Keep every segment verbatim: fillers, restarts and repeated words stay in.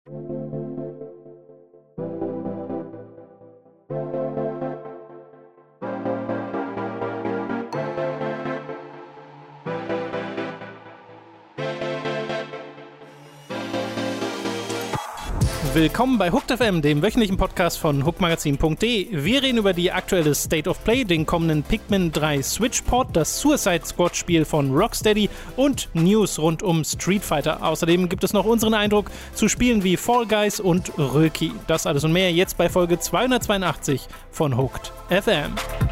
Willkommen bei Hooked F M, dem wöchentlichen Podcast von hookmagazin punkt de. Wir reden über die aktuelle State of Play, den kommenden Pikmin drei Switch-Port, das Suicide Squad-Spiel von Rocksteady und News rund um Street Fighter. Außerdem gibt es noch unseren Eindruck zu Spielen wie Fall Guys und Röki. Das alles und mehr jetzt bei Folge zweihundertzweiundachtzig von Hooked F M.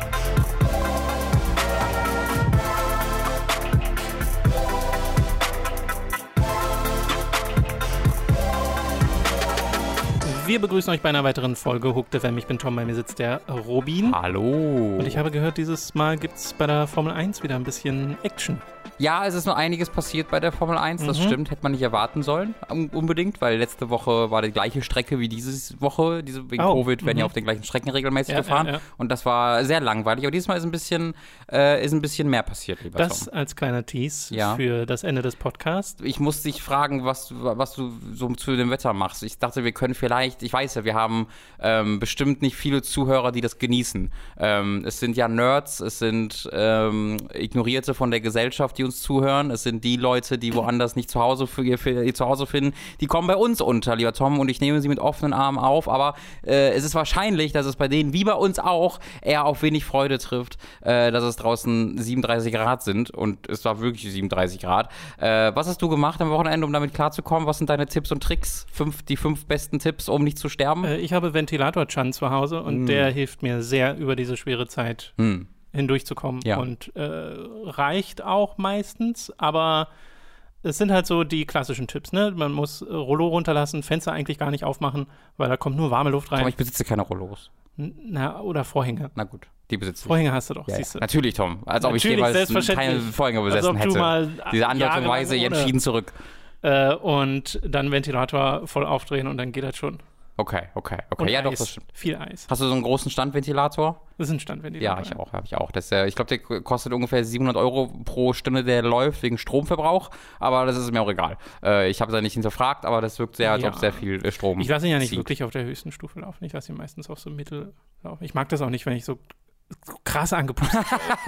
Wir begrüßen euch bei einer weiteren Folge Hooked F M. Ich bin Tom, bei mir sitzt der Robin. Hallo. Und ich habe gehört, dieses Mal gibt es bei der Formel eins wieder ein bisschen Action. Ja, es ist nur einiges passiert bei der Formel eins, das mhm. stimmt, hätte man nicht erwarten sollen, unbedingt, weil letzte Woche war die gleiche Strecke wie diese Woche, diese, wegen oh. Covid werden mhm. ja auf den gleichen Strecken regelmäßig ja, gefahren ja, ja. und das war sehr langweilig, aber dieses Mal ist ein bisschen, äh, ist ein bisschen mehr passiert, lieber Das Tom. Als kleiner Tease ja. für das Ende des Podcasts. Ich muss dich fragen, was, was du so zu dem Wetter machst. Ich dachte, wir können vielleicht, ich weiß ja, wir haben ähm, bestimmt nicht viele Zuhörer, die das genießen. Ähm, es sind ja Nerds, es sind ähm, Ignorierte von der Gesellschaft, die uns zuhören. Es sind die Leute, die woanders nicht zu Hause, für, für, zu Hause finden, die kommen bei uns unter, lieber Tom, und ich nehme sie mit offenen Armen auf, aber äh, es ist wahrscheinlich, dass es bei denen, wie bei uns auch, eher auf wenig Freude trifft, äh, dass es draußen siebenunddreißig Grad sind und es war wirklich siebenunddreißig Grad. Äh, was hast du gemacht am Wochenende, um damit klarzukommen? Was sind deine Tipps und Tricks? Fünf, die fünf besten Tipps, um nicht zu sterben? Äh, ich habe Ventilator-Chan zu Hause und mm. der hilft mir sehr über diese schwere Zeit. Mm. hindurchzukommen ja. und äh, reicht auch meistens, aber es sind halt so die klassischen Tipps, ne? Man muss äh, Rollo runterlassen, Fenster eigentlich gar nicht aufmachen, weil da kommt nur warme Luft rein. Aber ich besitze keine Rollos. Na, oder Vorhänge. Na gut, die besitze ich. Vorhänge hast du doch, ja, siehst du. Natürlich, Tom. Als ob Natürlich, ich jeweils keine Vorhänge besessen hätte. Mal Diese Andeutung weise ich entschieden zurück. Äh, und dann Ventilator voll aufdrehen und dann geht das schon. Okay, okay, okay. Und ja, Eis, doch, das stimmt. Viel Eis. Hast du so einen großen Standventilator? Das ist ein Standventilator. Ja, ich auch, habe ich auch. Das, äh, ich glaube, der kostet ungefähr siebenhundert Euro pro Stunde, der läuft, wegen Stromverbrauch. Aber das ist mir auch egal. Äh, ich habe es ja nicht hinterfragt, aber das wirkt sehr, als ja. ob sehr viel äh, Strom Ich lasse ihn ja nicht zieht. wirklich auf der höchsten Stufe laufen. Ich lasse ihn meistens auf so Mittel laufen. Ich mag das auch nicht, wenn ich so krass angepustet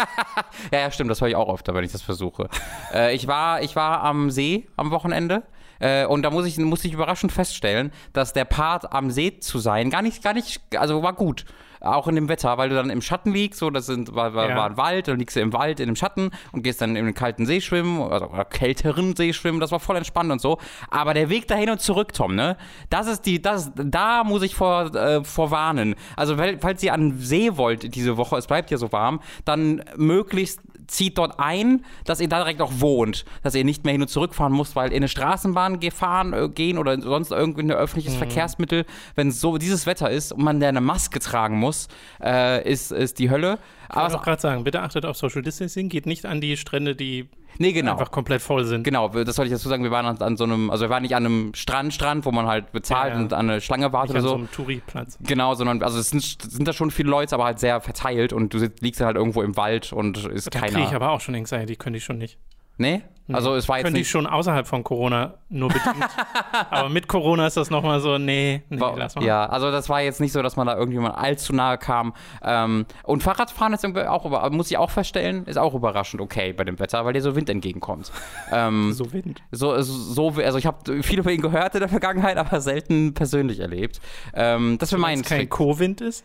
ja, ja, stimmt. Das höre ich auch öfter, wenn ich das versuche. äh, ich, war, ich war am See am Wochenende. Äh, und da muss ich, muss ich überraschend feststellen, dass der Part am See zu sein gar nicht, gar nicht, also war gut. Auch in dem Wetter, weil du dann im Schatten liegst, so, das sind, war, war, ja. war ein Wald, dann liegst du im Wald, in dem Schatten und gehst dann in den kalten See schwimmen, also, oder kälteren See schwimmen, das war voll entspannt und so. Aber der Weg dahin und zurück, Tom, ne, das ist die, das, da muss ich vor, äh, vorwarnen. Also, falls ihr an den See wollt diese Woche, es bleibt ja so warm, dann möglichst zieht dort ein, dass ihr da direkt auch wohnt, dass ihr nicht mehr hin und zurück fahren müsst, weil in eine Straßenbahn fahren, äh, gehen oder sonst irgendwie ein öffentliches mhm. Verkehrsmittel, wenn so dieses Wetter ist und man da eine Maske tragen muss, äh, ist, ist die Hölle. Ich wollte auch gerade sagen, bitte achtet auf Social Distancing, geht nicht an die Strände, die nee, genau. einfach komplett voll sind. Genau, das sollte ich dazu sagen, wir waren an, an so einem, also wir waren nicht an einem Strand, Strand, wo man halt bezahlt ja, ja. und an eine Schlange wartet nicht oder so. An so einem Touri-Platz. Genau, sondern, also es sind, sind da schon viele Leute, aber halt sehr verteilt und du liegst halt irgendwo im Wald und ist da keiner. Da kriege ich aber auch schon Anxiety, könnte ich schon nicht. Nee? Nee. Also es war jetzt Könnte nicht... ich schon außerhalb von Corona nur bedingt. Aber mit Corona ist das nochmal so, nee, nee, war, lass mal. Ja, also das war jetzt nicht so, dass man da irgendjemand allzu nahe kam. Ähm, und Fahrradfahren ist auch, muss ich auch feststellen, ist auch überraschend okay bei dem Wetter, weil dir so Wind entgegenkommt. Ähm, so Wind? So, so, also ich habe viel über ihn gehört in der Vergangenheit, aber selten persönlich erlebt. Ähm, das für meinen Trick. Kein Co-Wind ist?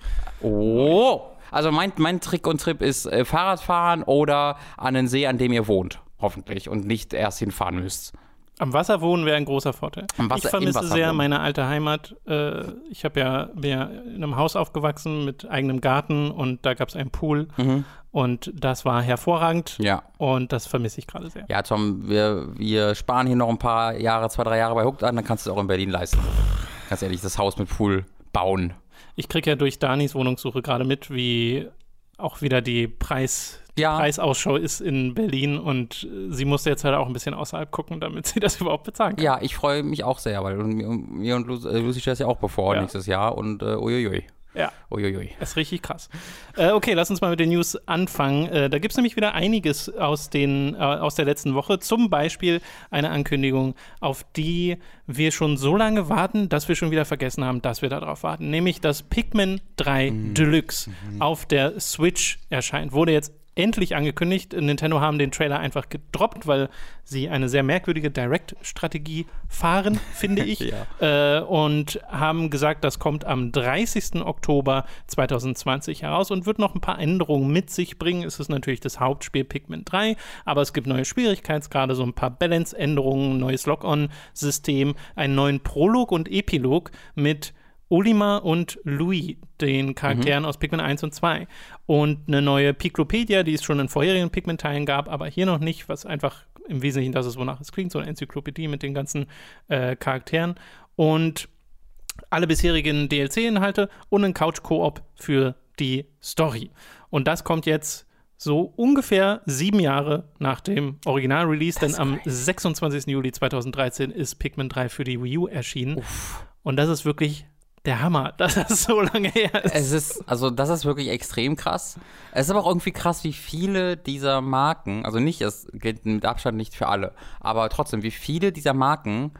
Oh! Also mein, mein Trick und Trip ist äh, Fahrradfahren oder an den See, an dem ihr wohnt. Hoffentlich. Und nicht erst hinfahren müsst. Am Wasser wohnen wäre ein großer Vorteil. Am Wasser, ich vermisse sehr wohnen. meine alte Heimat. Äh, ich habe ja, bin ja in einem Haus aufgewachsen mit eigenem Garten und da gab es einen Pool. Mhm. Und das war hervorragend. Ja. Und das vermisse ich gerade sehr. Ja, Tom, wir, wir sparen hier noch ein paar Jahre, zwei, drei Jahre bei Hooked an, dann kannst du es auch in Berlin leisten. Ganz ehrlich, das Haus mit Pool bauen. Ich kriege ja durch Danis Wohnungssuche gerade mit, wie auch wieder die Preis... Ja. Preisausschau ist in Berlin und sie musste jetzt halt auch ein bisschen außerhalb gucken, damit sie das überhaupt bezahlen kann. Ja, ich freue mich auch sehr, weil mir und Lucy steht das ja auch bevor ja. nächstes Jahr und äh, uiuiui. Ja. Uiuiui. Das ist richtig krass. Äh, okay, lass uns mal mit den News anfangen. Äh, da gibt es nämlich wieder einiges aus, den, äh, aus der letzten Woche. Zum Beispiel eine Ankündigung, auf die wir schon so lange warten, dass wir schon wieder vergessen haben, dass wir darauf warten. Nämlich, dass Pikmin drei mhm. Deluxe mhm. auf der Switch erscheint. Wurde jetzt endlich angekündigt. Nintendo haben den Trailer einfach gedroppt, weil sie eine sehr merkwürdige Direct-Strategie fahren, finde ich. ja. äh, und haben gesagt, das kommt am dreißigsten Oktober zweitausendzwanzig heraus und wird noch ein paar Änderungen mit sich bringen. Es ist natürlich das Hauptspiel Pikmin drei, aber es gibt neue Schwierigkeitsgrade, so ein paar Balance-Änderungen, neues Lock-on-System, einen neuen Prolog und Epilog mit Olimar und Louis, den Charakteren mhm. aus Pikmin eins und zwei. Und eine neue Piklopedia, die es schon in vorherigen Pikmin-Teilen gab, aber hier noch nicht, was einfach im Wesentlichen das ist, wonach es klingt, so eine Enzyklopädie mit den ganzen äh, Charakteren. Und alle bisherigen D L C-Inhalte und ein Couch-Koop für die Story. Und das kommt jetzt so ungefähr sieben Jahre nach dem Original-Release, denn am sechsundzwanzigsten Juli zweitausenddreizehn ist Pikmin drei für die Wii U erschienen. Uff. Und das ist wirklich der Hammer, dass das so lange her ist. Es ist, also das ist wirklich extrem krass. Es ist aber auch irgendwie krass, wie viele dieser Marken, also nicht, es gilt mit Abstand nicht für alle, aber trotzdem, wie viele dieser Marken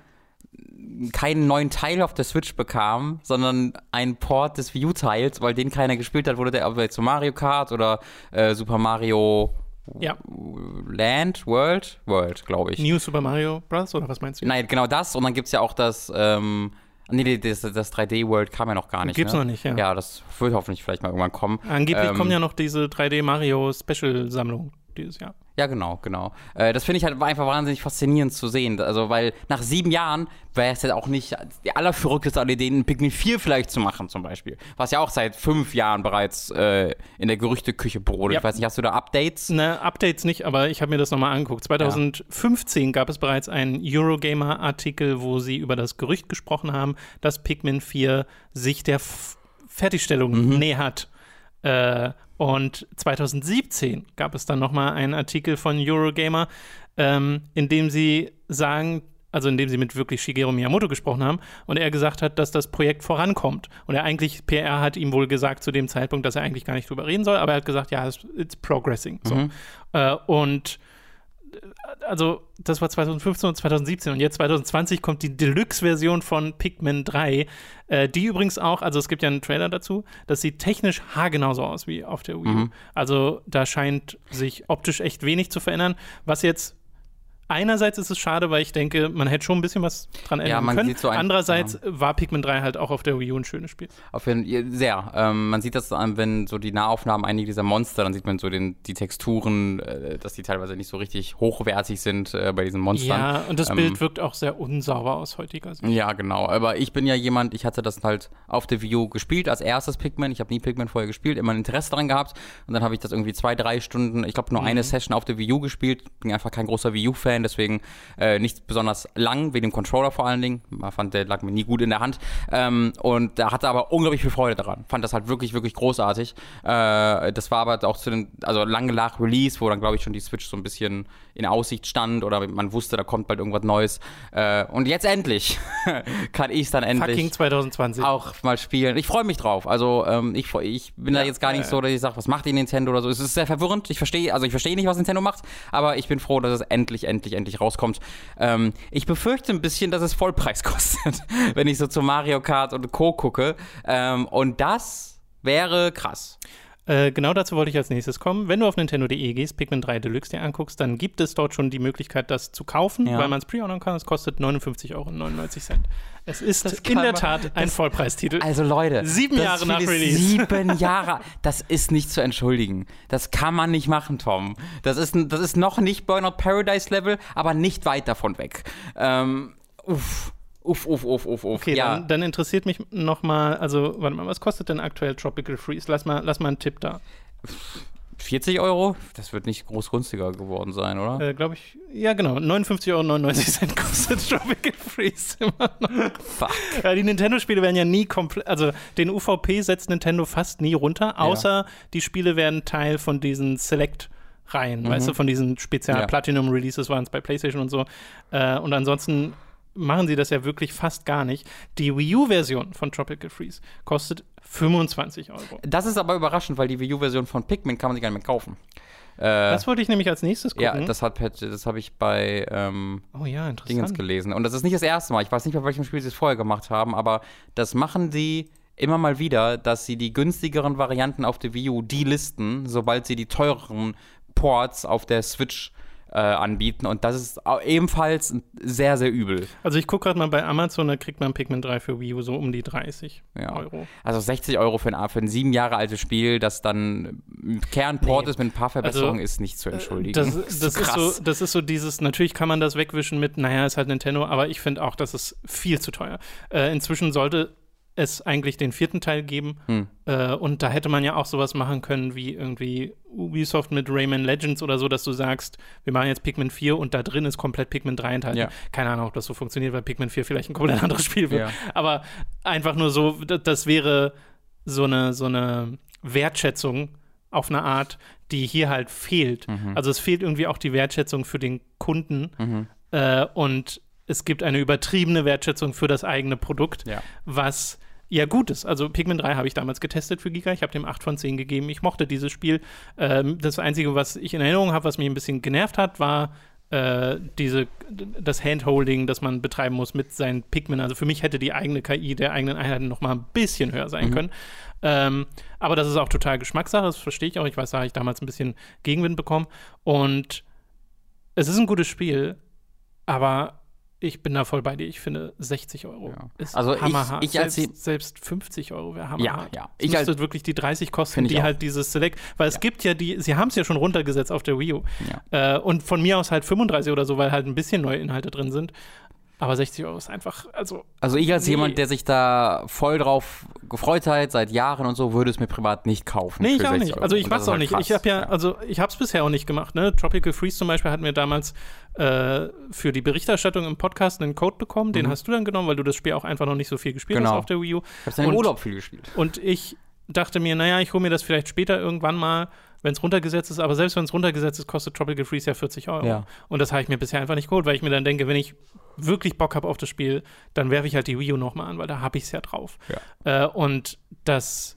keinen neuen Teil auf der Switch bekamen, sondern einen Port des Wii U-Teils, weil den keiner gespielt hat, wurde der aber zu Mario Kart oder äh, Super Mario ja. Land, World, World, glaube ich. New Super Mario Bros. Oder was meinst du? Nein, genau das. Und dann gibt es ja auch das, ähm, nee, das, das drei D-World kam ja noch gar nicht. Gibt's ne? noch nicht, ja. Ja, das wird hoffentlich vielleicht mal irgendwann kommen. Angeblich ähm, kommen ja noch diese drei D-Mario-Special-Sammlung dieses Jahr. Ja, genau, genau. Äh, das finde ich halt einfach wahnsinnig faszinierend zu sehen. Also, weil nach sieben Jahren wäre es jetzt auch nicht die allerverrückteste Idee, einen Pikmin vier vielleicht zu machen, zum Beispiel. Was ja auch seit fünf Jahren bereits äh, in der Gerüchteküche brodelt. Ja. Ich weiß nicht, hast du da Updates? Ne, Updates nicht, aber ich habe mir das nochmal angeguckt. zweitausendfünfzehn ja. gab es bereits einen Eurogamer-Artikel, wo sie über das Gerücht gesprochen haben, dass Pikmin vier sich der F- Fertigstellung mhm. nähert. Äh, Und zweitausendsiebzehn gab es dann nochmal einen Artikel von Eurogamer, ähm, in dem sie sagen, also in dem sie mit wirklich Shigeru Miyamoto gesprochen haben und er gesagt hat, dass das Projekt vorankommt. Und er eigentlich, P R hat ihm wohl gesagt zu dem Zeitpunkt, dass er eigentlich gar nicht drüber reden soll, aber er hat gesagt, ja, it's, it's progressing. So. Mhm. Äh, und also das war zweitausendfünfzehn und zweitausendsiebzehn und jetzt zweitausendzwanzig kommt die Deluxe-Version von Pikmin drei, äh, die übrigens auch, also es gibt ja einen Trailer dazu, das sieht technisch haargenau so aus wie auf der Wii U. Mhm. Also da scheint sich optisch echt wenig zu verändern, was jetzt einerseits ist es schade, weil ich denke, man hätte schon ein bisschen was dran ändern ja, man können. Sieht so ein, Andererseits ja. war Pikmin drei halt auch auf der Wii U ein schönes Spiel. Auf jeden Fall, sehr. Ähm, man sieht das, wenn so die Nahaufnahmen einiger dieser Monster, dann sieht man so den, die Texturen, äh, dass die teilweise nicht so richtig hochwertig sind äh, bei diesen Monstern. Ja, und das ähm, Bild wirkt auch sehr unsauber aus heutiger Sicht. Ja, genau. Aber ich bin ja jemand, ich hatte das halt auf der Wii U gespielt als erstes Pikmin. Ich habe nie Pikmin vorher gespielt, immer ein Interesse daran gehabt. Und dann habe ich das irgendwie zwei, drei Stunden, ich glaube nur mhm. eine Session auf der Wii U gespielt. Bin einfach kein großer Wii U-Fan, deswegen Äh, nicht besonders lang, wegen dem Controller vor allen Dingen. Man fand, der lag mir nie gut in der Hand. Ähm, und da hatte aber unglaublich viel Freude daran. Fand das halt wirklich, wirklich großartig. Äh, das war aber auch zu dem, also lange nach Release, wo dann, glaube ich, schon die Switch so ein bisschen in Aussicht stand oder man wusste, da kommt bald irgendwas Neues. Äh, und jetzt endlich kann ich es dann endlich Fucking zwanzig zwanzig auch mal spielen. Ich freue mich drauf. Also ähm, ich, ich bin ja, da jetzt gar nicht äh, so, dass ich sage, was macht die Nintendo oder so. Es ist sehr verwirrend. Ich verstehe, also ich verstehe nicht, was Nintendo macht, aber ich bin froh, dass es endlich, endlich, endlich rauskommt. Ähm, ich befürchte ein bisschen, dass es Vollpreis kostet, wenn ich so zu Mario Kart und Co. gucke. Ähm, und das wäre krass. Äh, genau dazu wollte ich als nächstes kommen. Wenn du auf Nintendo Punkt de gehst, Pikmin drei Deluxe dir anguckst, dann gibt es dort schon die Möglichkeit, das zu kaufen, ja. weil man es pre-ordern kann. Es kostet neunundfünfzig Euro neunundneunzig. Es ist in der Tat ein Vollpreistitel. Also Leute, sieben Jahre nach Release. Sieben Jahre. Das ist nicht zu entschuldigen. Das kann man nicht machen, Tom. Das ist, das ist noch nicht Burnout Paradise Level, aber nicht weit davon weg. Ähm, uff. Uff, uff, uff, uff, uff. Okay, ja. dann, dann interessiert mich nochmal, also, warte mal, was kostet denn aktuell Tropical Freeze? Lass mal, lass mal einen Tipp da. vierzig Euro? Das wird nicht groß günstiger geworden sein, oder? Äh, glaube ich, ja genau, neunundfünfzig Euro neunundneunzig kostet Tropical Freeze immer noch. Fuck. Ja, die Nintendo-Spiele werden ja nie komplett, also den U V P setzt Nintendo fast nie runter, außer ja. die Spiele werden Teil von diesen Select- Reihen, mhm. weißt du, von diesen Spezial-Platinum-Releases waren es bei PlayStation und so. Äh, und ansonsten machen sie das ja wirklich fast gar nicht. Die Wii U-Version von Tropical Freeze kostet fünfundzwanzig Euro. Das ist aber überraschend, weil die Wii U-Version von Pikmin kann man sich gar nicht mehr kaufen. Äh, das wollte ich nämlich als nächstes gucken. Ja, das, das habe ich bei ähm, oh ja, interessant. Dingens gelesen. Und das ist nicht das erste Mal. Ich weiß nicht, bei welchem Spiel sie es vorher gemacht haben, aber das machen sie immer mal wieder, dass sie die günstigeren Varianten auf der Wii U delisten, sobald sie die teureren Ports auf der Switch äh, anbieten. Und das ist ebenfalls sehr, sehr übel. Also ich gucke gerade mal bei Amazon, da kriegt man Pikmin drei für Wii U so um die dreißig ja. Euro. Also sechzig Euro für ein, für ein sieben Jahre altes Spiel, das dann ein Kernport nee. ist mit ein paar Verbesserungen, also, ist nicht zu entschuldigen. Das, das, das, ist so, das ist so dieses, natürlich kann man das wegwischen mit, naja, ist halt Nintendo, aber ich finde auch, das ist viel zu teuer. Äh, inzwischen sollte es eigentlich den vierten Teil geben. Hm. Äh, und da hätte man ja auch sowas machen können wie irgendwie Ubisoft mit Rayman Legends oder so, dass du sagst, wir machen jetzt Pikmin vier und da drin ist komplett Pikmin drei enthalten. Ja. Keine Ahnung, ob das so funktioniert, weil Pikmin vier vielleicht ein komplett anderes Spiel wird. Ja. Aber einfach nur so, das wäre so eine, so eine Wertschätzung auf eine Art, die hier halt fehlt. Mhm. Also es fehlt irgendwie auch die Wertschätzung für den Kunden mhm. äh, und es gibt eine übertriebene Wertschätzung für das eigene Produkt, ja. was ja gut ist. Also Pikmin drei habe ich damals getestet für Giga. Ich habe dem acht von zehn gegeben. Ich mochte dieses Spiel. Ähm, das Einzige, was ich in Erinnerung habe, was mich ein bisschen genervt hat, war äh, diese, das Handholding, das man betreiben muss mit seinen Pikmin. Also für mich hätte die eigene K I der eigenen Einheiten noch mal ein bisschen höher sein mhm. können. Ähm, aber das ist auch total Geschmackssache. Das verstehe ich auch. Ich weiß, da habe ich damals ein bisschen Gegenwind bekommen. Und es ist ein gutes Spiel, aber ich bin da voll bei dir. Ich finde, sechzig Euro ja. ist also hammerhart. Ich, ich als selbst, selbst fünfzig Euro wäre hammerhart. Ja, ja. Es müsste wirklich die dreißig kosten, die auch. halt dieses Select, weil es ja. gibt ja die, sie haben es ja schon runtergesetzt auf der Wii U. Ja. Äh, und von mir aus halt fünfunddreißig oder so, weil halt ein bisschen neue Inhalte drin sind. Aber sechzig Euro ist einfach, also Also ich als nee. jemand, der sich da voll drauf gefreut hat, seit Jahren und so, würde es mir privat nicht kaufen. Nee, ich für auch nicht. Euro. Also ich mach's auch halt nicht. Krass. Ich habe ja, ja, also ich hab's bisher auch nicht gemacht. Ne? Tropical Freeze zum Beispiel hatten wir damals äh, für die Berichterstattung im Podcast einen Code bekommen. Den mhm. hast du dann genommen, weil du das Spiel auch einfach noch nicht so viel gespielt genau. hast auf der Wii U. Ich hab's dann im Urlaub viel gespielt. Und ich dachte mir, naja, ich hole mir das vielleicht später irgendwann mal, wenn es runtergesetzt ist, aber selbst wenn es runtergesetzt ist, kostet Tropical Freeze ja vierzig Euro. Ja. Und das habe ich mir bisher einfach nicht geholt, weil ich mir dann denke, wenn ich wirklich Bock habe auf das Spiel, dann werfe ich halt die Wii U nochmal an, weil da habe ich es ja drauf. Ja. Äh, und das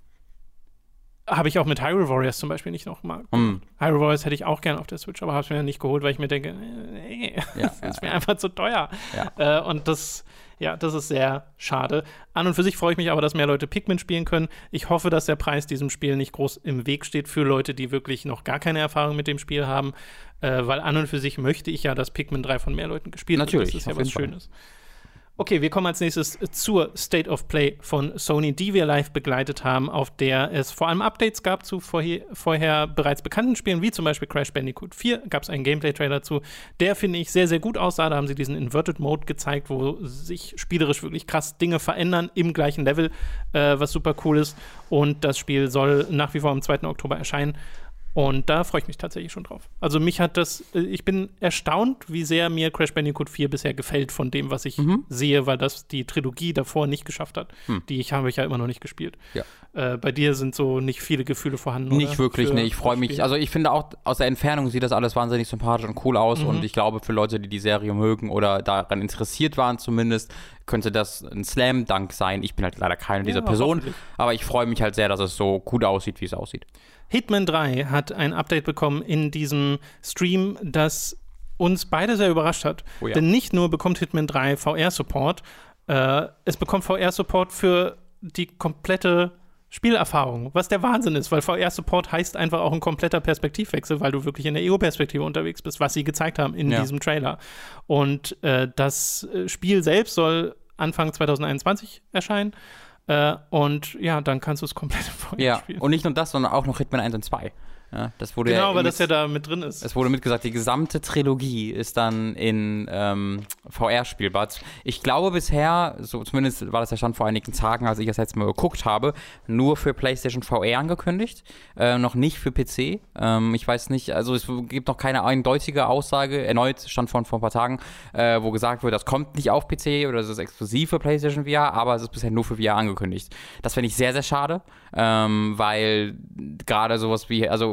habe ich auch mit Hyrule Warriors zum Beispiel nicht nochmal gemacht. Mm. Hyrule Warriors hätte ich auch gerne auf der Switch, aber habe es mir nicht geholt, weil ich mir denke, nee, ja, das ist ja, mir ja. einfach zu teuer. Ja. Äh, und das Ja, das ist sehr schade. An und für sich freue ich mich aber, dass mehr Leute Pikmin spielen können. Ich hoffe, dass der Preis diesem Spiel nicht groß im Weg steht für Leute, die wirklich noch gar keine Erfahrung mit dem Spiel haben. Äh, weil an und für sich möchte ich ja, dass Pikmin drei von mehr Leuten gespielt wird. Natürlich, das ist ja was Schönes. Okay, wir kommen als nächstes zur State of Play von Sony, die wir live begleitet haben, auf der es vor allem Updates gab zu vorher, vorher bereits bekannten Spielen, wie zum Beispiel Crash Bandicoot vier, gab es einen Gameplay-Trailer zu, der, finde ich, sehr, sehr gut aussah. Da haben sie diesen Inverted Mode gezeigt, wo sich spielerisch wirklich krass Dinge verändern im gleichen Level, äh, was super cool ist. Und das Spiel soll nach wie vor am zweiten Oktober erscheinen. Und da freue ich mich tatsächlich schon drauf. Also mich hat das, ich bin erstaunt, wie sehr mir Crash Bandicoot vier bisher gefällt von dem, was ich mhm. sehe, weil das die Trilogie davor nicht geschafft hat. Hm. Die ich habe ich ja immer noch nicht gespielt. Ja. Äh, bei dir sind so nicht viele Gefühle vorhanden, Nicht oder? wirklich, Für nee, ich freue mich. Also ich finde auch, aus der Entfernung sieht das alles wahnsinnig sympathisch und cool aus. Mhm. Und ich glaube, für Leute, die die Serie mögen oder daran interessiert waren zumindest, könnte das ein Slam-Dunk sein. Ich bin halt leider keine ja, dieser Personen, aber ich freue mich halt sehr, dass es so gut aussieht, wie es aussieht. Hitman drei hat ein Update bekommen in diesem Stream, das uns beide sehr überrascht hat. Oh ja. Denn nicht nur bekommt Hitman drei V R-Support, äh, es bekommt V R-Support für die komplette Spielerfahrung, was der Wahnsinn ist, weil V R-Support heißt einfach auch ein kompletter Perspektivwechsel, weil du wirklich in der Ego-Perspektive unterwegs bist, was sie gezeigt haben in ja. diesem Trailer. Und äh, das Spiel selbst soll Anfang zwanzig einundzwanzig erscheinen. Äh, und ja, dann kannst du es komplett im V R ja. spielen. Und nicht nur das, sondern auch noch Hitman eins und zwei. Ja, das wurde genau, ja weil das ja da mit drin ist. Es wurde mitgesagt, die gesamte Trilogie ist dann in ähm, V R spielbar. Ich glaube bisher, so zumindest war das ja schon vor einigen Tagen, als ich das jetzt mal geguckt habe, nur für PlayStation V R angekündigt, äh, noch nicht für P C. Ähm, ich weiß nicht, also es gibt noch keine eindeutige Aussage, erneut stand von vor ein paar Tagen, äh, wo gesagt wird, das kommt nicht auf P C oder das ist exklusiv für PlayStation V R, aber es ist bisher nur für V R angekündigt. Das finde ich sehr, sehr schade, ähm, weil gerade sowas wie, also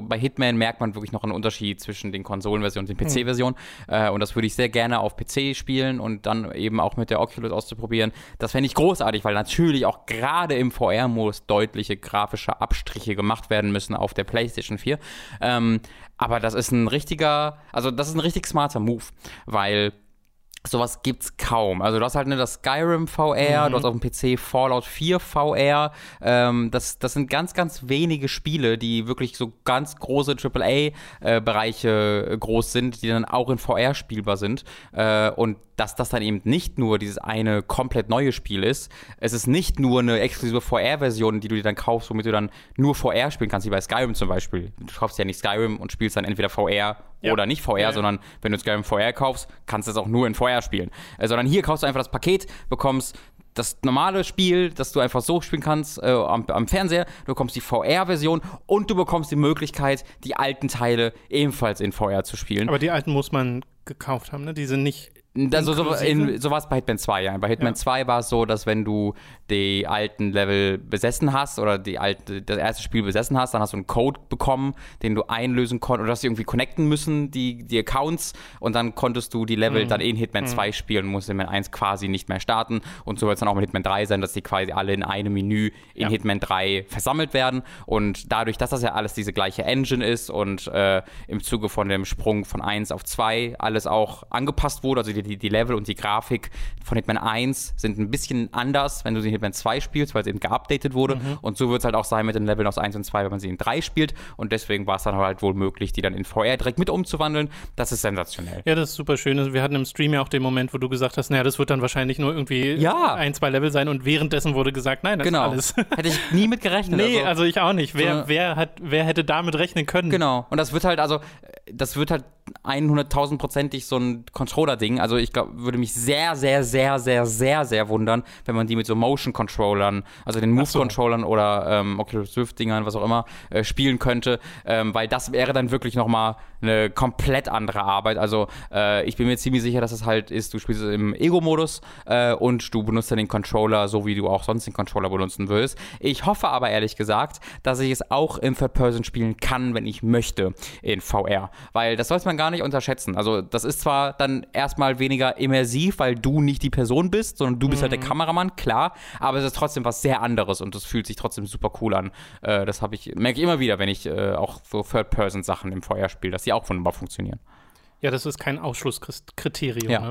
bei Hitman merkt man wirklich noch einen Unterschied zwischen den Konsolenversionen und den P C-Versionen. Mhm. Äh, und das würde ich sehr gerne auf P C spielen und dann eben auch mit der Oculus auszuprobieren. Das fände ich großartig, weil natürlich auch gerade im V R-Modus deutliche grafische Abstriche gemacht werden müssen auf der PlayStation vier. Ähm, aber das ist ein richtiger, also das ist ein richtig smarter Move, weil sowas gibt's kaum. Also du hast halt ne, das Skyrim V R, mhm. du hast auf dem P C Fallout vier V R. Ähm, das, das sind ganz, ganz wenige Spiele, die wirklich so ganz große Triple A-Bereiche äh, groß sind, die dann auch in V R spielbar sind. Äh, und dass das dann eben nicht nur dieses eine komplett neue Spiel ist. Es ist nicht nur eine exklusive V R-Version, die du dir dann kaufst, womit du dann nur V R spielen kannst, wie bei Skyrim zum Beispiel. Du kaufst ja nicht Skyrim und spielst dann entweder V R ja. oder nicht V R, ja, ja. sondern wenn du Skyrim V R kaufst, kannst du es auch nur in V R spielen. Äh, sondern hier kaufst du einfach das Paket, bekommst das normale Spiel, das du einfach so spielen kannst äh, am, am Fernseher, du bekommst die V R-Version und du bekommst die Möglichkeit, die alten Teile ebenfalls in V R zu spielen. Aber die alten muss man gekauft haben, ne? Die sind nicht Also so, in, so war es bei Hitman zwei, ja. Bei Hitman ja. zwei war es so, dass wenn du die alten Level besessen hast oder die alte, das erste Spiel besessen hast, dann hast du einen Code bekommen, den du einlösen konntest oder hast du irgendwie connecten müssen, die, die Accounts, und dann konntest du die Level mhm. dann in Hitman mhm. zwei spielen und musst Hitman eins quasi nicht mehr starten, und so wird es dann auch mit Hitman drei sein, dass die quasi alle in einem Menü in ja. Hitman drei versammelt werden, und dadurch, dass das ja alles diese gleiche Engine ist und äh, im Zuge von dem Sprung von eins auf zwei alles auch angepasst wurde, also die Die, die Level und die Grafik von Hitman eins sind ein bisschen anders, wenn du sie in Hitman zwei spielst, weil es eben geupdatet wurde. Mhm. Und so wird es halt auch sein mit den Leveln aus eins und zwei, wenn man sie in drei spielt. Und deswegen war es dann halt wohl möglich, die dann in V R direkt mit umzuwandeln. Das ist sensationell. Ja, das ist super schön. Wir hatten im Stream ja auch den Moment, wo du gesagt hast, naja, das wird dann wahrscheinlich nur irgendwie ja. ein, zwei Level sein. Und währenddessen wurde gesagt, nein, das genau. ist alles. Hätte ich nie mit gerechnet. Nee, also, also ich auch nicht. Wer, so wer, hat, wer hätte damit rechnen können? Genau. Und das wird halt, also, das wird halt hunderttausendprozentig so ein Controller-Ding. Also ich glaube, würde mich sehr, sehr, sehr, sehr, sehr, sehr wundern, wenn man die mit so Motion-Controllern, also den Move-Controllern so. oder ähm, Oculus Rift-Dingern, was auch immer, äh, spielen könnte, ähm, weil das wäre dann wirklich nochmal eine komplett andere Arbeit. Also äh, ich bin mir ziemlich sicher, dass es halt ist, du spielst im Ego-Modus äh, und du benutzt dann den Controller, so wie du auch sonst den Controller benutzen würdest. Ich hoffe aber ehrlich gesagt, dass ich es auch im Third-Person spielen kann, wenn ich möchte, in V R. Weil das sollte man gar nicht unterschätzen. Also das ist zwar dann erstmal weniger immersiv, weil du nicht die Person bist, sondern du bist mhm. halt der Kameramann, klar, aber es ist trotzdem was sehr anderes und das fühlt sich trotzdem super cool an. Äh, das habe ich, merke ich immer wieder, wenn ich äh, auch so Third-Person-Sachen im V R spiele, dass die auch wunderbar funktionieren. Ja, das ist kein Ausschlusskriterium, ja. ne?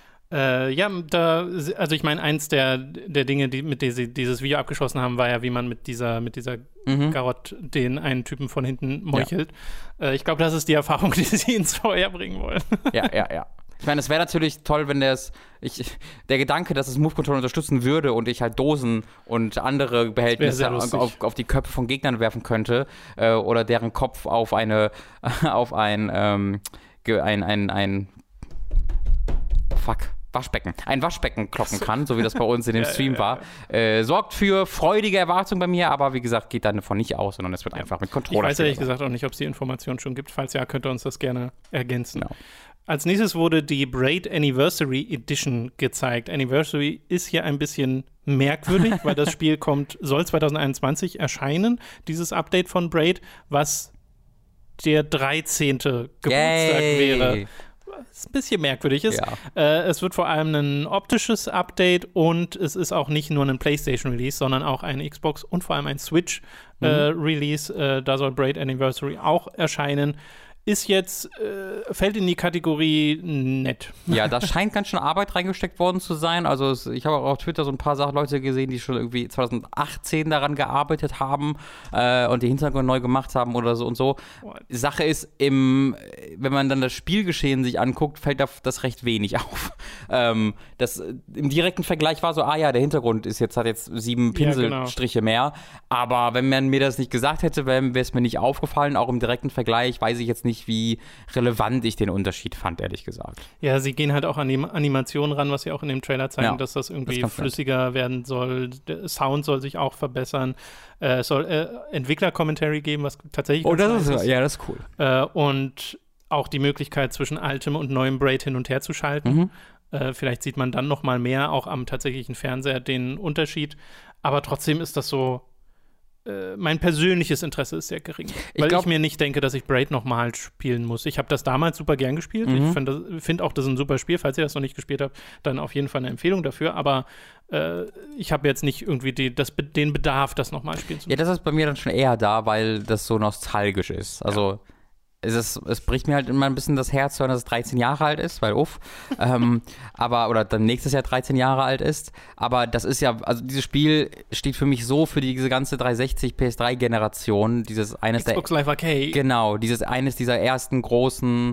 Äh, ja, da, also ich meine, eins der, der Dinge, die, mit denen sie dieses Video abgeschlossen haben, war ja, wie man mit dieser, mit dieser mhm. Garott den einen Typen von hinten meuchelt. Ja. Äh, ich glaube, das ist die Erfahrung, die sie ins V R bringen wollen. Ja, ja, ja. Ich meine, es wäre natürlich toll, wenn der es, ich, der Gedanke, dass es Move Controller unterstützen würde und ich halt Dosen und andere Behältnisse auf, auf die Köpfe von Gegnern werfen könnte äh, oder deren Kopf auf eine, auf ein, ähm, ein, ein, ein, fuck. Waschbecken, ein Waschbecken kloppen kann, so wie das bei uns in dem Stream ja, ja, ja. war, äh, sorgt für freudige Erwartungen bei mir, aber wie gesagt, geht dann davon nicht aus, sondern es wird ja. einfach mit Controller. Ich weiß ehrlich gesagt auch nicht, ob es die Information schon gibt. Falls ja, könnt ihr uns das gerne ergänzen. Genau. Als nächstes wurde die Braid Anniversary Edition gezeigt. Anniversary ist hier ein bisschen merkwürdig, weil das Spiel kommt, soll zwanzig einundzwanzig erscheinen, dieses Update von Braid, was der dreizehnte Geburtstag Yay. wäre. Was ein bisschen merkwürdig ist. Ja. Äh, es wird vor allem ein optisches Update und es ist auch nicht nur ein PlayStation-Release, sondern auch ein Xbox und vor allem ein Switch-Release. Mhm. Äh, äh, da soll Braid Anniversary auch erscheinen. Ist jetzt, äh, fällt in die Kategorie nett. Ja, da scheint ganz schön Arbeit reingesteckt worden zu sein. Also es, ich habe auch auf Twitter so ein paar Sachen Leute gesehen, die schon irgendwie zwanzig achtzehn daran gearbeitet haben äh, und die Hintergründe neu gemacht haben oder so und so. What? Sache ist, im, wenn man dann das Spielgeschehen sich anguckt, fällt das recht wenig auf. Ähm, das, im direkten Vergleich war so, ah ja, der Hintergrund ist jetzt, hat jetzt sieben Pinselstriche ja, genau. mehr. Aber wenn man mir das nicht gesagt hätte, wäre es mir nicht aufgefallen. Auch im direkten Vergleich weiß ich jetzt nicht, wie relevant ich den Unterschied fand, ehrlich gesagt. Ja, sie gehen halt auch an die Animationen ran, was sie auch in dem Trailer zeigen, ja, dass das irgendwie das flüssiger sein. werden soll. Der Sound soll sich auch verbessern. Äh, es soll äh, Entwickler-Commentary geben, was tatsächlich oh, das ist, ist. Ja, das ist cool. Äh, und auch die Möglichkeit, zwischen altem und neuem Braid hin und her zu schalten. Mhm. Äh, vielleicht sieht man dann noch mal mehr, auch am tatsächlichen Fernseher, den Unterschied. Aber trotzdem ist das so mein persönliches Interesse ist sehr gering. Ich weil glaub, ich mir nicht denke, dass ich Braid nochmal spielen muss. Ich habe das damals super gern gespielt. Mhm. Ich finde find auch, das ist ein super Spiel. Falls ihr das noch nicht gespielt habt, dann auf jeden Fall eine Empfehlung dafür. Aber äh, ich habe jetzt nicht irgendwie die, das, den Bedarf, das nochmal spielen zu müssen. Ja, das ist bei mir dann schon eher da, weil das so nostalgisch ist. Also ja. Es, ist, es bricht mir halt immer ein bisschen das Herz, wenn es dreizehn Jahre alt ist, weil uff, ähm, aber, oder dann nächstes Jahr dreizehn Jahre alt ist, aber das ist ja, also dieses Spiel steht für mich so für diese ganze dreihundertsechzig P S drei Generation, dieses eines Xbox der, Live Arcade. Genau, dieses eines dieser ersten großen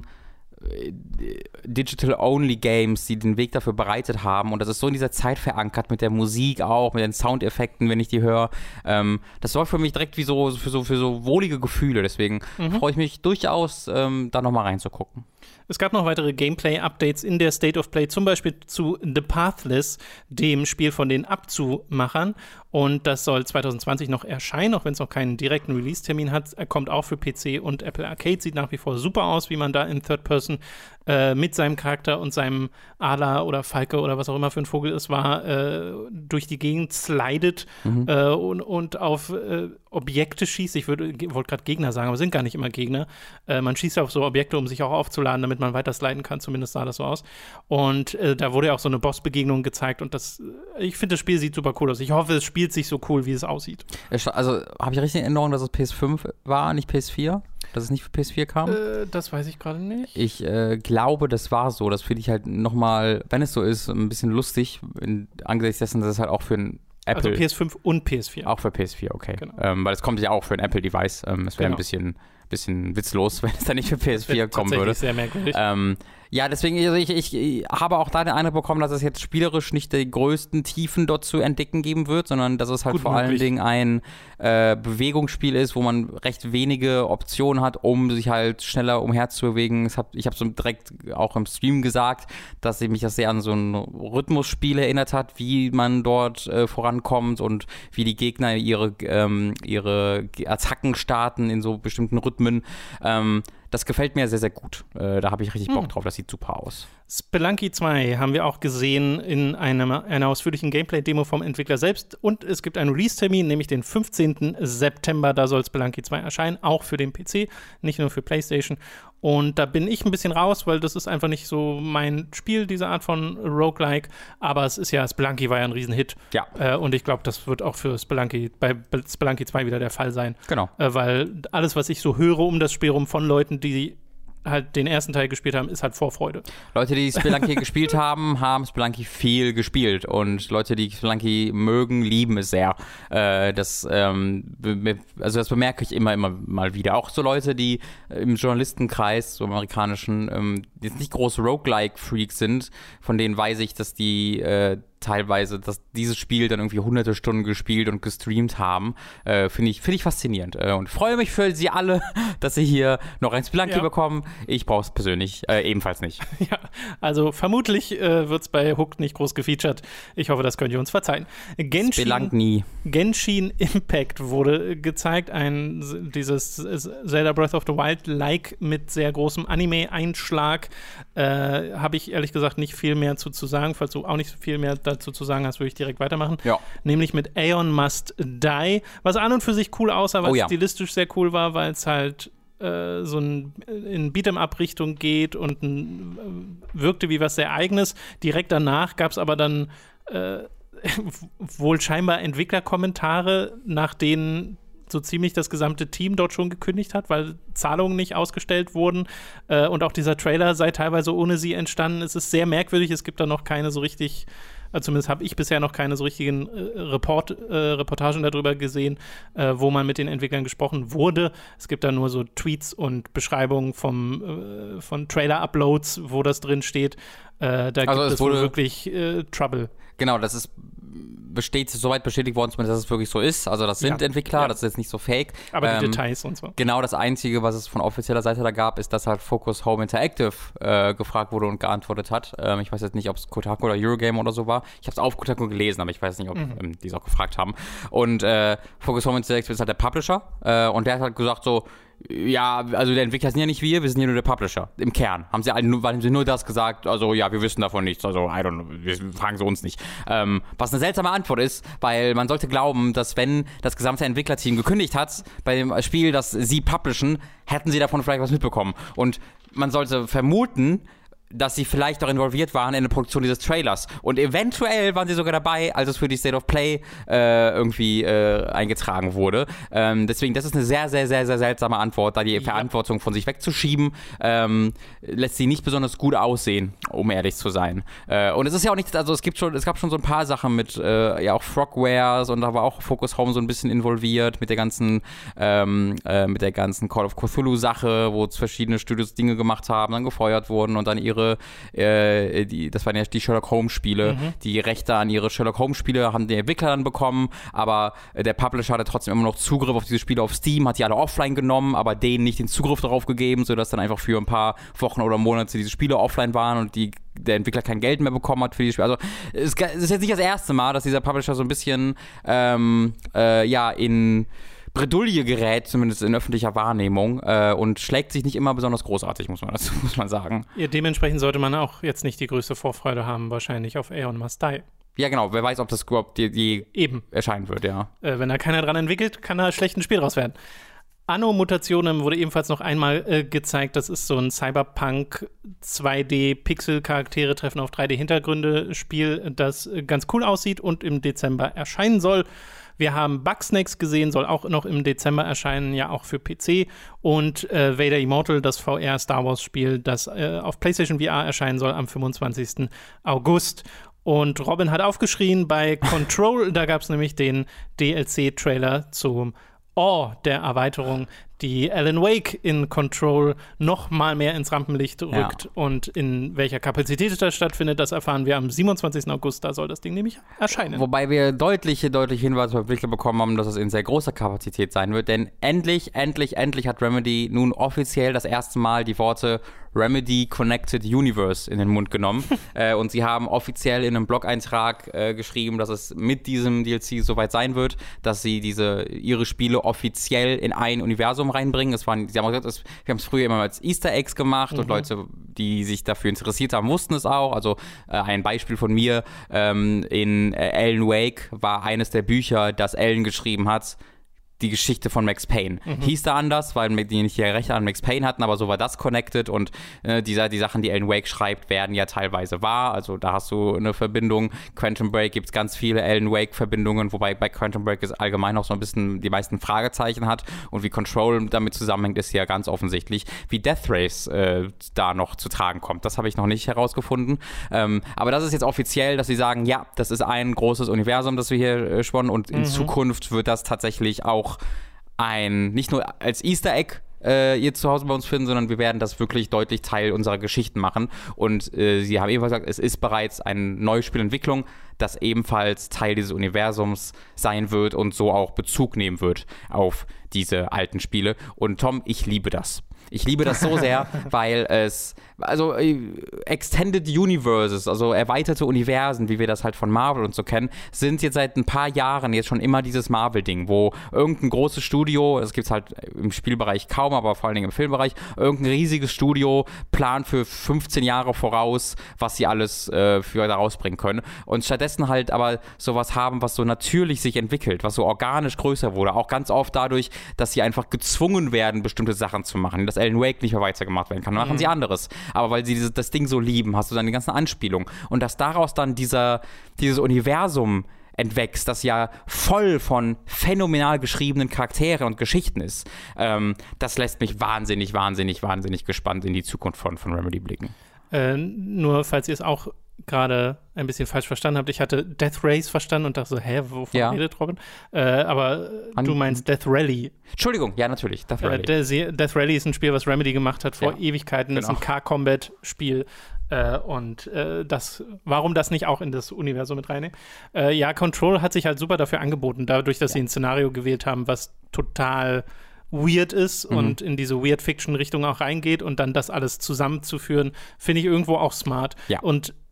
Digital-Only-Games, die den Weg dafür bereitet haben, und das ist so in dieser Zeit verankert, mit der Musik auch, mit den Soundeffekten, wenn ich die höre. Ähm, das sorgt für mich direkt wie so für so, für so wohlige Gefühle, deswegen mhm. freue ich mich durchaus, ähm, da nochmal reinzugucken. Es gab noch weitere Gameplay-Updates in der State of Play, zum Beispiel zu The Pathless, dem Spiel von den Abzu-Machern. Und das soll zwanzig zwanzig noch erscheinen, auch wenn es noch keinen direkten Release-Termin hat. Er kommt auch für P C und Apple Arcade, sieht nach wie vor super aus, wie man da in Third Person äh, mit seinem Charakter und seinem Adler oder Falke oder was auch immer für ein Vogel es war, äh, durch die Gegend slidet mhm. äh, und, und auf äh, Objekte schießt. Ich wollte gerade Gegner sagen, aber sind gar nicht immer Gegner. Äh, man schießt auf so Objekte, um sich auch aufzuladen, damit man weiter sliden kann. Zumindest sah das so aus. Und äh, da wurde ja auch so eine Bossbegegnung gezeigt. Und das, ich finde, das Spiel sieht super cool aus. Ich hoffe, es spielt sich so cool, wie es aussieht. Also, habe ich richtig in Erinnerung, dass es P S fünf war, nicht P S vier? Dass es nicht für P S vier kam? Äh, das weiß ich gerade nicht. Ich äh, glaube, das war so. Das finde ich halt nochmal, wenn es so ist, ein bisschen lustig, in, angesichts dessen, dass es halt auch für ein Apple. Also P S fünf und P S vier. Auch für P S vier, okay. Genau. Ähm, weil es kommt ja auch für ein Apple-Device. Ähm, es wäre genau. ein bisschen, bisschen witzlos, wenn es dann nicht für P S vier kommen würde. Sehr merkwürdig. Ähm, ja, deswegen, also ich, ich, ich habe auch da den Eindruck bekommen, dass es jetzt spielerisch nicht die größten Tiefen dort zu entdecken geben wird, sondern dass es halt Gut vor möglich. allen Dingen ein äh, Bewegungsspiel ist, wo man recht wenige Optionen hat, um sich halt schneller umherzubewegen. Ich habe ich hab so direkt auch im Stream gesagt, dass mich das sehr an so ein Rhythmusspiel erinnert hat, wie man dort äh, vorankommt und wie die Gegner ihre, ähm, ihre Attacken starten in so bestimmten Rhythmen. Ähm, Das gefällt mir sehr, sehr gut. Äh, da habe ich richtig Bock hm. drauf. Das sieht super aus. Spelunky zwei haben wir auch gesehen in einem, einer ausführlichen Gameplay-Demo vom Entwickler selbst. Und es gibt einen Release-Termin, nämlich den fünfzehnten September. Da soll Spelunky zwei erscheinen, auch für den P C, nicht nur für PlayStation. Und da bin ich ein bisschen raus, weil das ist einfach nicht so mein Spiel, diese Art von Roguelike. Aber es ist ja, Spelunky war ja ein Riesenhit. Ja. Äh, und ich glaube, das wird auch für Spelunky, bei Spelunky zwei wieder der Fall sein. Genau. Äh, weil alles, was ich so höre um das Spiel rum von Leuten, die halt den ersten Teil gespielt haben, ist halt Vorfreude. Leute, die Spelunky gespielt haben, haben Spelunky viel gespielt. Und Leute, die Spelunky mögen, lieben es sehr. Äh, das, ähm, be- also das bemerke ich immer, immer mal wieder. Auch so Leute, die im Journalistenkreis, so im amerikanischen, ähm, jetzt nicht große Roguelike-Freaks sind, von denen weiß ich, dass die äh, teilweise, dass dieses Spiel dann irgendwie hunderte Stunden gespielt und gestreamt haben, äh, finde ich, find ich faszinierend. Äh, und freue mich für sie alle, dass sie hier noch ein Spelunky ja. bekommen. Ich brauche es persönlich äh, ebenfalls nicht. Ja, also vermutlich äh, wird es bei Hooked nicht groß gefeatured. Ich hoffe, das könnt ihr uns verzeihen. Genshin, nie. Genshin Impact wurde gezeigt, ein dieses Zelda Breath of the Wild-like mit sehr großem Anime-Einschlag. Äh, Habe ich ehrlich gesagt nicht viel mehr zu, zu sagen. Falls du auch nicht so viel mehr dazu zu sagen hast, würde ich direkt weitermachen. Ja. Nämlich mit Aeon Must Die, was an und für sich cool aussah, weil es oh, ja. stilistisch sehr cool war, weil es halt äh, so ein, in Beat'em-Up-Richtung geht und ein, äh, wirkte wie was sehr Eigenes. Direkt danach gab es aber dann äh, wohl scheinbar Entwicklerkommentare, nach denen so ziemlich das gesamte Team dort schon gekündigt hat, weil Zahlungen nicht ausgestellt wurden. Äh, und auch dieser Trailer sei teilweise ohne sie entstanden. Es ist sehr merkwürdig. Es gibt da noch keine so richtig, also zumindest habe ich bisher noch keine so richtigen äh, Report, äh, Reportagen darüber gesehen, äh, wo man mit den Entwicklern gesprochen wurde. Es gibt da nur so Tweets und Beschreibungen vom, äh, von Trailer-Uploads, wo das drin steht. Äh, da also gibt es es wurde wohl wirklich äh, Trouble. Genau, das ist besteht, soweit bestätigt worden, zumindest, dass es wirklich so ist. Also das sind ja. Entwickler, ja. das ist jetzt nicht so fake. Aber ähm, die Details und so. Genau, das Einzige, was es von offizieller Seite da gab, ist, dass halt Focus Home Interactive äh, gefragt wurde und geantwortet hat. Ähm, ich weiß jetzt nicht, ob es Kotaku oder Eurogame oder so war. Ich habe es auf Kotaku gelesen, aber ich weiß nicht, ob mhm. ähm, die es auch gefragt haben. Und äh, Focus Home Interactive ist halt der Publisher äh, und der hat halt gesagt so, Ja, also der Entwickler sind ja nicht wir, wir sind ja nur der Publisher. Im Kern haben sie, nur, haben sie nur das gesagt, also ja, wir wissen davon nichts, also I don't know, wir fragen sie uns nicht. Ähm, was eine seltsame Antwort ist, weil man sollte glauben, dass wenn das gesamte Entwicklerteam gekündigt hat bei dem Spiel, das sie publishen, hätten sie davon vielleicht was mitbekommen. Und man sollte vermuten, dass sie vielleicht auch involviert waren in der Produktion dieses Trailers. Und eventuell waren sie sogar dabei, als es für die State of Play äh, irgendwie äh, eingetragen wurde. Ähm, deswegen, das ist eine sehr, sehr, sehr, sehr seltsame Antwort, da die ja. Verantwortung von sich wegzuschieben, ähm, lässt sie nicht besonders gut aussehen, um ehrlich zu sein. Äh, und es ist ja auch nicht, also es gibt schon, es gab schon so ein paar Sachen mit, äh, ja auch Frogwares und da war auch Focus Home so ein bisschen involviert mit der ganzen, ähm, äh, mit der ganzen Call of Cthulhu-Sache, wo verschiedene Studios Dinge gemacht haben, dann gefeuert wurden und dann ihre Äh, die, das waren ja die Sherlock Holmes Spiele, mhm. die Rechte an ihre Sherlock Holmes Spiele haben die Entwickler dann bekommen, aber äh, der Publisher hatte trotzdem immer noch Zugriff auf diese Spiele auf Steam, hat die alle offline genommen, aber denen nicht den Zugriff darauf gegeben, sodass dann einfach für ein paar Wochen oder Monate diese Spiele offline waren und die der Entwickler kein Geld mehr bekommen hat für die Spiele. Also es ist jetzt nicht das erste Mal, dass dieser Publisher so ein bisschen ähm, äh, ja in Bredouille gerät, zumindest in öffentlicher Wahrnehmung, äh, und schlägt sich nicht immer besonders großartig, muss man dazu muss man sagen. Ja, dementsprechend sollte man auch jetzt nicht die größte Vorfreude haben, wahrscheinlich auf Aeon Must Die. Ja, genau. Wer weiß, ob das überhaupt die, die Eben. erscheinen wird, ja. Äh, wenn da keiner dran entwickelt, kann da schlecht ein Spiel draus werden. Anno-Mutationen wurde ebenfalls noch einmal äh, gezeigt. Das ist so ein Cyberpunk zwei D-Pixel-Charaktere treffen auf drei D-Hintergründe-Spiel, das äh, ganz cool aussieht und im Dezember erscheinen soll. Wir haben Bugsnax gesehen, soll auch noch im Dezember erscheinen, ja auch für P C. Und äh, Vader Immortal, das V R-Star Wars-Spiel, das äh, auf PlayStation V R erscheinen soll am fünfundzwanzigsten August. Und Robin hat aufgeschrien bei Control, da gab es nämlich den D L C-Trailer zum Oh, der Erweiterung, die Alan Wake in Control noch mal mehr ins Rampenlicht rückt. Ja. Und in welcher Kapazität das stattfindet, das erfahren wir am siebenundzwanzigsten August. Da soll das Ding nämlich erscheinen. Wobei wir deutliche, deutliche Hinweise auf Blicke bekommen haben, dass es in sehr großer Kapazität sein wird. Denn endlich, endlich, endlich hat Remedy nun offiziell das erste Mal die Worte Remedy Connected Universe in den Mund genommen. äh, und sie haben offiziell in einem Blog-Eintrag äh, geschrieben, dass es mit diesem D L C soweit sein wird, dass sie diese ihre Spiele offiziell in ein Universum reinbringen. Es waren, sie haben gesagt, es, wir haben es früher immer als Easter Eggs gemacht mhm. und Leute, die sich dafür interessiert haben, wussten es auch. Also äh, ein Beispiel von mir, ähm, in äh, Alan Wake war eines der Bücher, das Alan geschrieben hat, die Geschichte von Max Payne. Mhm. Hieß da anders, weil die nicht die Rechte an Max Payne hatten, aber so war das connected und äh, die, die Sachen, die Alan Wake schreibt, werden ja teilweise wahr. Also da hast du eine Verbindung. Quantum Break gibt es ganz viele Alan Wake-Verbindungen, wobei bei Quantum Break es allgemein auch so ein bisschen die meisten Fragezeichen hat und wie Control damit zusammenhängt, ist ja ganz offensichtlich, wie Death Race äh, da noch zu tragen kommt. Das habe ich noch nicht herausgefunden. Ähm, aber das ist jetzt offiziell, dass sie sagen, ja, das ist ein großes Universum, das wir hier äh, spannen und in mhm. Zukunft wird das tatsächlich auch ein, nicht nur als Easter Egg äh, ihr zu Hause bei uns finden, sondern wir werden das wirklich deutlich Teil unserer Geschichten machen. Und äh, sie haben ebenfalls gesagt, es ist bereits eine neue Spielentwicklung, das ebenfalls Teil dieses Universums sein wird und so auch Bezug nehmen wird auf diese alten Spiele. Und Tom, ich liebe das. Ich liebe das so sehr, weil es, also Extended Universes, also erweiterte Universen, wie wir das halt von Marvel und so kennen, sind jetzt seit ein paar Jahren jetzt schon immer dieses Marvel-Ding, wo irgendein großes Studio, das gibt es halt im Spielbereich kaum, aber vor allen Dingen im Filmbereich, irgendein riesiges Studio plant für fünfzehn Jahre voraus, was sie alles äh, für da rausbringen können. Und stattdessen halt aber sowas haben, was so natürlich sich entwickelt, was so organisch größer wurde, auch ganz oft dadurch, dass sie einfach gezwungen werden, bestimmte Sachen zu machen, dass Alan Wake nicht mehr weitergemacht werden kann. Dann machen mhm. sie anderes. Aber weil sie dieses, das Ding so lieben, hast du dann die ganzen Anspielungen. Und dass daraus dann dieser, dieses Universum entwächst, das ja voll von phänomenal geschriebenen Charakteren und Geschichten ist, ähm, das lässt mich wahnsinnig, wahnsinnig, wahnsinnig gespannt in die Zukunft von, von Remedy blicken. Äh, nur, falls ihr es auch gerade ein bisschen falsch verstanden habt. Ich hatte Death Race verstanden und dachte so, hä, wovon ja. redet Robin? Äh, aber An- du meinst Death Rally. Entschuldigung, ja, natürlich, Death Rally. Äh, Death Rally ist ein Spiel, was Remedy gemacht hat vor ja. Ewigkeiten. Genau. Das ist ein Car-Combat-Spiel. Äh, und äh, das, warum das nicht auch in das Universum mit reinnehmen? Äh, ja, Control hat sich halt super dafür angeboten, dadurch, dass ja. sie ein Szenario gewählt haben, was total weird ist mhm. und in diese Weird-Fiction-Richtung auch reingeht und dann das alles zusammenzuführen, finde ich irgendwo auch smart. Ja. Und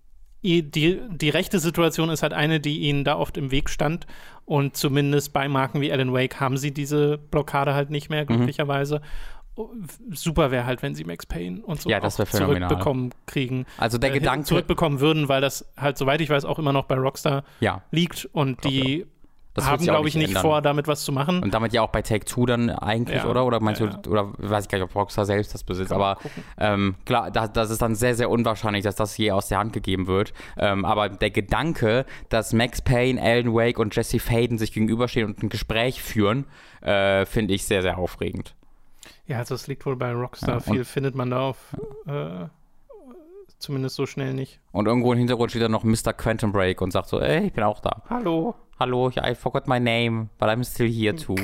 die, die rechte Situation ist halt eine, die ihnen da oft im Weg stand. Und zumindest bei Marken wie Alan Wake haben sie diese Blockade halt nicht mehr, glücklicherweise. Mhm. Super wäre halt, wenn sie Max Payne und so ja, das auch zurückbekommen kriegen. Also der äh, Gedanke zurückbekommen würden, weil das halt, soweit ich weiß, auch immer noch bei Rockstar ja. liegt. Und glaub, die ja. Das haben, glaube ich, nicht ändern. vor, damit was zu machen. Und damit ja auch bei Take-Two dann eigentlich, ja. oder? Oder meinst ja, du, ja. oder weiß ich gar nicht, ob Rockstar selbst das besitzt, aber ähm, klar, das, das ist dann sehr, sehr unwahrscheinlich, dass das je aus der Hand gegeben wird. Ähm, aber der Gedanke, dass Max Payne, Alan Wake und Jesse Faden sich gegenüberstehen und ein Gespräch führen, äh, finde ich sehr, sehr aufregend. Ja, also es liegt wohl bei Rockstar. Ja, Viel findet man da auf äh, zumindest so schnell nicht. Und irgendwo im Hintergrund steht dann noch Mister Quantum Break und sagt so, ey, ich bin auch da. Hallo. Hallo, I forgot my name, but I'm still here too.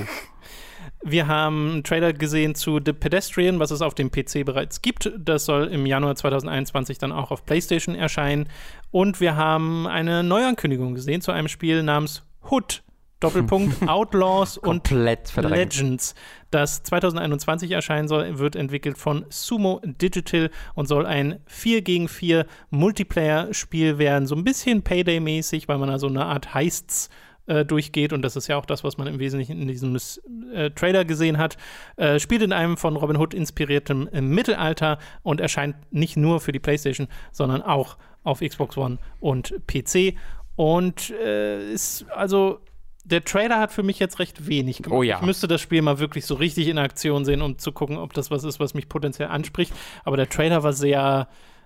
Wir haben einen Trailer gesehen zu The Pedestrian, was es auf dem P C bereits gibt. Das soll im Januar zwanzig einundzwanzig dann auch auf PlayStation erscheinen. Und wir haben eine Neuankündigung gesehen zu einem Spiel namens Hood. Doppelpunkt Outlaws und Legends, das zwanzig einundzwanzig erscheinen soll, wird entwickelt von Sumo Digital und soll ein vier gegen vier Multiplayer-Spiel werden. So ein bisschen Payday-mäßig, weil man da so eine Art Heists äh, durchgeht und das ist ja auch das, was man im Wesentlichen in diesem äh, Trailer gesehen hat. Äh, spielt in einem von Robin Hood inspirierten äh, Mittelalter und erscheint nicht nur für die PlayStation, sondern auch auf Xbox One und P C. Und äh, ist also der Trailer hat für mich jetzt recht wenig gemacht. Oh ja. Ich müsste das Spiel mal wirklich so richtig in Aktion sehen, um zu gucken, ob das was ist, was mich potenziell anspricht. Aber der Trailer war sehr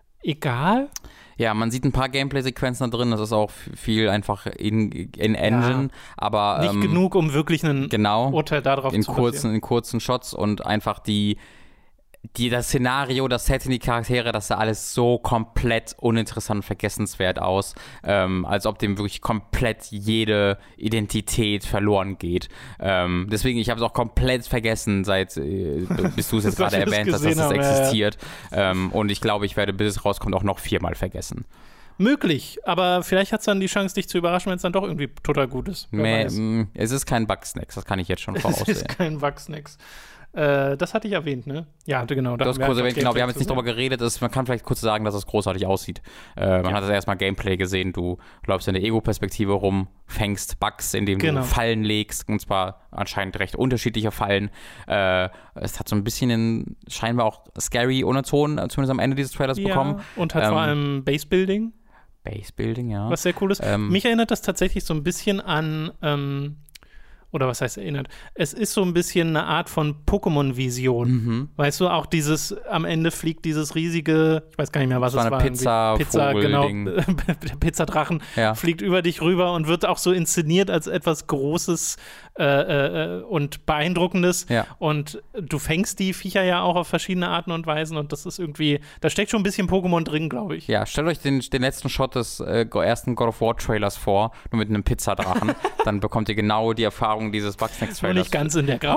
egal. Ja, man sieht ein paar Gameplay-Sequenzen da drin. Das ist auch viel einfach in, in Engine. Ja, aber nicht ähm, genug, um wirklich ein genau, Urteil darauf in zu kurzen, in kurzen Shots und einfach die Die, das Szenario, das Setting, die Charaktere, das sah alles so komplett uninteressant und vergessenswert aus, ähm, als ob dem wirklich komplett jede Identität verloren geht. Ähm, deswegen, ich habe es auch komplett vergessen, seit äh, bis du es jetzt gerade erwähnt hast, dass das haben, existiert. Ja. Ähm, und ich glaube, ich werde, bis es rauskommt, auch noch viermal vergessen. Möglich, aber vielleicht hat es dann die Chance, dich zu überraschen, wenn es dann doch irgendwie total gut ist. Nee, mh, es ist kein Bugsnacks, das kann ich jetzt schon voraussehen. Es ist kein Bugsnacks. Äh, das hatte ich erwähnt, ne? Ja, genau. Da du hast kurz erwähnt, genau, wir haben jetzt nicht drüber geredet. Ist, man kann vielleicht kurz sagen, dass es großartig aussieht. Äh, man ja. hat das erstmal Gameplay gesehen. Du läufst in der Ego-Perspektive rum, fängst Bugs, indem genau. du Fallen legst. Und zwar anscheinend recht unterschiedliche Fallen. Äh, es hat so ein bisschen einen, scheinbar auch scary Unterton, zumindest am Ende dieses Trailers ja, bekommen. Und hat ähm, vor allem Base-Building. Base-Building, ja. Was sehr cool ist. Ähm, Mich erinnert das tatsächlich so ein bisschen an ähm, oder was heißt erinnert? Es ist so ein bisschen eine Art von Pokémon-Vision. Mhm. Weißt du, auch dieses, am Ende fliegt dieses riesige, ich weiß gar nicht mehr, was das es war. Eine Pizza, Pizza, genau. Ding. Der Pizzadrachen ja. fliegt über dich rüber und wird auch so inszeniert als etwas Großes äh, äh, und Beeindruckendes. Ja. Und du fängst die Viecher ja auch auf verschiedene Arten und Weisen und das ist irgendwie, da steckt schon ein bisschen Pokémon drin, glaube ich. Ja, stellt euch den, den letzten Shot des äh, ersten God of War Trailers vor, nur mit einem Pizzadrachen. Dann bekommt ihr genau die Erfahrung dieses Bugsnax-Trailers. Nur nicht ganz in der Grafik.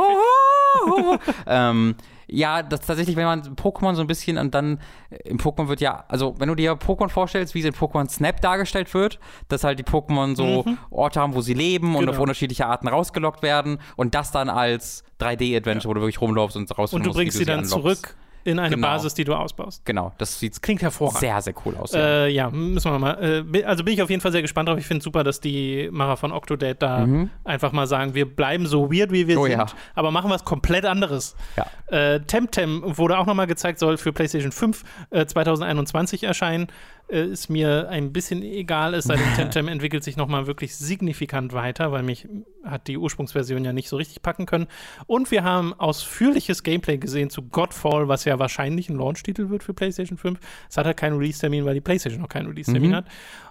Oh, ähm, ja, das tatsächlich, wenn man Pokémon so ein bisschen und dann im Pokémon wird ja, also wenn du dir Pokémon vorstellst, wie es in Pokémon Snap dargestellt wird, dass halt die Pokémon so mhm. Orte haben, wo sie leben genau. und auf unterschiedliche Arten rausgelockt werden und das dann als drei D-Adventure, ja. wo du wirklich rumläufst und rausfinden musst, und du bringst sie dann unlockst. Zurück in eine genau. Basis, die du ausbaust. Genau, das sieht klingt hervorragend. Sehr, sehr cool aus. Ja, äh, ja müssen wir mal. Äh, also bin ich auf jeden Fall sehr gespannt drauf. Ich finde es super, dass die Macher von Octodad da mhm. einfach mal sagen, wir bleiben so weird, wie wir oh, sind, ja. aber machen was komplett anderes. Ja. Äh, Temtem wurde auch nochmal gezeigt, soll für PlayStation fünf äh, zwanzig einundzwanzig erscheinen. Äh, ist mir ein bisschen egal, es sei denn, Temtem entwickelt sich nochmal wirklich signifikant weiter, weil mich hat die Ursprungsversion ja nicht so richtig packen können. Und wir haben ausführliches Gameplay gesehen zu Godfall, was ja wahrscheinlich ein Launch-Titel wird für PlayStation fünf. Es hat halt keinen Release-Termin, weil die PlayStation noch keinen Release-Termin mhm. hat.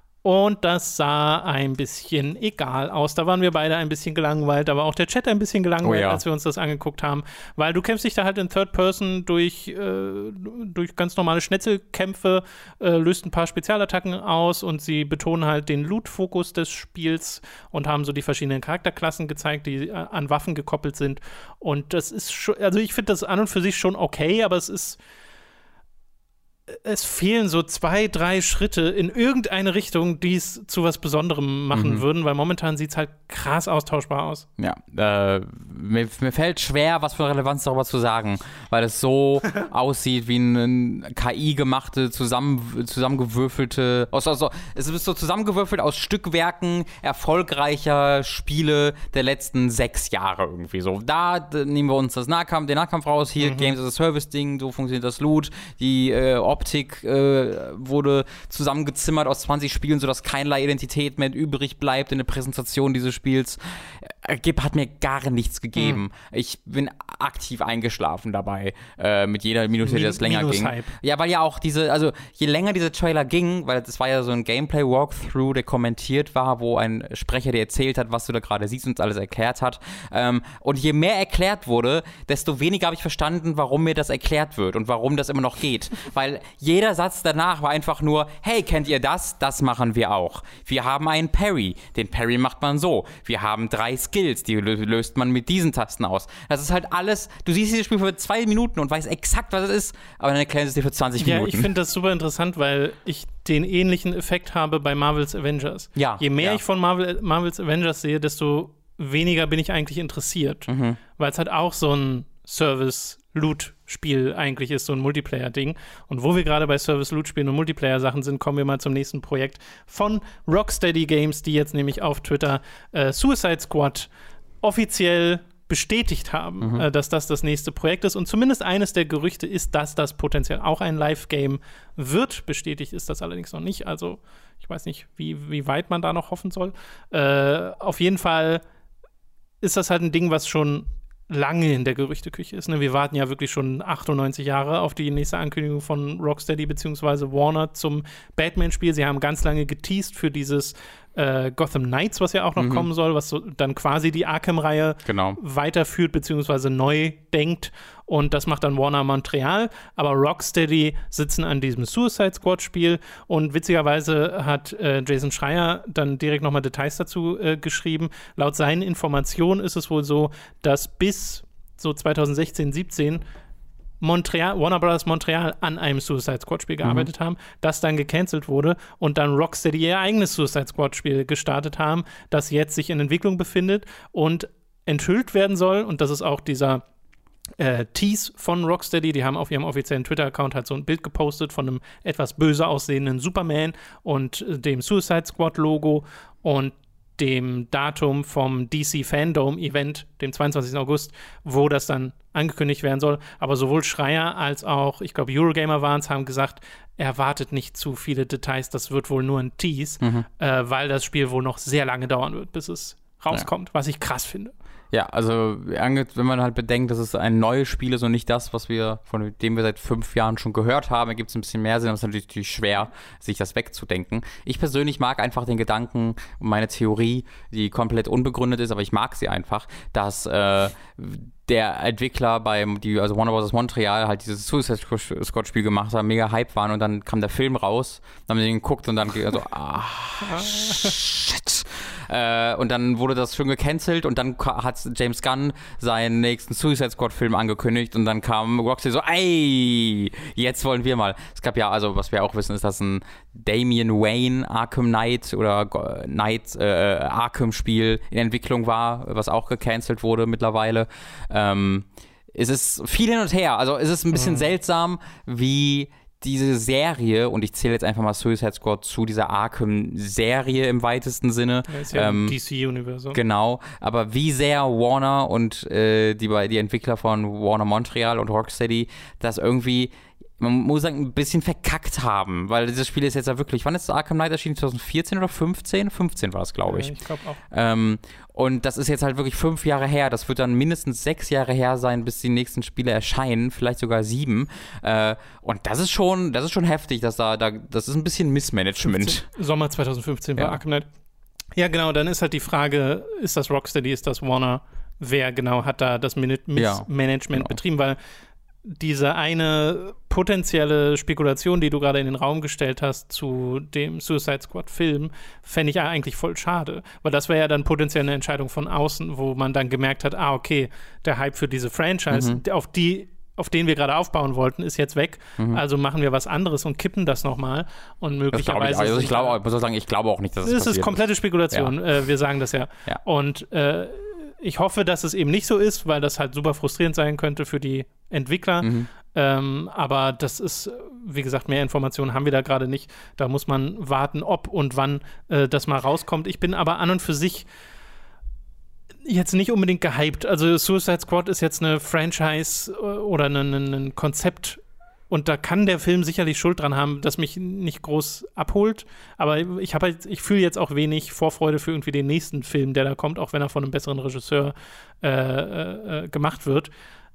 Und das sah ein bisschen egal aus. Da waren wir beide ein bisschen gelangweilt, aber auch der Chat ein bisschen gelangweilt, oh ja. als wir uns das angeguckt haben. Weil du kämpfst dich da halt in Third Person durch, äh, durch ganz normale Schnetzelkämpfe, äh, löst ein paar Spezialattacken aus und sie betonen halt den Loot-Fokus des Spiels und haben so die verschiedenen Charakterklassen gezeigt, die äh, an Waffen gekoppelt sind. Und das ist schon, also ich finde das an und für sich schon okay, aber es ist es fehlen so zwei, drei Schritte in irgendeine Richtung, die es zu was Besonderem machen mhm. würden, weil momentan sieht es halt krass austauschbar aus. Ja, äh, mir, mir fällt schwer, was für Relevanz darüber zu sagen, weil es so aussieht wie eine K I-gemachte, zusammen, zusammengewürfelte, aus, also, es ist so zusammengewürfelt aus Stückwerken erfolgreicher Spiele der letzten sechs Jahre irgendwie so. Da, da nehmen wir uns das Nahkampf, den Nahkampf raus, hier mhm. Games as a Service-Ding, so funktioniert das Loot, die äh, Optik äh, wurde zusammengezimmert aus zwanzig Spielen, sodass keinerlei Identität mehr übrig bleibt in der Präsentation dieses Spiels. Äh, hat mir gar nichts gegeben. Mhm. Ich bin aktiv eingeschlafen dabei, äh, mit jeder Minute, die das länger Minus ging. Hype. Ja, weil ja auch diese, also je länger dieser Trailer ging, weil das war ja so ein Gameplay-Walkthrough, der kommentiert war, wo ein Sprecher dir erzählt hat, was du da gerade siehst und uns alles erklärt hat. Ähm, und je mehr erklärt wurde, desto weniger habe ich verstanden, warum mir das erklärt wird und warum das immer noch geht. Weil jeder Satz danach war einfach nur, hey, kennt ihr das? Das machen wir auch. Wir haben einen Parry. Den Parry macht man so. Wir haben drei Skills, die löst man mit diesen Tasten aus. Das ist halt alles, du siehst dieses Spiel für zwei Minuten und weißt exakt, was es ist, aber dann erklären sie es dir für zwanzig Minuten. Ja, ich finde das super interessant, weil ich den ähnlichen Effekt habe bei Marvel's Avengers. Ja, Je mehr ja. ich von Marvel, Marvel's Avengers sehe, desto weniger bin ich eigentlich interessiert. Mhm. Weil es halt auch so ein Service-Loot-Spiel eigentlich ist, so ein Multiplayer-Ding. Und wo wir gerade bei Service-Loot-Spielen und Multiplayer-Sachen sind, kommen wir mal zum nächsten Projekt von Rocksteady Games, die jetzt nämlich auf Twitter äh, Suicide Squad offiziell bestätigt haben, mhm. äh, dass das das nächste Projekt ist. Und zumindest eines der Gerüchte ist, dass das potenziell auch ein Live-Game wird. Bestätigt ist das allerdings noch nicht. Also ich weiß nicht, wie, wie weit man da noch hoffen soll. Äh, auf jeden Fall ist das halt ein Ding, was schon lange in der Gerüchteküche ist. Ne? Wir warten ja wirklich schon achtundneunzig Jahre auf die nächste Ankündigung von Rocksteady bzw. Warner zum Batman-Spiel. Sie haben ganz lange geteased für dieses äh, Gotham Knights, was ja auch noch mhm. kommen soll, was so dann quasi die Arkham-Reihe genau. weiterführt bzw. neu denkt. Und das macht dann Warner Montreal. Aber Rocksteady sitzen an diesem Suicide Squad-Spiel. Und witzigerweise hat äh, Jason Schreier dann direkt nochmal Details dazu äh, geschrieben. Laut seinen Informationen ist es wohl so, dass bis so zwanzig sechzehn, siebzehn Montreal, Warner Bros. Montreal an einem Suicide Squad-Spiel gearbeitet mhm. haben, das dann gecancelt wurde und dann Rocksteady ihr eigenes Suicide Squad-Spiel gestartet haben, das jetzt sich in Entwicklung befindet und enthüllt werden soll. Und das ist auch dieser Äh, Tease von Rocksteady, die haben auf ihrem offiziellen Twitter-Account halt so ein Bild gepostet von einem etwas böse aussehenden Superman und äh, dem Suicide Squad-Logo und dem Datum vom D C Fandom-Event, dem zweiundzwanzigsten August, wo das dann angekündigt werden soll. Aber sowohl Schreier als auch, ich glaube, Eurogamer waren es, haben gesagt, erwartet nicht zu viele Details, das wird wohl nur ein Tease, mhm. äh, weil das Spiel wohl noch sehr lange dauern wird, bis es rauskommt, ja. was ich krass finde. Ja, also wenn man halt bedenkt, dass es ein neues Spiel ist und nicht das, was wir, von dem wir seit fünf Jahren schon gehört haben, gibt es ein bisschen mehr Sinn, aber es ist natürlich, natürlich schwer, sich das wegzudenken. Ich persönlich mag einfach den Gedanken und meine Theorie, die komplett unbegründet ist, aber ich mag sie einfach, dass äh, der Entwickler bei, die, also Warner Bros. Montreal halt dieses Suicide Squad-Spiel gemacht hat, mega Hype waren und dann kam der Film raus, dann haben wir den geguckt und dann also, ah, shit. Äh, und dann wurde das schon gecancelt und dann hat James Gunn seinen nächsten Suicide Squad-Film angekündigt und dann kam Rocksteady so, ey, jetzt wollen wir mal. Es gab ja, also was wir auch wissen, ist, dass ein Damian Wayne Arkham Knight oder Knight äh, Arkham-Spiel in Entwicklung war, was auch gecancelt wurde mittlerweile. Ähm, es ist viel hin und her. Also es ist ein bisschen mhm. seltsam, wie diese Serie, und ich zähle jetzt einfach mal Suicide Squad zu dieser Arkham-Serie im weitesten Sinne. Ja, ist ja ähm, D C-Universum. Genau, aber wie sehr Warner und äh, die, die Entwickler von Warner Montreal und Rocksteady das irgendwie, man muss sagen, ein bisschen verkackt haben, weil dieses Spiel ist jetzt ja wirklich, wann ist Arkham Knight erschienen? zwanzig vierzehn oder fünfzehn? fünfzehn war es, glaube ich. Ja, ich glaube auch. Ähm, und das ist jetzt halt wirklich fünf Jahre her. Das wird dann mindestens sechs Jahre her sein, bis die nächsten Spiele erscheinen, vielleicht sogar sieben. Äh, und das ist schon, das ist schon heftig, dass da, da das ist ein bisschen Missmanagement. fünfzehn, Sommer zwanzig fünfzehn war ja. Arkham Knight. Ja, genau, dann ist halt die Frage, ist das Rocksteady, ist das Warner? Wer genau hat da das Missmanagement ja, genau. betrieben? Weil diese eine potenzielle Spekulation, die du gerade in den Raum gestellt hast zu dem Suicide Squad-Film, fände ich eigentlich voll schade. Weil das wäre ja dann potenziell eine Entscheidung von außen, wo man dann gemerkt hat, ah, okay, der Hype für diese Franchise, mhm. auf die auf den wir gerade aufbauen wollten, ist jetzt weg. Mhm. Also machen wir was anderes und kippen das nochmal. Und möglicherweise. Ich, also ich glaube, ich muss auch sagen, ich glaube auch nicht, dass es das ist komplette Spekulation. Ja. Äh, wir sagen das ja. ja. Und äh, ich hoffe, dass es eben nicht so ist, weil das halt super frustrierend sein könnte für die Entwickler. Mhm. Ähm, aber das ist, wie gesagt, mehr Informationen haben wir da gerade nicht. Da muss man warten, ob und wann äh, das mal rauskommt. Ich bin aber an und für sich jetzt nicht unbedingt gehypt. Also Suicide Squad ist jetzt eine Franchise oder ein, ein Konzept und da kann der Film sicherlich Schuld dran haben, das mich nicht groß abholt. Aber ich habe halt, ich fühle jetzt auch wenig Vorfreude für irgendwie den nächsten Film, der da kommt, auch wenn er von einem besseren Regisseur äh, äh, gemacht wird.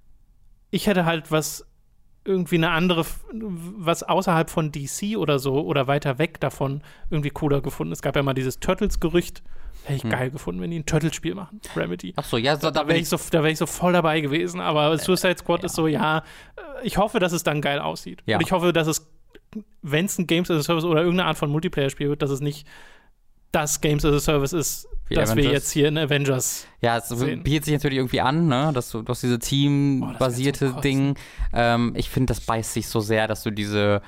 Ich hätte halt was irgendwie eine andere, was außerhalb von D C oder so oder weiter weg davon irgendwie cooler gefunden. Es gab ja mal dieses Turtles-Gerücht. Hätte ich hm. geil gefunden, wenn die ein Turtles-Spiel machen, Remedy. Ach so, ja, so, da, da wäre ich, so, wär ich so voll dabei gewesen. Aber Suicide Squad äh, ja. ist so, ja, ich hoffe, dass es dann geil aussieht. Ja. Und ich hoffe, dass es, wenn es ein Games as a Service oder irgendeine Art von Multiplayer-Spiel wird, dass es nicht das Games as a Service ist, Wie das Avengers. wir jetzt hier in Avengers Ja, es sehen. bietet sich natürlich irgendwie an, ne? Dass du, du hast diese Team-basierte oh, Ding. Ähm, ich finde, das beißt sich so sehr, dass du diese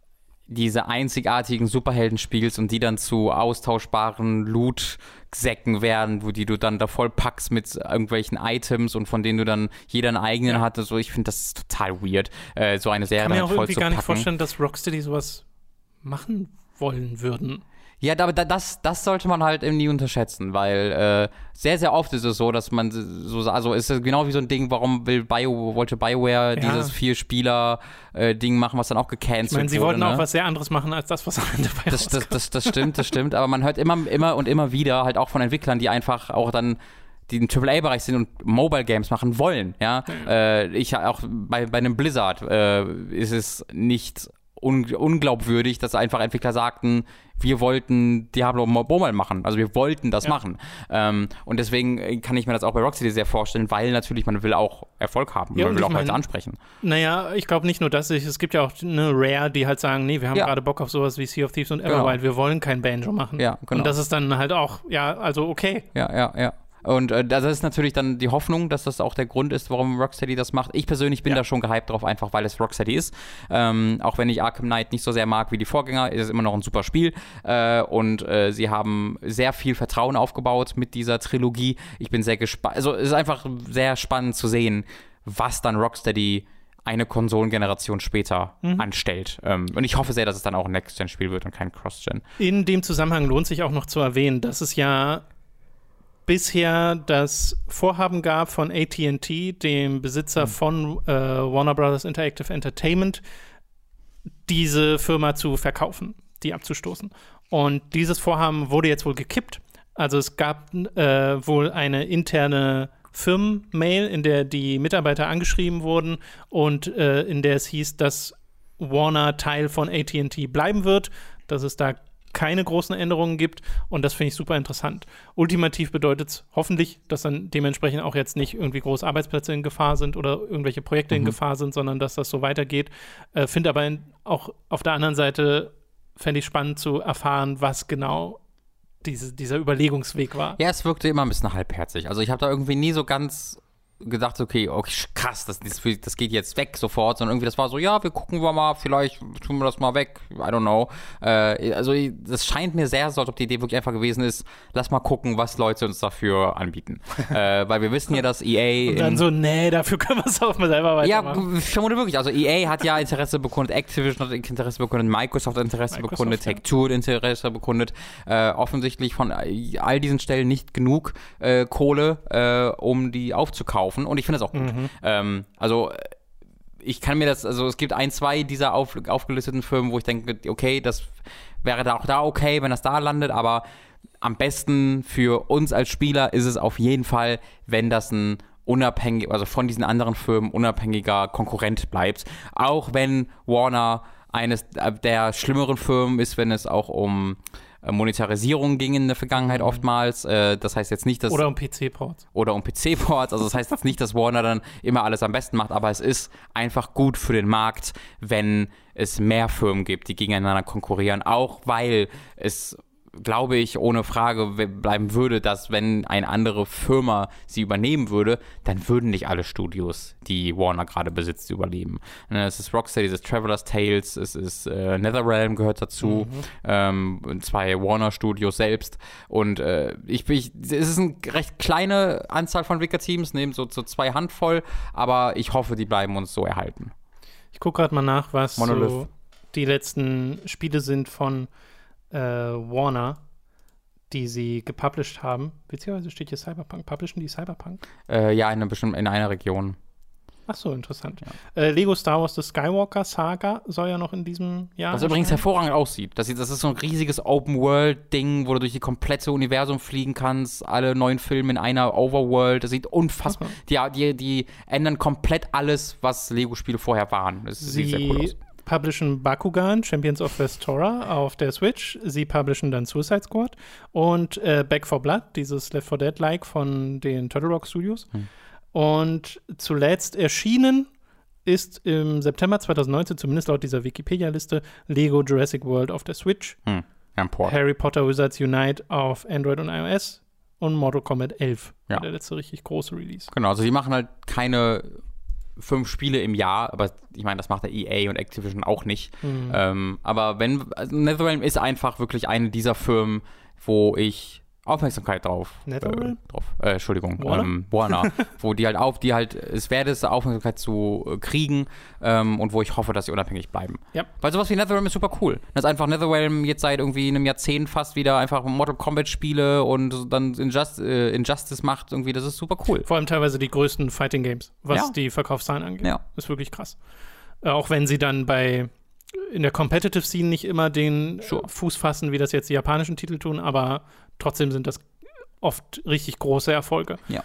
diese einzigartigen Superhelden spielst und die dann zu austauschbaren Loot-Säcken werden, wo die du dann da voll packst mit irgendwelchen Items und von denen du dann jeder einen eigenen ja. hatte. So, ich finde, das ist total weird, äh, so eine Serie dann voll zu packen. Ich kann mir auch irgendwie gar nicht packen. vorstellen, dass Rocksteady sowas machen wollen würden. Ja, aber das, das sollte man halt eben nie unterschätzen, weil äh, sehr, sehr oft ist es so, dass man so, also ist es genau wie so ein Ding, warum will Bio, wollte BioWare ja. dieses Vier-Spieler-Ding machen, was dann auch gecancelt wurde. Ich meine, sie wurde, wollten ne? auch was sehr anderes machen, als das, was am Ende bei das, das, das, das stimmt, das stimmt, aber man hört immer, immer und immer wieder halt auch von Entwicklern, die einfach auch dann die im Triple A Bereich sind und Mobile Games machen wollen, ja. ja. Äh, ich auch bei, bei einem Blizzard äh, ist es nicht un- unglaubwürdig, dass einfach Entwickler sagten, wir wollten Diablo Mobile machen, also wir wollten das ja. machen. Ähm, und deswegen kann ich mir das auch bei Rocksteady sehr vorstellen, weil natürlich man will auch Erfolg haben, ja, man will auch Leute ansprechen. Naja, ich glaube nicht nur das, es gibt ja auch eine Rare, die halt sagen, nee, wir haben ja. gerade Bock auf sowas wie Sea of Thieves und Everwild, genau. wir wollen kein Banjo machen. Ja, genau. Und das ist dann halt auch, ja, also okay. Ja, ja, ja. Und äh, das ist natürlich dann die Hoffnung, dass das auch der Grund ist, warum Rocksteady das macht. Ich persönlich bin ja. da schon gehypt drauf, einfach weil es Rocksteady ist. Ähm, auch wenn ich Arkham Knight nicht so sehr mag wie die Vorgänger, ist es immer noch ein super Spiel. Äh, und äh, sie haben sehr viel Vertrauen aufgebaut mit dieser Trilogie. Ich bin sehr gespannt. Also es ist einfach sehr spannend zu sehen, was dann Rocksteady eine Konsolengeneration später mhm. anstellt. Ähm, und ich hoffe sehr, dass es dann auch ein Next-Gen-Spiel wird und kein Cross-Gen. In dem Zusammenhang lohnt sich auch noch zu erwähnen, dass es ja bisher das Vorhaben gab von A T and T, dem Besitzer mhm. von äh, Warner Brothers Interactive Entertainment, diese Firma zu verkaufen, die abzustoßen. Und dieses Vorhaben wurde jetzt wohl gekippt. Also es gab äh, wohl eine interne Firmenmail, in der die Mitarbeiter angeschrieben wurden und äh, in der es hieß, dass Warner Teil von A T and T bleiben wird, dass es da keine großen Änderungen gibt und das finde ich super interessant. Ultimativ bedeutet es hoffentlich, dass dann dementsprechend auch jetzt nicht irgendwie große Arbeitsplätze in Gefahr sind oder irgendwelche Projekte mhm. in Gefahr sind, sondern dass das so weitergeht. Äh, finde aber in, auch auf der anderen Seite fände ich spannend zu erfahren, was genau diese, dieser Überlegungsweg war. Ja, es wirkte immer ein bisschen halbherzig. Also ich habe da irgendwie nie so ganz gedacht, okay, okay, krass, das, das, das geht jetzt weg sofort, sondern irgendwie das war so, ja, wir gucken wir mal, vielleicht tun wir das mal weg, I don't know. Äh, also das scheint mir sehr so, als ob die Idee wirklich einfach gewesen ist, lass mal gucken, was Leute uns dafür anbieten. äh, weil wir wissen ja, dass E A und dann so, nee, dafür können wir es auch mal selber weitermachen. Ja, ich vermute wirklich, also E A hat ja Interesse bekundet, Activision hat Interesse bekundet, Microsoft hat Interesse Microsoft, bekundet, ja. Take-Two hat Interesse bekundet, äh, offensichtlich von all diesen Stellen nicht genug äh, Kohle, äh, um die aufzukaufen. Und ich finde das auch gut. Mhm. Ähm, also ich kann mir das, also es gibt ein, zwei dieser auf, aufgelisteten Firmen, wo ich denke, okay, das wäre da auch da okay, wenn das da landet, aber am besten für uns als Spieler ist es auf jeden Fall, wenn das ein unabhängig, also von diesen anderen Firmen unabhängiger Konkurrent bleibt. Auch wenn Warner eines der schlimmeren Firmen ist, wenn es auch um Monetarisierung ging in der Vergangenheit mhm. oftmals. Äh, das heißt jetzt nicht, dass... Oder um P C-Ports. Oder um P C-Ports. Also das heißt jetzt nicht, dass Warner dann immer alles am besten macht, aber es ist einfach gut für den Markt, wenn es mehr Firmen gibt, die gegeneinander konkurrieren, auch weil es glaube ich, ohne Frage bleiben würde, dass wenn eine andere Firma sie übernehmen würde, dann würden nicht alle Studios, die Warner gerade besitzt, überleben. Es ist Rocksteady, es ist Traveler's Tales, es ist äh, NetherRealm gehört dazu, mhm. ähm, zwei Warner-Studios selbst und äh, ich, ich, es ist eine recht kleine Anzahl von Entwicklerteams, nehmen so, so zwei Handvoll, aber ich hoffe, die bleiben uns so erhalten. Ich gucke gerade mal nach, was so die letzten Spiele sind von äh, Warner, die sie gepublished haben. Beziehungsweise steht hier Cyberpunk. Publishen die Cyberpunk? Äh, ja, in, einer, in einer Region. Ach so, interessant. Ja. Äh, Lego Star Wars The Skywalker Saga soll ja noch in diesem Jahr Was übrigens hervorragend aussieht. Das, das ist so ein riesiges Open-World-Ding, wo du durch die komplette Universum fliegen kannst, alle neuen Filme in einer Overworld. Das sieht unfassbar. Okay. Die, die, die ändern komplett alles, was Lego-Spiele vorher waren. Das Sie sieht sehr cool aus. Publishen Bakugan, Champions of Vestora auf der Switch. Sie publishen dann Suicide Squad und äh, Back four Blood, dieses Left four Dead-like von den Turtle Rock Studios. Hm. Und zuletzt erschienen ist im September zwanzig neunzehn, zumindest laut dieser Wikipedia-Liste, Lego Jurassic World auf der Switch, hm. Harry Potter Wizards Unite auf Android und iOS und Mortal Kombat elf, ja. der letzte richtig große Release. Genau, also die machen halt keine fünf Spiele im Jahr, aber ich meine, das macht der E A und Activision auch nicht. Mhm. Ähm, aber wenn, also NetherRealm ist einfach wirklich eine dieser Firmen, wo ich Aufmerksamkeit drauf. NetherRealm? Äh, drauf äh, Entschuldigung, Warner, ähm, Warner wo die halt auf, die halt, es werde es Aufmerksamkeit zu äh, kriegen ähm, und wo ich hoffe, dass sie unabhängig bleiben. Ja. Weil sowas wie NetherRealm ist super cool. Das ist einfach NetherRealm jetzt seit irgendwie einem Jahrzehnt fast wieder einfach Mortal Kombat Spiele und dann Injust, äh, Injustice macht irgendwie, das ist super cool. Vor allem teilweise die größten Fighting Games, was ja. die Verkaufszahlen angeht. Ja. Ist wirklich krass. Äh, auch wenn sie dann bei in der Competitive Scene nicht immer den sure. Fuß fassen, wie das jetzt die japanischen Titel tun, aber trotzdem sind das oft richtig große Erfolge. Ja.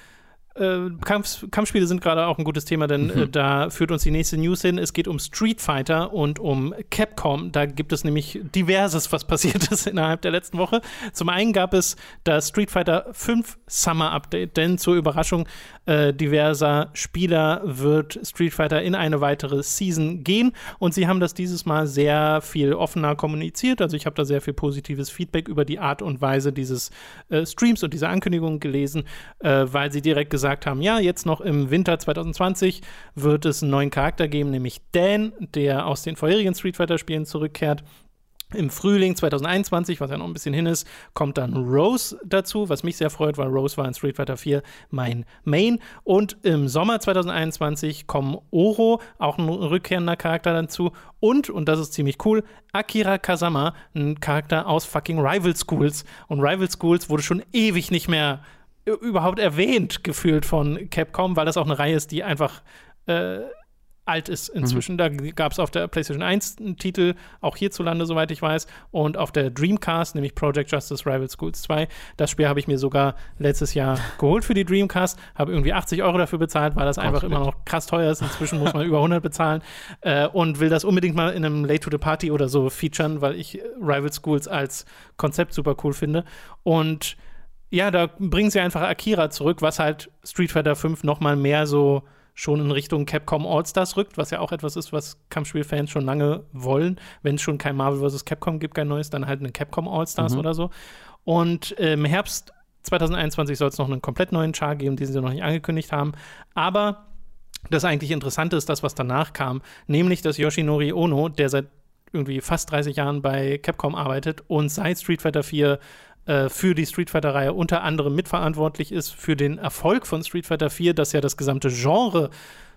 Äh, Kampf, Kampfspiele sind gerade auch ein gutes Thema, denn mhm. äh, da führt uns die nächste News hin. Es geht um Street Fighter und um Capcom. Da gibt es nämlich diverses, was passiert ist innerhalb der letzten Woche. Zum einen gab es das Street Fighter fünf Summer Update, denn zur Überraschung äh, diverser Spieler wird Street Fighter in eine weitere Season gehen und sie haben das dieses Mal sehr viel offener kommuniziert. Also ich habe da sehr viel positives Feedback über die Art und Weise dieses äh, Streams und dieser Ankündigung gelesen, äh, weil sie direkt gesagt gesagt haben, ja, jetzt noch im Winter zwanzig zwanzig wird es einen neuen Charakter geben, nämlich Dan, der aus den vorherigen Street Fighter-Spielen zurückkehrt. Im Frühling zwanzig einundzwanzig, was ja noch ein bisschen hin ist, kommt dann Rose dazu, was mich sehr freut, weil Rose war in Street Fighter vier mein Main. Und im Sommer zwanzig einundzwanzig kommen Oro, auch ein rückkehrender Charakter dazu. Und, und das ist ziemlich cool, Akira Kazama, ein Charakter aus fucking Rival Schools. Und Rival Schools wurde schon ewig nicht mehr überhaupt erwähnt, gefühlt von Capcom, weil das auch eine Reihe ist, die einfach äh, alt ist inzwischen. Mhm. Da gab es auf der PlayStation eins einen Titel, auch hierzulande, soweit ich weiß, und auf der Dreamcast, nämlich Project Justice Rival Schools zwei. Das Spiel habe ich mir sogar letztes Jahr geholt für die Dreamcast, habe irgendwie achtzig Euro dafür bezahlt, weil das einfach immer noch krass teuer ist. Inzwischen muss man über hundert bezahlen äh, und will das unbedingt mal in einem Late to the Party oder so featuren, weil ich Rival Schools als Konzept super cool finde. Und ja, da bringen sie einfach Akira zurück, was halt Street Fighter fünf noch mal mehr so schon in Richtung Capcom All-Stars rückt, was ja auch etwas ist, was Kampfspielfans schon lange wollen. Wenn es schon kein Marvel versus. Capcom gibt, kein neues, dann halt eine Capcom All-Stars mhm. oder so. Und im Herbst zwanzig einundzwanzig soll es noch einen komplett neuen Char geben, den sie noch nicht angekündigt haben. Aber das eigentlich Interessante ist das, was danach kam, nämlich dass Yoshinori Ono, der seit irgendwie fast dreißig Jahren bei Capcom arbeitet und seit Street Fighter vier für die Street Fighter-Reihe unter anderem mitverantwortlich ist für den Erfolg von Street Fighter vier, das ja das gesamte Genre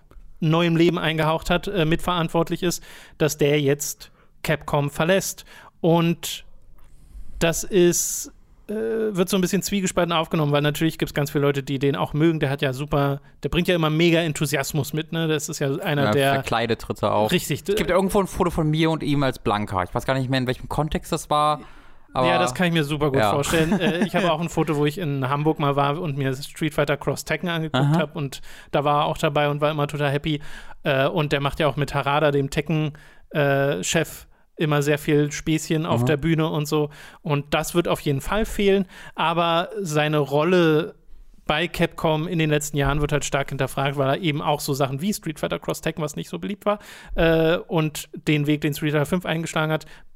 neuem Leben eingehaucht hat, äh, mitverantwortlich ist, dass der jetzt Capcom verlässt. Und das ist, äh, wird so ein bisschen zwiegespalten aufgenommen, weil natürlich gibt es ganz viele Leute, die den auch mögen. Der hat ja super, der bringt ja immer mega Enthusiasmus mit, ne? Das ist ja einer ja, der verkleidet tritt er auch. Richtig. Es gibt irgendwo ein Foto von mir und ihm als Blanka. Ich weiß gar nicht mehr, in welchem Kontext das war. Aber ja, das kann ich mir super gut ja. vorstellen. äh, ich habe auch ein Foto, wo ich in Hamburg mal war und mir Street Fighter Cross Tekken angeguckt habe und da war er auch dabei und war immer total happy. Äh, und der macht ja auch mit Harada, dem Tekken-Chef, äh, immer sehr viel Späßchen auf Aha. der Bühne und so. Und das wird auf jeden Fall fehlen. Aber seine Rolle bei Capcom in den letzten Jahren wird halt stark hinterfragt, weil er eben auch so Sachen wie Street Fighter Cross Tekken, was nicht so beliebt war, äh, und den Weg, den Street Fighter fünf eingeschlagen hat,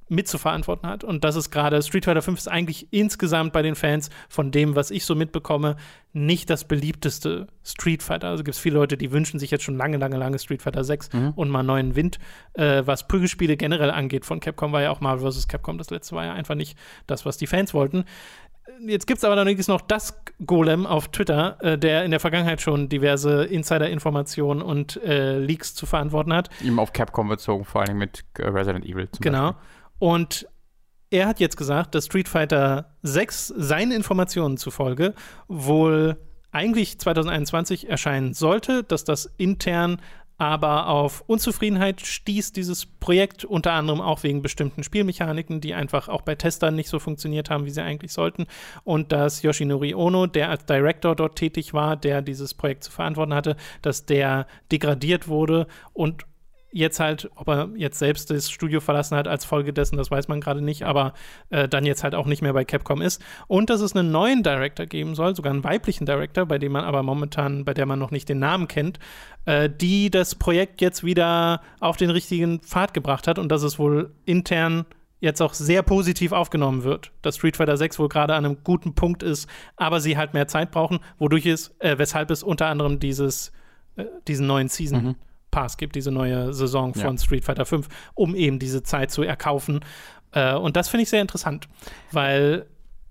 mitzuverantworten hat. Und das ist gerade, Street Fighter fünf ist eigentlich insgesamt bei den Fans von dem, was ich so mitbekomme, nicht das beliebteste Street Fighter. Also gibt es viele Leute, die wünschen sich jetzt schon lange, lange, lange Street Fighter sechs mhm. und mal neuen Wind. Äh, was Prügelspiele generell angeht von Capcom, war ja auch Marvel versus. Capcom, das letzte war ja einfach nicht das, was die Fans wollten. Jetzt gibt es aber dann noch das Golem auf Twitter, äh, der in der Vergangenheit schon diverse Insider-Informationen und äh, Leaks zu verantworten hat. Ihm auf Capcom bezogen, vor allem mit Resident Evil zum Genau. Beispiel. Und er hat jetzt gesagt, dass Street Fighter sechs seinen Informationen zufolge wohl eigentlich zwanzig einundzwanzig erscheinen sollte, dass das intern aber auf Unzufriedenheit stieß, dieses Projekt, unter anderem auch wegen bestimmten Spielmechaniken, die einfach auch bei Testern nicht so funktioniert haben, wie sie eigentlich sollten. Und dass Yoshinori Ono, der als Director dort tätig war, der dieses Projekt zu verantworten hatte, dass der degradiert wurde und jetzt halt, ob er jetzt selbst das Studio verlassen hat als Folge dessen, das weiß man gerade nicht, aber äh, dann jetzt halt auch nicht mehr bei Capcom ist. Und dass es einen neuen Director geben soll, sogar einen weiblichen Director, bei dem man aber momentan, bei der man noch nicht den Namen kennt, äh, die das Projekt jetzt wieder auf den richtigen Pfad gebracht hat und dass es wohl intern jetzt auch sehr positiv aufgenommen wird, dass Street Fighter sechs wohl gerade an einem guten Punkt ist, aber sie halt mehr Zeit brauchen, wodurch es, äh, weshalb es unter anderem dieses, äh, diesen neuen Season mhm. Pass gibt, diese neue Saison von ja. Street Fighter fünf, um eben diese Zeit zu erkaufen. Äh, und das finde ich sehr interessant, weil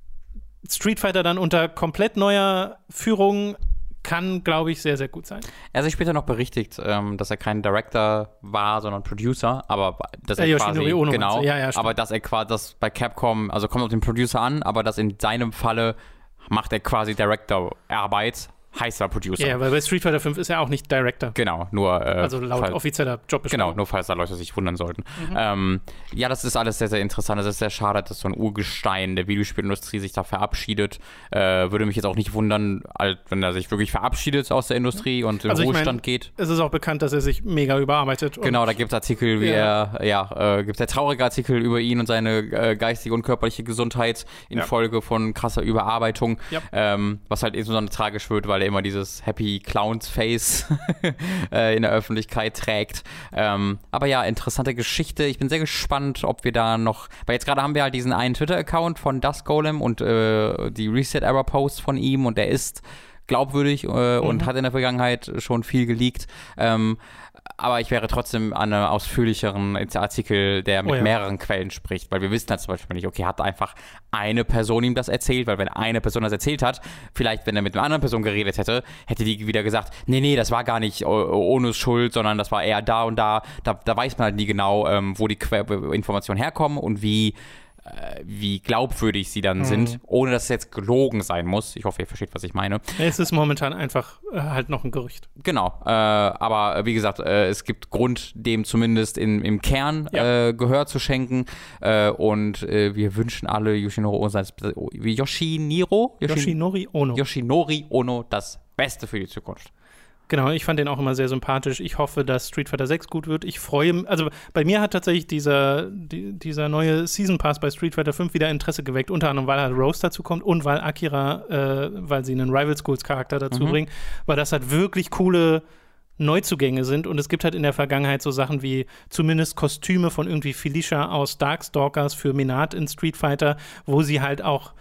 Street Fighter dann unter komplett neuer Führung kann, glaube ich, sehr, sehr gut sein. Er hat sich später noch berichtigt, ähm, dass er kein Director war, sondern Producer, aber dass er äh, quasi, Ono genau, ja, ja, aber dass er quasi, das bei Capcom, also kommt auf den Producer an, aber dass in seinem Falle macht er quasi Director-Arbeit, heißt er Producer. Ja, yeah, weil bei Street Fighter fünf ist er auch nicht Director. Genau, nur äh, also laut falls, offizieller Jobbeschreibung. Genau, nur falls da Leute sich wundern sollten. Mhm. Ähm, ja, das ist alles sehr, sehr interessant. Es ist sehr schade, dass so ein Urgestein der Videospielindustrie sich da verabschiedet. Äh, würde mich jetzt auch nicht wundern, wenn er sich wirklich verabschiedet aus der Industrie und in also Ruhestand ich mein, geht. Es ist auch bekannt, dass er sich mega überarbeitet. Genau, da gibt es Artikel, wie ja. er, ja, äh, gibt es ja traurige Artikel über ihn und seine äh, geistige und körperliche Gesundheit infolge ja. von krasser Überarbeitung. Ja. Ähm, was halt insbesondere tragisch wird, weil er immer dieses Happy Clowns Face äh, in der Öffentlichkeit trägt. Ähm, aber ja, interessante Geschichte. Ich bin sehr gespannt, ob wir da noch, weil jetzt gerade haben wir halt diesen einen Twitter-Account von Dust Golem und äh, die Reset-Error-Posts von ihm und der ist glaubwürdig äh, mhm. und hat in der Vergangenheit schon viel geleakt. Ähm, aber ich wäre trotzdem an einem ausführlicheren Artikel, der mit oh ja. mehreren Quellen spricht, weil wir wissen halt zum Beispiel nicht, okay, hat einfach eine Person ihm das erzählt, weil wenn eine Person das erzählt hat, vielleicht wenn er mit einer anderen Person geredet hätte, hätte die wieder gesagt, nee, nee, das war gar nicht Onos Schuld, sondern das war eher da und da, da, da weiß man halt nie genau, ähm, wo die que- Informationen herkommen und wie wie glaubwürdig sie dann mhm. sind, ohne dass es jetzt gelogen sein muss. Ich hoffe, ihr versteht, was ich meine. Es ist momentan einfach äh, halt noch ein Gerücht. Genau, äh, aber wie gesagt, äh, es gibt Grund, dem zumindest in, im Kern ja. äh, Gehör zu schenken äh, und äh, wir wünschen alle Yoshinori Ono, Yoshiniro? Yoshin- Yoshinori Ono. Yoshinori Ono das Beste für die Zukunft. Genau, ich fand den auch immer sehr sympathisch. Ich hoffe, dass Street Fighter sechs gut wird. Ich freue mich, also bei mir hat tatsächlich dieser, die, dieser neue Season Pass bei Street Fighter fünf wieder Interesse geweckt, unter anderem, weil halt Rose dazu kommt und weil Akira, äh, weil sie einen Rival Schools Charakter dazu mhm. bringen, weil das halt wirklich coole Neuzugänge sind und es gibt halt in der Vergangenheit so Sachen wie zumindest Kostüme von irgendwie Felicia aus Darkstalkers für Menard in Street Fighter, wo sie halt auch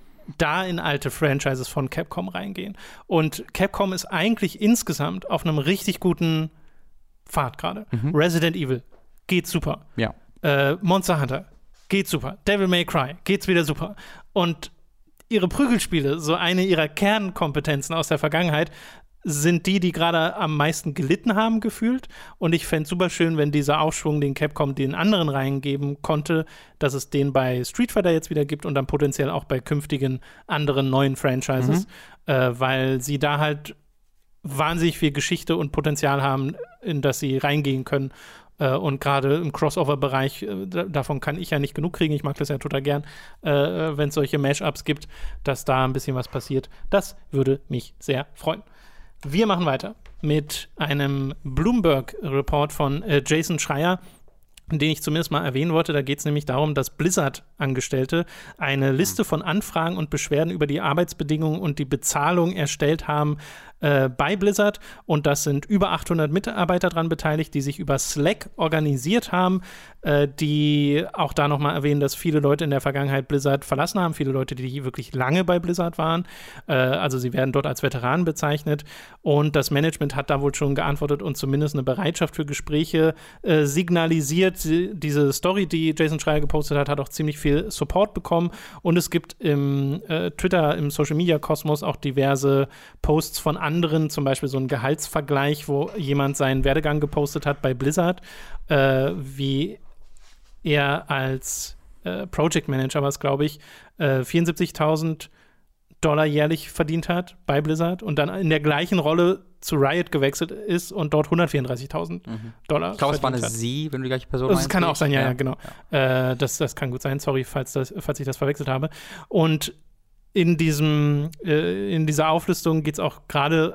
da in alte Franchises von Capcom reingehen. Und Capcom ist eigentlich insgesamt auf einem richtig guten Pfad gerade. Mhm. Resident Evil geht super. Ja. Äh, Monster Hunter geht super. Devil May Cry geht's wieder super. Und ihre Prügelspiele, so eine ihrer Kernkompetenzen aus der Vergangenheit, sind die, die gerade am meisten gelitten haben, gefühlt. Und ich fände es super schön, wenn dieser Aufschwung, den Capcom den anderen reingeben konnte, dass es den bei Street Fighter jetzt wieder gibt und dann potenziell auch bei künftigen anderen neuen Franchises, mhm. äh, weil sie da halt wahnsinnig viel Geschichte und Potenzial haben, in das sie reingehen können. Äh, und gerade im Crossover-Bereich, äh, davon kann ich ja nicht genug kriegen. Ich mag das ja total gern, äh, wenn es solche Mashups gibt, dass da ein bisschen was passiert. Das würde mich sehr freuen. Wir machen weiter mit einem Bloomberg-Report von äh, Jason Schreier, den ich zumindest mal erwähnen wollte. Da geht es nämlich darum, dass Blizzard-Angestellte eine Liste von Anfragen und Beschwerden über die Arbeitsbedingungen und die Bezahlung erstellt haben äh, bei Blizzard und das sind über achthundert Mitarbeiter dran beteiligt, die sich über Slack organisiert haben, äh, die auch da nochmal erwähnen, dass viele Leute in der Vergangenheit Blizzard verlassen haben, viele Leute, die wirklich lange bei Blizzard waren, äh, also sie werden dort als Veteranen bezeichnet und das Management hat da wohl schon geantwortet und zumindest eine Bereitschaft für Gespräche äh, signalisiert. Diese Story, die Jason Schreier gepostet hat, hat auch ziemlich viel Support bekommen und es gibt im äh, Twitter, im Social-Media-Kosmos auch diverse Posts von anderen, zum Beispiel so ein Gehaltsvergleich, wo jemand seinen Werdegang gepostet hat bei Blizzard, äh, wie er als äh, Project Manager, was glaube ich, äh, vierundsiebzigtausend Dollar jährlich verdient hat bei Blizzard und dann in der gleichen Rolle zu Riot gewechselt ist und dort hundertvierunddreißigtausend mhm. Dollar Ich glaube, es war eine hat. Sie, wenn du die gleiche Person Das meinst. kann auch sein, ja, ja, ja genau. Ja. Äh, das, das kann gut sein, sorry, falls, das, falls ich das verwechselt habe. Und in diesem, äh, in dieser Auflistung geht es auch gerade,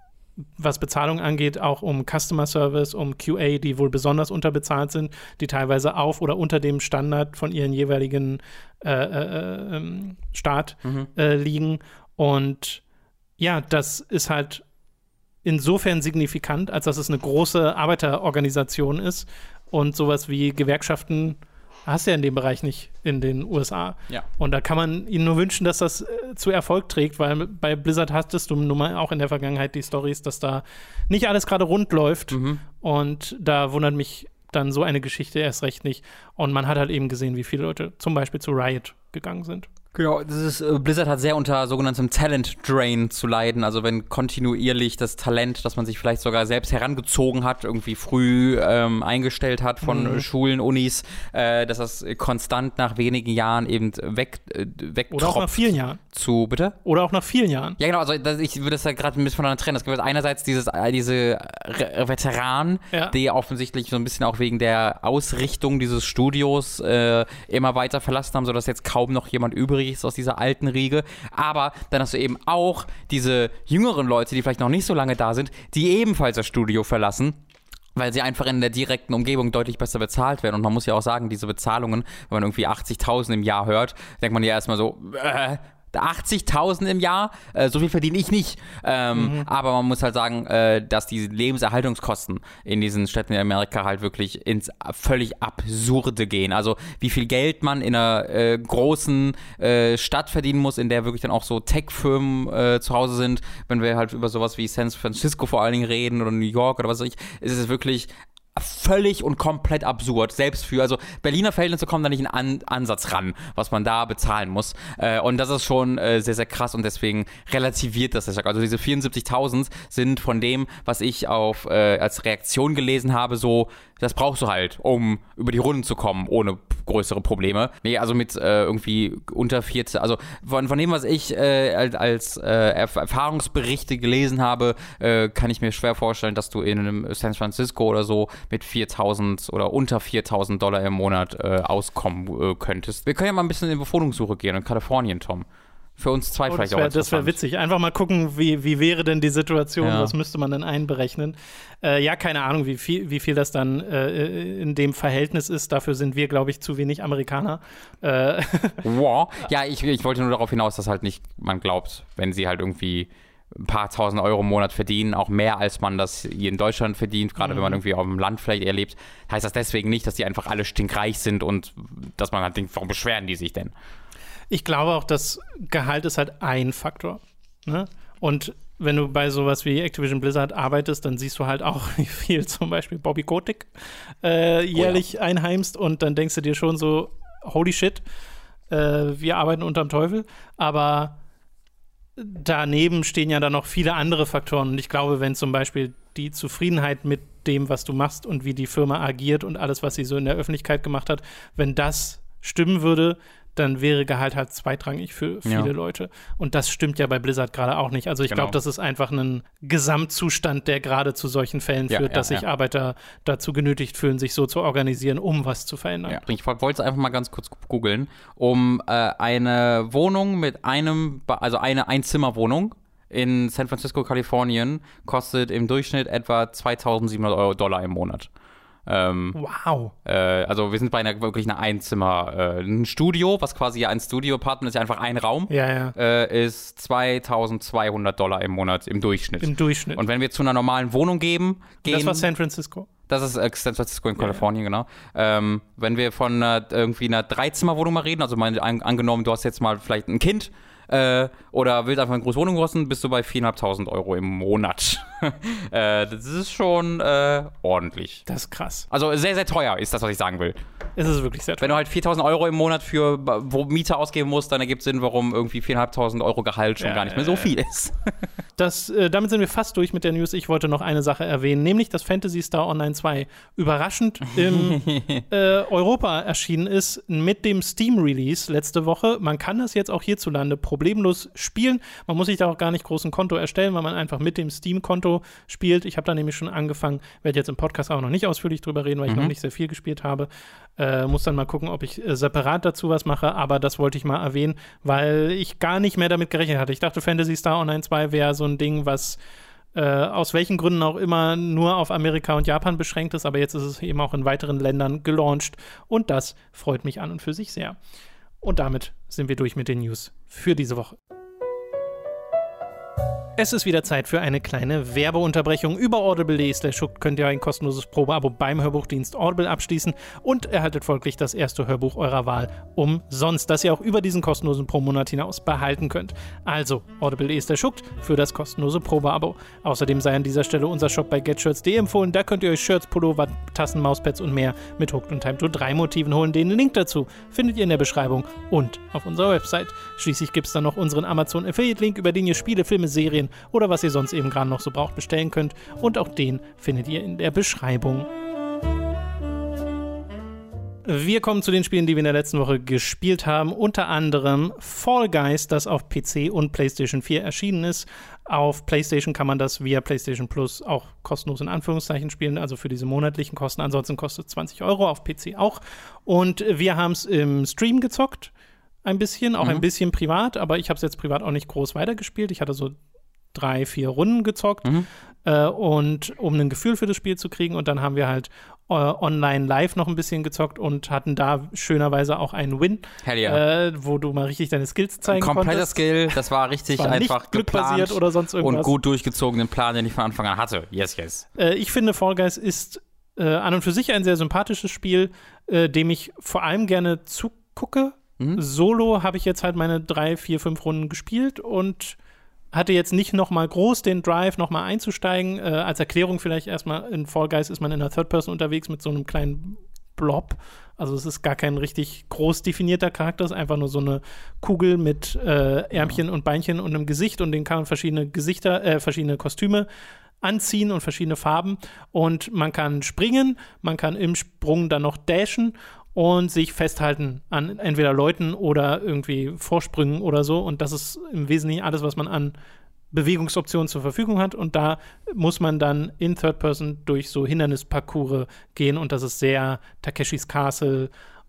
was Bezahlung angeht, auch um Customer Service, um Q A, die wohl besonders unterbezahlt sind, die teilweise auf oder unter dem Standard von ihren jeweiligen äh, äh, äh, Staat mhm. äh, liegen. Und ja, das ist halt insofern signifikant, als dass es eine große Arbeiterorganisation ist und sowas wie Gewerkschaften hast du ja in dem Bereich nicht in den U S A. Ja. Und da kann man ihnen nur wünschen, dass das äh, zu Erfolg trägt, weil bei Blizzard hattest du nun mal auch in der Vergangenheit die Storys, dass da nicht alles gerade rund läuft. Mhm. Und da wundert mich dann so eine Geschichte erst recht nicht. Und man hat halt eben gesehen, wie viele Leute zum Beispiel zu Riot gegangen sind. Genau, das ist, äh, Blizzard hat sehr unter sogenanntem Talent Drain zu leiden, also wenn kontinuierlich das Talent, das man sich vielleicht sogar selbst herangezogen hat, irgendwie früh ähm, eingestellt hat von mhm. Schulen, Unis, äh, dass das konstant nach wenigen Jahren eben weg, äh, wegtropft. Oder auch nach vielen Jahren. Zu, bitte? Oder auch nach vielen Jahren. Ja, genau, also das, ich würde das ja gerade ein bisschen voneinander trennen. Es gibt einerseits dieses, diese Re- Veteranen, ja. die offensichtlich so ein bisschen auch wegen der Ausrichtung dieses Studios äh, immer weiter verlassen haben, sodass jetzt kaum noch jemand übrig ist aus dieser alten Riege, aber dann hast du eben auch diese jüngeren Leute, die vielleicht noch nicht so lange da sind, die ebenfalls das Studio verlassen, weil sie einfach in der direkten Umgebung deutlich besser bezahlt werden. Und man muss ja auch sagen, diese Bezahlungen, wenn man irgendwie achtzigtausend im Jahr hört, denkt man ja erstmal so, äh, achtzigtausend im Jahr, äh, so viel verdiene ich nicht. Ähm, mhm. Aber man muss halt sagen, äh, dass die Lebenserhaltungskosten in diesen Städten in Amerika halt wirklich ins völlig Absurde gehen. Also wie viel Geld man in einer äh, großen äh, Stadt verdienen muss, in der wirklich dann auch so Tech-Firmen äh, zu Hause sind, wenn wir halt über sowas wie San Francisco vor allen Dingen reden oder New York oder was weiß ich, ist es wirklich völlig und komplett absurd, selbst für, also Berliner Verhältnisse kommen da nicht einen An- Ansatz ran, was man da bezahlen muss, äh, und das ist schon äh, sehr, sehr krass und deswegen relativiert das sehr stark. Also diese vierundsiebzigtausend sind von dem, was ich auf äh, als Reaktion gelesen habe, so, das brauchst du halt, um über die Runden zu kommen, ohne größere Probleme. Nee, also mit äh, irgendwie unter vierzehn, also von, von dem, was ich äh, als äh, Erfahrungsberichte gelesen habe, äh, kann ich mir schwer vorstellen, dass du in einem San Francisco oder so mit viertausend oder unter viertausend Dollar im Monat äh, auskommen äh, könntest. Wir können ja mal ein bisschen in Bewohnungssuche gehen in Kalifornien, Tom. Für uns zwei oh, vielleicht wär, auch interessant. Das wäre witzig. Einfach mal gucken, wie, wie wäre denn die Situation, ja. Was müsste man denn einberechnen. Äh, ja, keine Ahnung, wie viel, wie viel das dann äh, in dem Verhältnis ist. Dafür sind wir, glaube ich, zu wenig Amerikaner. Äh. Wow. Ja, ich, ich wollte nur darauf hinaus, dass halt nicht man glaubt, wenn sie halt irgendwie ein paar tausend Euro im Monat verdienen, auch mehr als man das hier in Deutschland verdient, gerade mhm. wenn man irgendwie auf dem Land vielleicht erlebt, heißt das deswegen nicht, dass die einfach alle stinkreich sind und dass man halt denkt, warum beschweren die sich denn? Ich glaube auch, das Gehalt ist halt ein Faktor. Ne? Und wenn du bei sowas wie Activision Blizzard arbeitest, dann siehst du halt auch, wie viel zum Beispiel Bobby Kotick äh, jährlich oh ja. einheimst und dann denkst du dir schon so, holy shit, äh, wir arbeiten unterm Teufel. Aber daneben stehen ja dann noch viele andere Faktoren. Und ich glaube, wenn zum Beispiel die Zufriedenheit mit dem, was du machst und wie die Firma agiert und alles, was sie so in der Öffentlichkeit gemacht hat, wenn das stimmen würde, dann wäre Gehalt halt zweitrangig für viele ja. Leute. Und das stimmt ja bei Blizzard gerade auch nicht. Also ich genau. glaube, das ist einfach ein Gesamtzustand, der gerade zu solchen Fällen ja, führt, ja, dass sich ja. Arbeiter dazu genötigt fühlen, sich so zu organisieren, um was zu verändern. Ja. Ich wollte es einfach mal ganz kurz googeln, um äh, eine Wohnung mit einem, also eine Einzimmerwohnung in San Francisco, Kalifornien, kostet im Durchschnitt etwa zweitausendsiebenhundert Euro Dollar im Monat. Ähm, wow. Äh, also wir sind bei einer wirklich einer Einzimmer, äh, ein Studio, was quasi ja ein Studio-Apartment ist, ja einfach ein Raum, ja, ja. Äh, ist zweitausendzweihundert Dollar im Monat im Durchschnitt. Im Durchschnitt. Und wenn wir zu einer normalen Wohnung geben, gehen... Das war San Francisco. Das ist äh, San Francisco in Kalifornien, ja, ja. genau. Ähm, wenn wir von äh, irgendwie einer Dreizimmerwohnung mal reden, also mal an, angenommen, du hast jetzt mal vielleicht ein Kind, Äh, oder willst einfach eine große Wohnung kosten, bist du bei viertausendfünfhundert Euro im Monat. äh, das ist schon äh, ordentlich. Das ist krass. Also sehr, sehr teuer ist das, was ich sagen will. Es ist wirklich sehr teuer. Wenn du halt viertausend Euro im Monat für wo Miete ausgeben musst, dann ergibt es Sinn, warum irgendwie viertausendfünfhundert Euro Gehalt schon ja, gar nicht mehr so viel ist. Das, äh, damit sind wir fast durch mit der News. Ich wollte noch eine Sache erwähnen, nämlich, dass Phantasy Star Online zwei überraschend im äh, Europa erschienen ist mit dem Steam-Release letzte Woche. Man kann das jetzt auch hierzulande problemlos spielen. Man muss sich da auch gar nicht groß ein Konto erstellen, weil man einfach mit dem Steam-Konto spielt. Ich habe da nämlich schon angefangen, werde jetzt im Podcast auch noch nicht ausführlich drüber reden, weil ich mhm. noch nicht sehr viel gespielt habe. Äh, muss dann mal gucken, ob ich äh, separat dazu was mache, aber das wollte ich mal erwähnen, weil ich gar nicht mehr damit gerechnet hatte. Ich dachte, Phantasy Star Online zwei wäre so ein Ding, was äh, aus welchen Gründen auch immer nur auf Amerika und Japan beschränkt ist, aber jetzt ist es eben auch in weiteren Ländern gelauncht und das freut mich an und für sich sehr. Und damit sind wir durch mit den News für diese Woche. Es ist wieder Zeit für eine kleine Werbeunterbrechung. Über audible punkt de slash hooked könnt ihr ein kostenloses Probeabo beim Hörbuchdienst Audible abschließen und erhaltet folglich das erste Hörbuch eurer Wahl umsonst, das ihr auch über diesen kostenlosen Pro-Monat hinaus behalten könnt. Also audible punkt de slash hooked für das kostenlose Probeabo. Außerdem sei an dieser Stelle unser Shop bei getshirts punkt de empfohlen. Da könnt ihr euch Shirts, Pullover, Tassen, Mauspads und mehr mit Hooked und Time to drei Motiven holen. Den Link dazu findet ihr in der Beschreibung und auf unserer Website. Schließlich gibt es dann noch unseren Amazon Affiliate-Link, über den ihr Spiele, Filme, Serien oder was ihr sonst eben gerade noch so braucht, bestellen könnt. Und auch den findet ihr in der Beschreibung. Wir kommen zu den Spielen, die wir in der letzten Woche gespielt haben. Unter anderem Fall Guys, das auf P C und PlayStation vier erschienen ist. Auf PlayStation kann man das via PlayStation Plus auch kostenlos in Anführungszeichen spielen, also für diese monatlichen Kosten. Ansonsten kostet es zwanzig Euro, auf P C auch. Und wir haben es im Stream gezockt, ein bisschen, auch mhm. ein bisschen privat, aber ich habe es jetzt privat auch nicht groß weitergespielt. Ich hatte so drei, vier Runden gezockt, mhm. äh, und um ein Gefühl für das Spiel zu kriegen. Und dann haben wir halt äh, online live noch ein bisschen gezockt und hatten da schönerweise auch einen Win, Hell yeah. äh, wo du mal richtig deine Skills zeigen Kompletter konntest. Skill, das war richtig das war einfach nicht glückbasiert oder sonst irgendwas. Und gut durchgezogenen Plan, den ich von Anfang an hatte. Yes, yes. Äh, ich finde, Fall Guys ist äh, an und für sich ein sehr sympathisches Spiel, äh, dem ich vor allem gerne zugucke. Mhm. Solo habe ich jetzt halt meine drei, vier, fünf Runden gespielt und hatte jetzt nicht noch mal groß den Drive, noch mal einzusteigen. Äh, als Erklärung vielleicht erstmal, in Fall Guys ist man in der Third Person unterwegs mit so einem kleinen Blob. Also es ist gar kein richtig groß definierter Charakter, es ist einfach nur so eine Kugel mit äh, Ärmchen und Beinchen und einem Gesicht und den kann man verschiedene Gesichter, äh, verschiedene Kostüme anziehen und verschiedene Farben. Und man kann springen, man kann im Sprung dann noch dashen und sich festhalten an entweder Leuten oder irgendwie Vorsprüngen oder so. Und das ist im Wesentlichen alles, was man an Bewegungsoptionen zur Verfügung hat. Und da muss man dann in Third Person durch so Hindernisparcours gehen. Und das ist sehr Takeshis Castle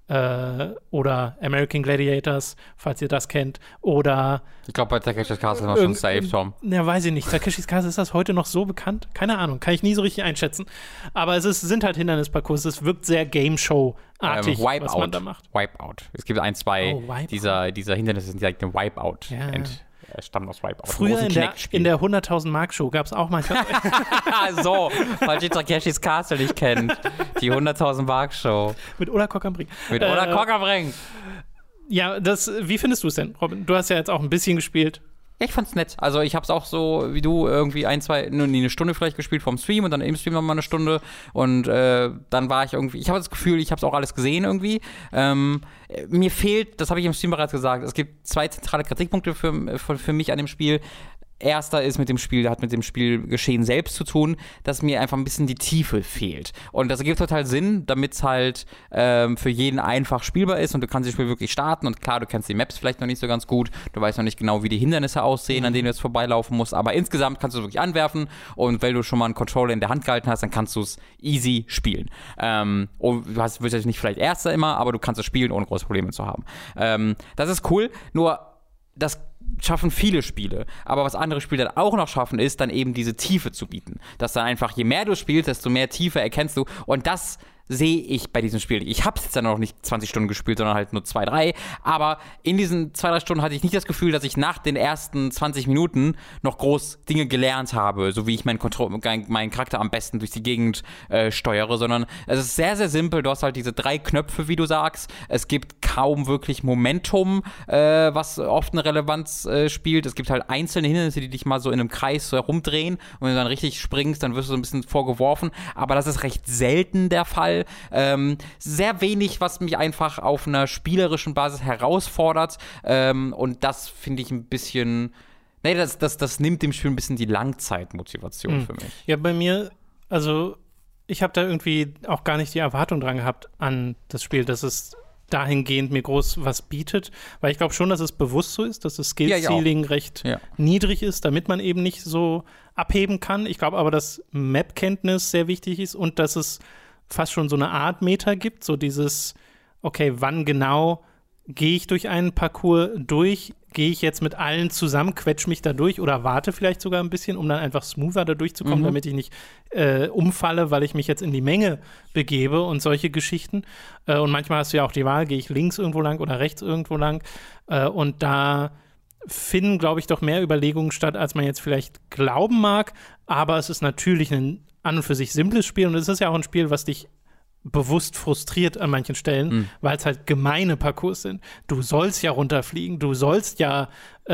äh, oder American Gladiators, falls ihr das kennt. Oder ich glaube, bei Takeshis Castle war schon safe, Tom. Ja, weiß ich nicht. Takeshis Castle, ist das heute noch so bekannt? Keine Ahnung, kann ich nie so richtig einschätzen. Aber es ist, sind halt Hindernisparcours. Es wirkt sehr Game-Show-artig, ähm, was man da macht. Wipeout. Es gibt ein, zwei oh, dieser, dieser Hindernisse, sind direkt ein Wipeout. Ja. Ent- stammt aus Wipeout. Früher in der, in der hunderttausend Mark Show gab es auch manchmal. So, falls ihr Takeshis Castle nicht kennt. Die hunderttausend Mark Show. Mit Ola Kock-am-Brink. Mit Ola äh, Kock-am-Brink. Ja, das, wie findest du es denn, Robin? Du hast ja jetzt auch ein bisschen gespielt. Ja, ich fand's nett. Also ich hab's auch so, wie du, irgendwie ein, zwei, nur eine Stunde vielleicht gespielt vom Stream und dann im Stream nochmal eine Stunde und äh, dann war ich irgendwie, ich habe das Gefühl, ich hab's auch alles gesehen irgendwie. Ähm, mir fehlt, das habe ich im Stream bereits gesagt, es gibt zwei zentrale Kritikpunkte für, für, für mich an dem Spiel. Erster ist mit dem Spiel, hat mit dem Spielgeschehen selbst zu tun, dass mir einfach ein bisschen die Tiefe fehlt. Und das ergibt total Sinn, damit es halt ähm, für jeden einfach spielbar ist und du kannst das Spiel wirklich starten. Und klar, du kennst die Maps vielleicht noch nicht so ganz gut, du weißt noch nicht genau, wie die Hindernisse aussehen, an denen du jetzt vorbeilaufen musst, aber insgesamt kannst du es wirklich anwerfen und wenn du schon mal einen Controller in der Hand gehalten hast, dann kannst du es easy spielen. Ähm, und du hast, wirst jetzt nicht vielleicht Erster immer, aber du kannst es spielen, ohne große Probleme zu haben. Ähm, das ist cool, nur das schaffen viele Spiele. Aber was andere Spiele dann auch noch schaffen, ist dann eben diese Tiefe zu bieten. Dass dann einfach, je mehr du spielst, desto mehr Tiefe erkennst du. Und das sehe ich bei diesem Spiel. Ich habe es jetzt dann noch nicht zwanzig Stunden gespielt, sondern halt nur zwei, drei. Aber in diesen zwei, drei Stunden hatte ich nicht das Gefühl, dass ich nach den ersten zwanzig Minuten noch groß Dinge gelernt habe, so wie ich meinen, Kontro- meinen Charakter am besten durch die Gegend äh, steuere, sondern es ist sehr, sehr simpel. Du hast halt diese drei Knöpfe, wie du sagst. Es gibt kaum wirklich Momentum, äh, was oft eine Relevanz äh, spielt. Es gibt halt einzelne Hindernisse, die dich mal so in einem Kreis so herumdrehen. Und wenn du dann richtig springst, dann wirst du so ein bisschen vorgeworfen. Aber das ist recht selten der Fall. Ähm, sehr wenig, was mich einfach auf einer spielerischen Basis herausfordert. Ähm, und das finde ich ein bisschen. Nee, das, das, das nimmt dem Spiel ein bisschen die Langzeitmotivation mhm. für mich. Ja, bei mir, also ich habe da irgendwie auch gar nicht die Erwartung dran gehabt an das Spiel, dass es dahingehend mir groß was bietet, weil ich glaube schon, dass es bewusst so ist, dass das Skill-Ceiling ja, recht ja. niedrig ist, damit man eben nicht so abheben kann. Ich glaube aber, dass Map-Kenntnis sehr wichtig ist und dass es fast schon so eine Art Meta gibt, so dieses, okay, wann genau gehe ich durch einen Parcours durch, gehe ich jetzt mit allen zusammen, quetsche mich da durch oder warte vielleicht sogar ein bisschen, um dann einfach smoother da durchzukommen, mhm. damit ich nicht äh, umfalle, weil ich mich jetzt in die Menge begebe und solche Geschichten. Äh, und manchmal hast du ja auch die Wahl, gehe ich links irgendwo lang oder rechts irgendwo lang. Äh, und da finden, glaube ich, doch mehr Überlegungen statt, als man jetzt vielleicht glauben mag. Aber es ist natürlich ein an und für sich simples Spiel und es ist ja auch ein Spiel, was dich bewusst frustriert an manchen Stellen, mhm. weil es halt gemeine Parcours sind. Du sollst ja runterfliegen, du sollst ja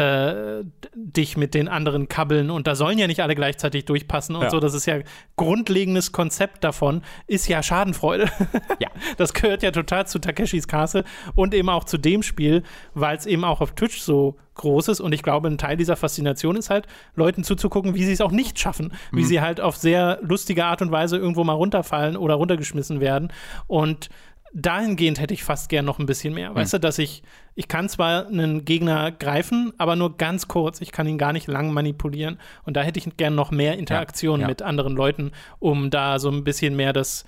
äh, dich mit den anderen kabbeln und da sollen ja nicht alle gleichzeitig durchpassen und ja. so. Das ist ja grundlegendes Konzept davon, ist ja Schadenfreude. Ja. Das gehört ja total zu Takeshis Castle und eben auch zu dem Spiel, weil es eben auch auf Twitch so groß ist und ich glaube, ein Teil dieser Faszination ist halt, Leuten zuzugucken, wie sie es auch nicht schaffen, mhm. wie sie halt auf sehr lustige Art und Weise irgendwo mal runterfallen oder runtergeschmissen werden und dahingehend hätte ich fast gern noch ein bisschen mehr. Mhm. Weißt du, dass ich, ich kann zwar einen Gegner greifen, aber nur ganz kurz. Ich kann ihn gar nicht lang manipulieren. Und da hätte ich gern noch mehr Interaktion ja, ja. mit anderen Leuten, um da so ein bisschen mehr das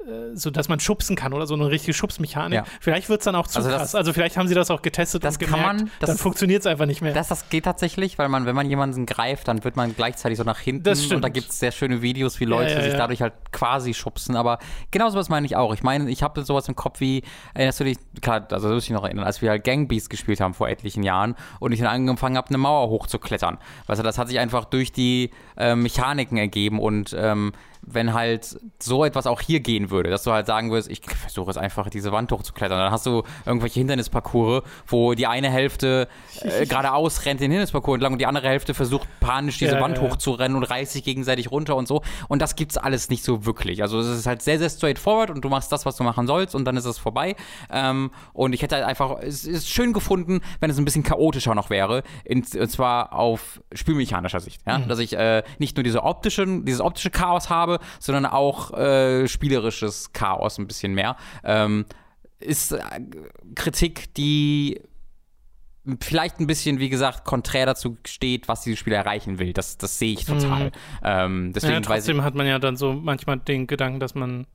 so dass man schubsen kann oder so eine richtige Schubsmechanik. Ja. Vielleicht wird es dann auch zu also das, krass. Also vielleicht haben sie das auch getestet das und gemerkt, kann man, das, dann funktioniert es einfach nicht mehr. Das, das geht tatsächlich, weil man, wenn man jemanden greift, dann wird man gleichzeitig so nach hinten und da gibt es sehr schöne Videos, wie Leute ja, ja, sich ja. dadurch halt quasi schubsen, aber genau sowas meine ich auch. Ich meine, ich habe sowas im Kopf wie, erinnerst du dich, klar, also das muss ich noch erinnern, als wir halt Gang Beasts gespielt haben vor etlichen Jahren und ich dann angefangen habe, eine Mauer hochzuklettern. Weißt du, das hat sich einfach durch die äh, Mechaniken ergeben und ähm, wenn halt so etwas auch hier gehen würde, dass du halt sagen würdest, ich versuche jetzt einfach diese Wand hochzuklettern, dann hast du irgendwelche Hindernisparcours, wo die eine Hälfte äh, geradeaus rennt den Hindernisparcours entlang und die andere Hälfte versucht panisch diese ja, Wand ja, ja. hochzurennen und reißt sich gegenseitig runter und so und das gibt's alles nicht so wirklich. Also es ist halt sehr, sehr straightforward und du machst das, was du machen sollst und dann ist es vorbei ähm, und ich hätte halt einfach, es ist schön gefunden, wenn es ein bisschen chaotischer noch wäre, in, und zwar auf spielmechanischer Sicht, ja? mhm. dass ich äh, nicht nur diese optische, dieses optische Chaos habe, sondern auch äh, spielerisches Chaos ein bisschen mehr. Ähm, ist äh, Kritik, die vielleicht ein bisschen, wie gesagt, konträr dazu steht, was dieses Spiel erreichen will. Das, das sehe ich total. Mhm. Ähm, deswegen ja, trotzdem weiß ich, hat man ja dann so manchmal den Gedanken, dass man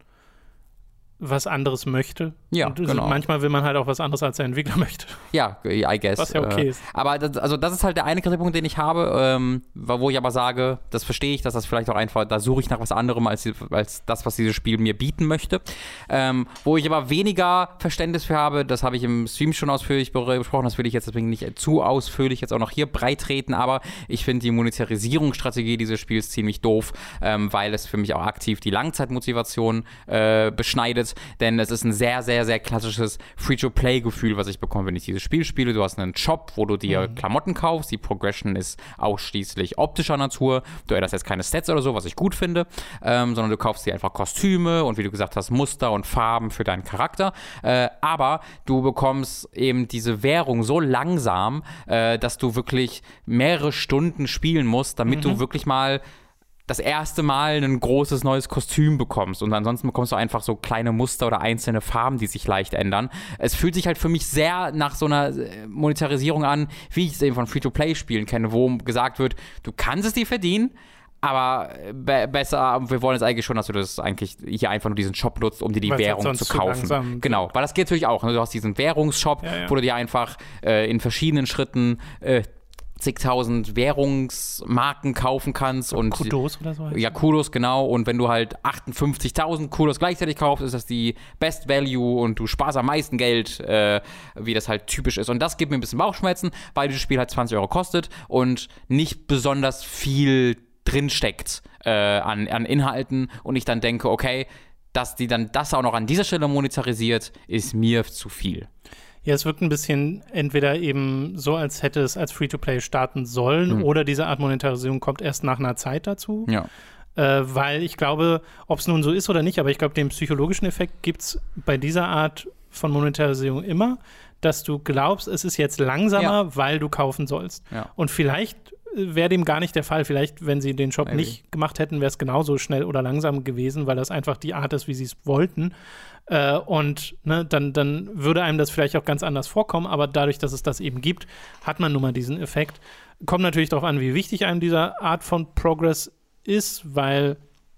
was anderes möchte. Ja, und genau. Manchmal will man halt auch was anderes, als der Entwickler möchte. Ja, I guess. Was ja okay ist. Aber das, also das ist halt der eine Kritikpunkt, den ich habe, ähm, wo ich aber sage, das verstehe ich, dass das vielleicht auch einfach, da suche ich nach was anderem als, als das, was dieses Spiel mir bieten möchte. Ähm, wo ich aber weniger Verständnis für habe, das habe ich im Stream schon ausführlich besprochen, das will ich jetzt deswegen nicht zu ausführlich jetzt auch noch hier breit treten, aber ich finde die Monetarisierungsstrategie dieses Spiels ziemlich doof, ähm, weil es für mich auch aktiv die Langzeitmotivation äh, beschneidet. Denn es ist ein sehr, sehr, sehr klassisches Free-to-Play-Gefühl, was ich bekomme, wenn ich dieses Spiel spiele. Du hast einen Shop, wo du dir mhm. Klamotten kaufst. Die Progression ist ausschließlich optischer Natur. Du änderst jetzt keine Stats oder so, was ich gut finde, ähm, sondern du kaufst dir einfach Kostüme und wie du gesagt hast, Muster und Farben für deinen Charakter. Äh, aber du bekommst eben diese Währung so langsam, äh, dass du wirklich mehrere Stunden spielen musst, damit mhm. du wirklich mal das erste Mal ein großes neues Kostüm bekommst und ansonsten bekommst du einfach so kleine Muster oder einzelne Farben, die sich leicht ändern. Es fühlt sich halt für mich sehr nach so einer Monetarisierung an, wie ich es eben von Free-to-Play-Spielen kenne, wo gesagt wird, du kannst es dir verdienen, aber be- besser, wir wollen jetzt eigentlich schon, dass du das eigentlich hier einfach nur diesen Shop nutzt, um dir die Weil's Währung zu kaufen. Zu genau, weil das geht natürlich auch. Ne? Du hast diesen Währungsshop, ja, ja. wo du dir einfach äh, in verschiedenen Schritten äh, zigtausend Währungsmarken kaufen kannst. Und Kudos oder so? Ja, Kudos, genau. Und wenn du halt achtundfünfzigtausend Kudos gleichzeitig kaufst, ist das die Best Value und du sparst am meisten Geld, äh, wie das halt typisch ist. Und das gibt mir ein bisschen Bauchschmerzen, weil dieses Spiel halt zwanzig Euro kostet und nicht besonders viel drinsteckt äh, an, an Inhalten. Und ich dann denke, okay, dass die dann das auch noch an dieser Stelle monetarisiert, ist mir zu viel. Ja, es wirkt ein bisschen entweder eben so, als hätte es als Free-to-Play starten sollen mhm. oder diese Art Monetarisierung kommt erst nach einer Zeit dazu. Ja. Äh, weil ich glaube, ob es nun so ist oder nicht, aber ich glaube, den psychologischen Effekt gibt es bei dieser Art von Monetarisierung immer, dass du glaubst, es ist jetzt langsamer, ja. weil du kaufen sollst. Ja. Und vielleicht wäre dem gar nicht der Fall. Vielleicht, wenn sie den Shop Maybe. nicht gemacht hätten, wäre es genauso schnell oder langsam gewesen, weil das einfach die Art ist, wie sie es wollten. Äh, und ne, dann, dann würde einem das vielleicht auch ganz anders vorkommen, aber dadurch, dass es das eben gibt, hat man nun mal diesen Effekt. Kommt natürlich darauf an, wie wichtig einem diese Art von Progress ist, weil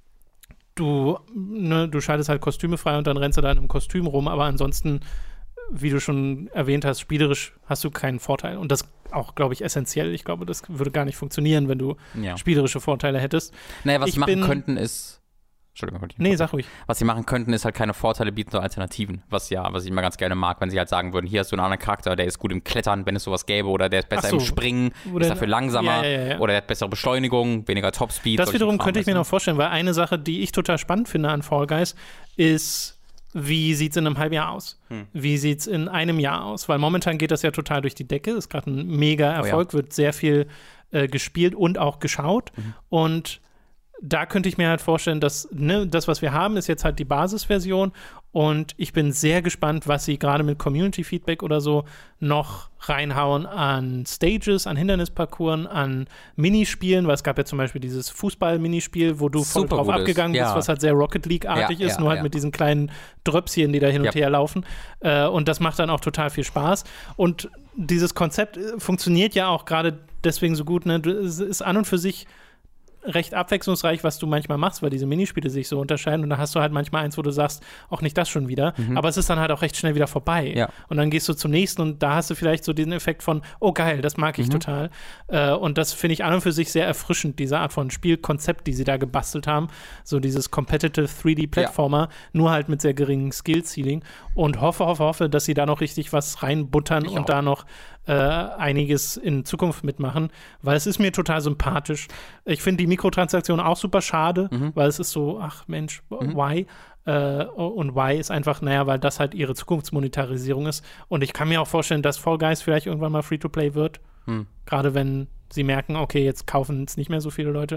du, ne, du schaltest halt Kostüme frei und dann rennst du da in einem Kostüm rum, aber ansonsten, wie du schon erwähnt hast, spielerisch hast du keinen Vorteil. Und das auch, glaube ich, essentiell. Ich glaube, das würde gar nicht funktionieren, wenn du ja. spielerische Vorteile hättest. Naja, was ich sie machen bin, könnten ist Entschuldigung. Nee, sag ruhig. Was sie machen könnten, ist halt keine Vorteile bieten, sondern Alternativen. Was ja, was ich immer ganz gerne mag, wenn sie halt sagen würden, hier hast du einen anderen Charakter, der ist gut im Klettern, wenn es sowas gäbe, oder der ist besser so. im Springen, oder ist dafür langsamer, ja, ja, ja. oder der hat bessere Beschleunigung, weniger Topspeed. Das wiederum könnte ich mir ne? noch vorstellen, weil eine Sache, die ich total spannend finde an Fall Guys, ist, wie sieht es in einem halben Jahr aus? Hm. Wie sieht es in einem Jahr aus? Weil momentan geht das ja total durch die Decke, ist gerade ein mega Erfolg, oh ja. wird sehr viel äh, gespielt und auch geschaut. Mhm. Und da könnte ich mir halt vorstellen, dass ne, das, was wir haben, ist jetzt halt die Basisversion und ich bin sehr gespannt, was sie gerade mit Community-Feedback oder so noch reinhauen an Stages, an Hindernisparcours, an Minispielen, weil es gab ja zum Beispiel dieses Fußball-Minispiel, wo du voll drauf abgegangen ja. bist, was halt sehr Rocket League-artig ja, ist, ja, nur halt ja. mit diesen kleinen Dröpschen, die da hin und ja. her laufen. Äh, und das macht dann auch total viel Spaß. Und dieses Konzept funktioniert ja auch gerade deswegen so gut. Ne? Es ist an und für sich recht abwechslungsreich, was du manchmal machst, weil diese Minispiele sich so unterscheiden und dann hast du halt manchmal eins, wo du sagst, auch nicht das schon wieder, mhm. aber es ist dann halt auch recht schnell wieder vorbei ja. und dann gehst du zum nächsten und da hast du vielleicht so diesen Effekt von, oh geil, das mag ich mhm. total äh, und das finde ich an und für sich sehr erfrischend, diese Art von Spielkonzept, die sie da gebastelt haben, so dieses Competitive drei D-Plattformer, ja. nur halt mit sehr geringem Skill-Ceiling und hoffe, hoffe, hoffe, dass sie da noch richtig was reinbuttern ich und auch. da noch äh, einiges in Zukunft mitmachen, weil es ist mir total sympathisch. Ich finde die Mikrotransaktion auch super schade, mhm. weil es ist so, ach Mensch, mhm. why? Äh, und why ist einfach, naja, weil das halt ihre Zukunftsmonetarisierung ist. Und ich kann mir auch vorstellen, dass Fall Guys vielleicht irgendwann mal Free-to-Play wird. Mhm. Gerade wenn sie merken, okay, jetzt kaufen es nicht mehr so viele Leute.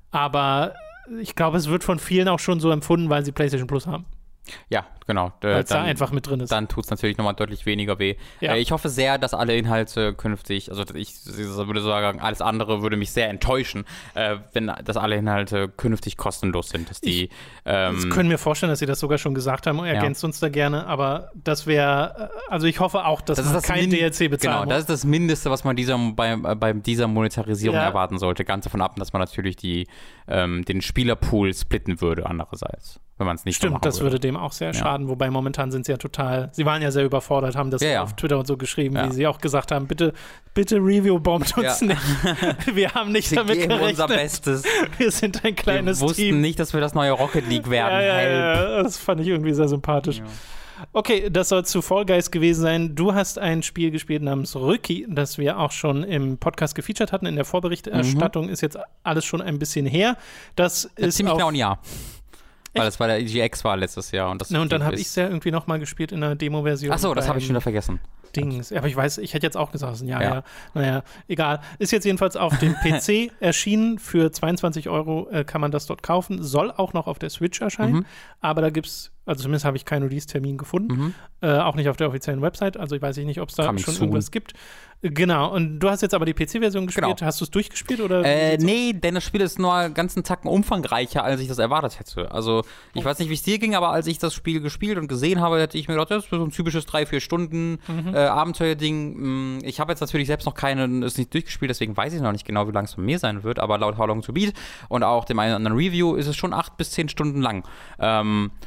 Aber ich glaube, es wird von vielen auch schon so empfunden, weil sie PlayStation Plus haben. Ja, genau. Weil es da einfach mit drin ist. Dann tut es natürlich nochmal deutlich weniger weh. Ja. Äh, ich hoffe sehr, dass alle Inhalte künftig, also ich, ich würde sagen, alles andere würde mich sehr enttäuschen, äh, wenn dass alle Inhalte künftig kostenlos sind. Dass die, ich ähm, können mir vorstellen, dass sie das sogar schon gesagt haben. Ergänzt ja. uns da gerne, aber das wäre, also ich hoffe auch, dass das man das kein Min- D L C bezahlen Genau, muss. das ist das Mindeste, was man dieser, bei, bei dieser Monetarisierung ja. erwarten sollte. Ganz davon ab, dass man natürlich die, ähm, den Spielerpool splitten würde andererseits. Wenn man es nicht Stimmt, so machen das würde. würde dem auch sehr ja. schaden, wobei momentan sind sie ja total, sie waren ja sehr überfordert, haben das ja, ja. auf Twitter und so geschrieben, ja. wie sie auch gesagt haben, bitte, bitte Review-bombt uns ja. nicht. Wir haben nicht wir damit gerechnet. Unser Bestes. Wir sind ein kleines Team. Wir wussten Team. nicht, dass wir das neue Rocket League werden. Ja, ja, Help. ja, das fand ich irgendwie sehr sympathisch. Ja. Okay, das soll zu Fall Guys gewesen sein. Du hast ein Spiel gespielt namens Rookie, das wir auch schon im Podcast gefeatured hatten. In der Vorberichterstattung mhm. ist jetzt alles schon ein bisschen her. Das ja, ist ziemlich auf genau ein Jahr. Weil das bei der G X war letztes Jahr. Und, das Na, und dann habe ich es ja irgendwie nochmal gespielt in der Demo-Version. Achso, das habe ich schon wieder vergessen. Dings. Aber ich weiß, ich hätte jetzt auch gesagt, es ist ein Jahr her. Naja, egal. Ist jetzt jedenfalls auf dem P C erschienen. Für zweiundzwanzig Euro äh, kann man das dort kaufen. Soll auch noch auf der Switch erscheinen. Mhm. Aber da gibt es, also zumindest habe ich keinen Release-Termin gefunden. Mhm. Äh, auch nicht auf der offiziellen Website. Also ich weiß nicht, ob es da Coming schon soon. irgendwas gibt. Genau, und du hast jetzt aber die P C-Version gespielt. Genau. Hast du es durchgespielt? Oder äh, nee, denn das Spiel ist nur einen ganzen Tacken umfangreicher, als ich das erwartet hätte. Also, ich oh. weiß nicht, wie es dir ging, aber als ich das Spiel gespielt und gesehen habe, hätte ich mir gedacht, das ist so ein typisches drei, vier Stunden mhm. äh, Abenteuerding. Ich habe jetzt natürlich selbst noch keinen, ist nicht durchgespielt, deswegen weiß ich noch nicht genau, wie lang es von mir sein wird, aber laut How Long to Beat und auch dem einen oder anderen Review ist es schon acht bis zehn Stunden lang. Ähm, und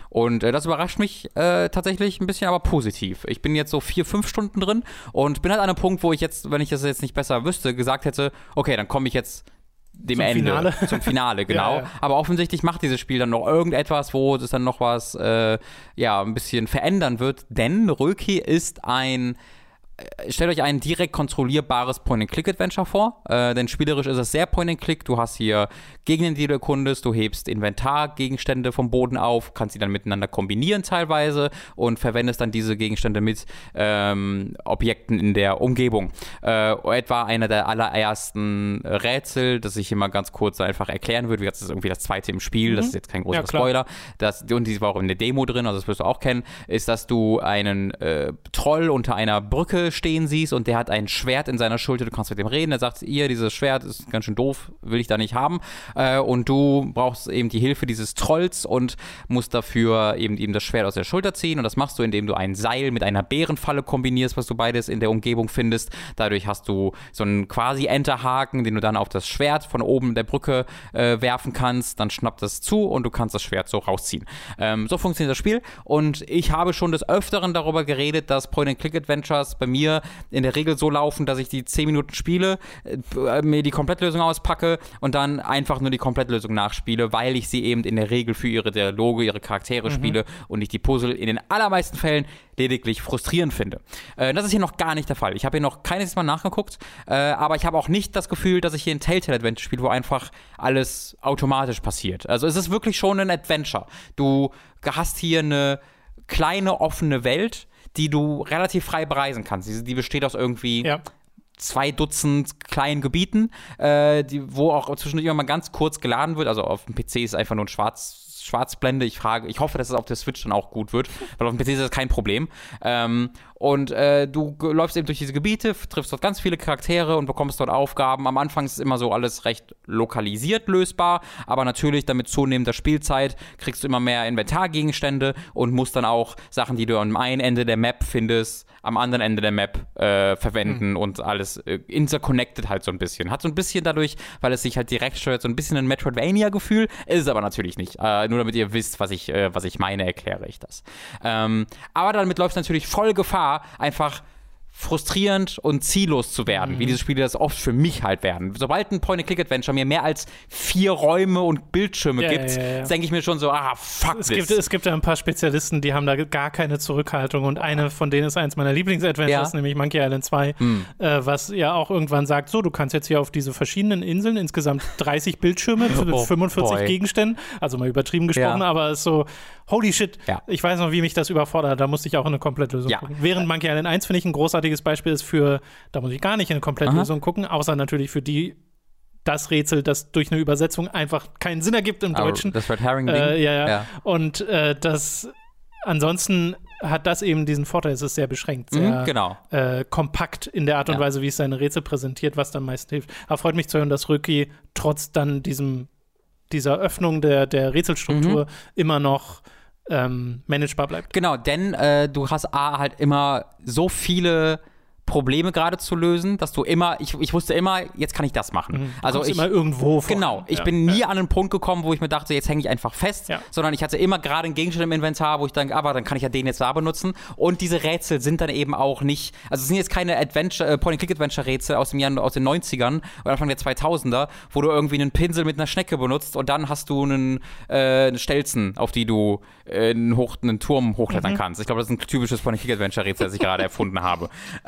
äh, das überrascht mich äh, tatsächlich ein bisschen, aber positiv. Ich bin jetzt so vier, fünf Stunden drin und bin halt an einem Punkt, wo ich jetzt, wenn ich das jetzt nicht besser wüsste, gesagt hätte, okay, dann komme ich jetzt dem zum Ende, Finale. zum Finale, genau. ja, ja. Aber offensichtlich macht dieses Spiel dann noch irgendetwas, wo es dann noch was, äh, ja, ein bisschen verändern wird, denn Röki ist ein Stellt euch ein direkt kontrollierbares Point-and-Click-Adventure vor, äh, denn spielerisch ist es sehr Point-and-Click. Du hast hier Gegenden, die du erkundest, du hebst Inventargegenstände vom Boden auf, kannst sie dann miteinander kombinieren teilweise und verwendest dann diese Gegenstände mit ähm, Objekten in der Umgebung. Äh, etwa einer der allerersten Rätsel, das ich hier mal ganz kurz einfach erklären würde, das ist irgendwie das zweite im Spiel, mhm. das ist jetzt kein großer ja, Spoiler, das, und die war auch in der Demo drin, also das wirst du auch kennen, ist, dass du einen äh, Troll unter einer Brücke stehen siehst und der hat ein Schwert in seiner Schulter, du kannst mit dem reden, er sagt, ihr, dieses Schwert ist ganz schön doof, will ich da nicht haben, äh, und du brauchst eben die Hilfe dieses Trolls und musst dafür eben ihm das Schwert aus der Schulter ziehen und das machst du, indem du ein Seil mit einer Bärenfalle kombinierst, was du beides in der Umgebung findest. Dadurch hast du so einen quasi Enterhaken, den du dann auf das Schwert von oben der Brücke äh, werfen kannst, dann schnappt das zu und du kannst das Schwert so rausziehen. Ähm, so funktioniert das Spiel und ich habe schon des Öfteren darüber geredet, dass Point-and-Click-Adventures bei mir in der Regel so laufen, dass ich die zehn Minuten spiele, äh, mir die Komplettlösung auspacke und dann einfach nur die Komplettlösung nachspiele, weil ich sie eben in der Regel für ihre Dialoge, ihre Charaktere mhm. spiele und nicht die Puzzle in den allermeisten Fällen lediglich frustrierend finde. Äh, das ist hier noch gar nicht der Fall. Ich habe hier noch keines Mal nachgeguckt, äh, aber ich habe auch nicht das Gefühl, dass ich hier ein Telltale-Adventure spiele, wo einfach alles automatisch passiert. Also es ist wirklich schon ein Adventure. Du hast hier eine kleine offene Welt, die du relativ frei bereisen kannst. Die, die besteht aus irgendwie ja. zwei Dutzend kleinen Gebieten, äh, die, wo auch zwischendurch immer mal ganz kurz geladen wird. Also auf dem P C ist einfach nur ein Schwarz Schwarzblende. Ich frage, ich hoffe, dass es auf der Switch dann auch gut wird, weil auf dem P C ist das kein Problem. Ähm, und äh, du läufst eben durch diese Gebiete, triffst dort ganz viele Charaktere und bekommst dort Aufgaben. Am Anfang ist es immer so alles recht lokalisiert lösbar, aber natürlich damit zunehmender Spielzeit kriegst du immer mehr Inventargegenstände und musst dann auch Sachen, die du am einen Ende der Map findest, am anderen Ende der Map äh, verwenden mhm. und alles äh, interconnected halt so ein bisschen. Hat so ein bisschen dadurch, weil es sich halt direkt steuert, so ein bisschen ein Metroidvania-Gefühl, ist es aber natürlich nicht. Äh, nur damit ihr wisst, was ich, äh, was ich meine, erkläre ich das. Ähm, aber damit läuft es natürlich voll Gefahr, einfach frustrierend und ziellos zu werden, mhm. wie diese Spiele das oft für mich halt werden. Sobald ein Point-and-Click-Adventure mir mehr als vier Räume und Bildschirme ja, gibt, ja, ja, ja. denke ich mir schon so, ah, fuck es this. Gibt, es gibt ja ein paar Spezialisten, die haben da gar keine Zurückhaltung und eine von denen ist eins meiner Lieblings-Adventures, ja. nämlich Monkey Island zwei, mhm. äh, was ja auch irgendwann sagt, so, du kannst jetzt hier auf diese verschiedenen Inseln insgesamt dreißig Bildschirme mit oh, fünfundvierzig boy. Gegenständen, also mal übertrieben gesprochen, ja. aber es ist so, holy shit, ja. ich weiß noch, wie mich das überfordert, da musste ich auch in eine Komplettlösung ja. gucken. Während Monkey Island eins, finde ich, ein großartiges Beispiel ist für, da muss ich gar nicht in eine Komplettlösung Aha. gucken, außer natürlich für die, das Rätsel, das durch eine Übersetzung einfach keinen Sinn ergibt im Deutschen. Das Red Herring-Ding. Äh, ja, ja, ja. Und äh, das, ansonsten hat das eben diesen Vorteil, es ist sehr beschränkt, sehr mhm, genau. äh, kompakt in der Art und ja. Weise, wie es seine Rätsel präsentiert, was dann meist hilft. Aber freut mich zu hören, dass Röki trotz dann diesem, dieser Öffnung der, der Rätselstruktur mhm. immer noch ähm, managebar bleibt. Genau, denn äh, du hast A, halt immer so viele Probleme gerade zu lösen, dass du immer, ich, ich wusste immer, jetzt kann ich das machen. Mhm. Also ich immer irgendwo vor. Genau, ich ja. bin nie ja. an einen Punkt gekommen, wo ich mir dachte, jetzt hänge ich einfach fest, ja. sondern ich hatte immer gerade einen Gegenstand im Inventar, wo ich dann, aber dann kann ich ja den jetzt da benutzen. Und diese Rätsel sind dann eben auch nicht, also es sind jetzt keine Adventure, äh, Point-and-Click-Adventure-Rätsel aus dem Jahr, aus den neunzigern oder Anfang der zweitausender, wo du irgendwie einen Pinsel mit einer Schnecke benutzt und dann hast du einen, äh, eine Stelzen, auf die du äh, einen, hoch, einen Turm hochklettern mhm. kannst. Ich glaube, das ist ein typisches Point-and-Click-Adventure-Rätsel, das ich gerade erfunden habe.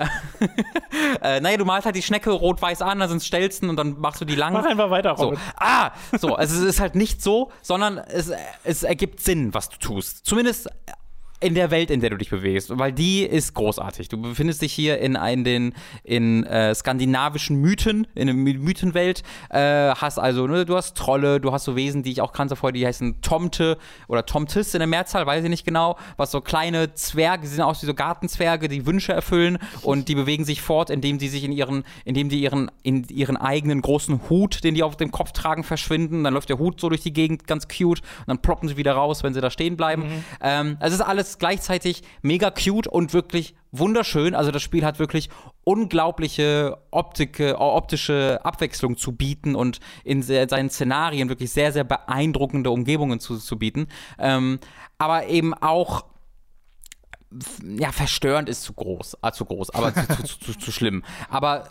Äh, naja, du malst halt die Schnecke rot-weiß an, da sind Stelzen und dann machst du die lang. Mach einfach weiter, Robin. So. Ah, so, also es ist halt nicht so, sondern es, es ergibt Sinn, was du tust. Zumindest in der Welt, in der du dich bewegst, weil die ist großartig. Du befindest dich hier in einen, den, in äh, skandinavischen Mythen, in einer Mythenwelt, äh, hast also, ne, du hast Trolle, du hast so Wesen, die ich auch kannte vorher, die heißen Tomte oder Tomtis in der Mehrzahl, weiß ich nicht genau, was so kleine Zwerge, die sehen aus wie so Gartenzwerge, die Wünsche erfüllen und die bewegen sich fort, indem sie sich in ihren, indem die ihren, in ihren eigenen großen Hut, den die auf dem Kopf tragen, verschwinden. Dann läuft der Hut so durch die Gegend, ganz cute, und dann ploppen sie wieder raus, wenn sie da stehen bleiben. Mhm. Ähm, also es ist alles alles gleichzeitig mega cute und wirklich wunderschön. Also das Spiel hat wirklich unglaubliche Optik, optische Abwechslung zu bieten und in seinen Szenarien wirklich sehr, sehr beeindruckende Umgebungen zu, zu bieten. Ähm, aber eben auch ja, verstörend ist zu groß, äh, zu groß, aber zu, zu, zu, zu schlimm. Aber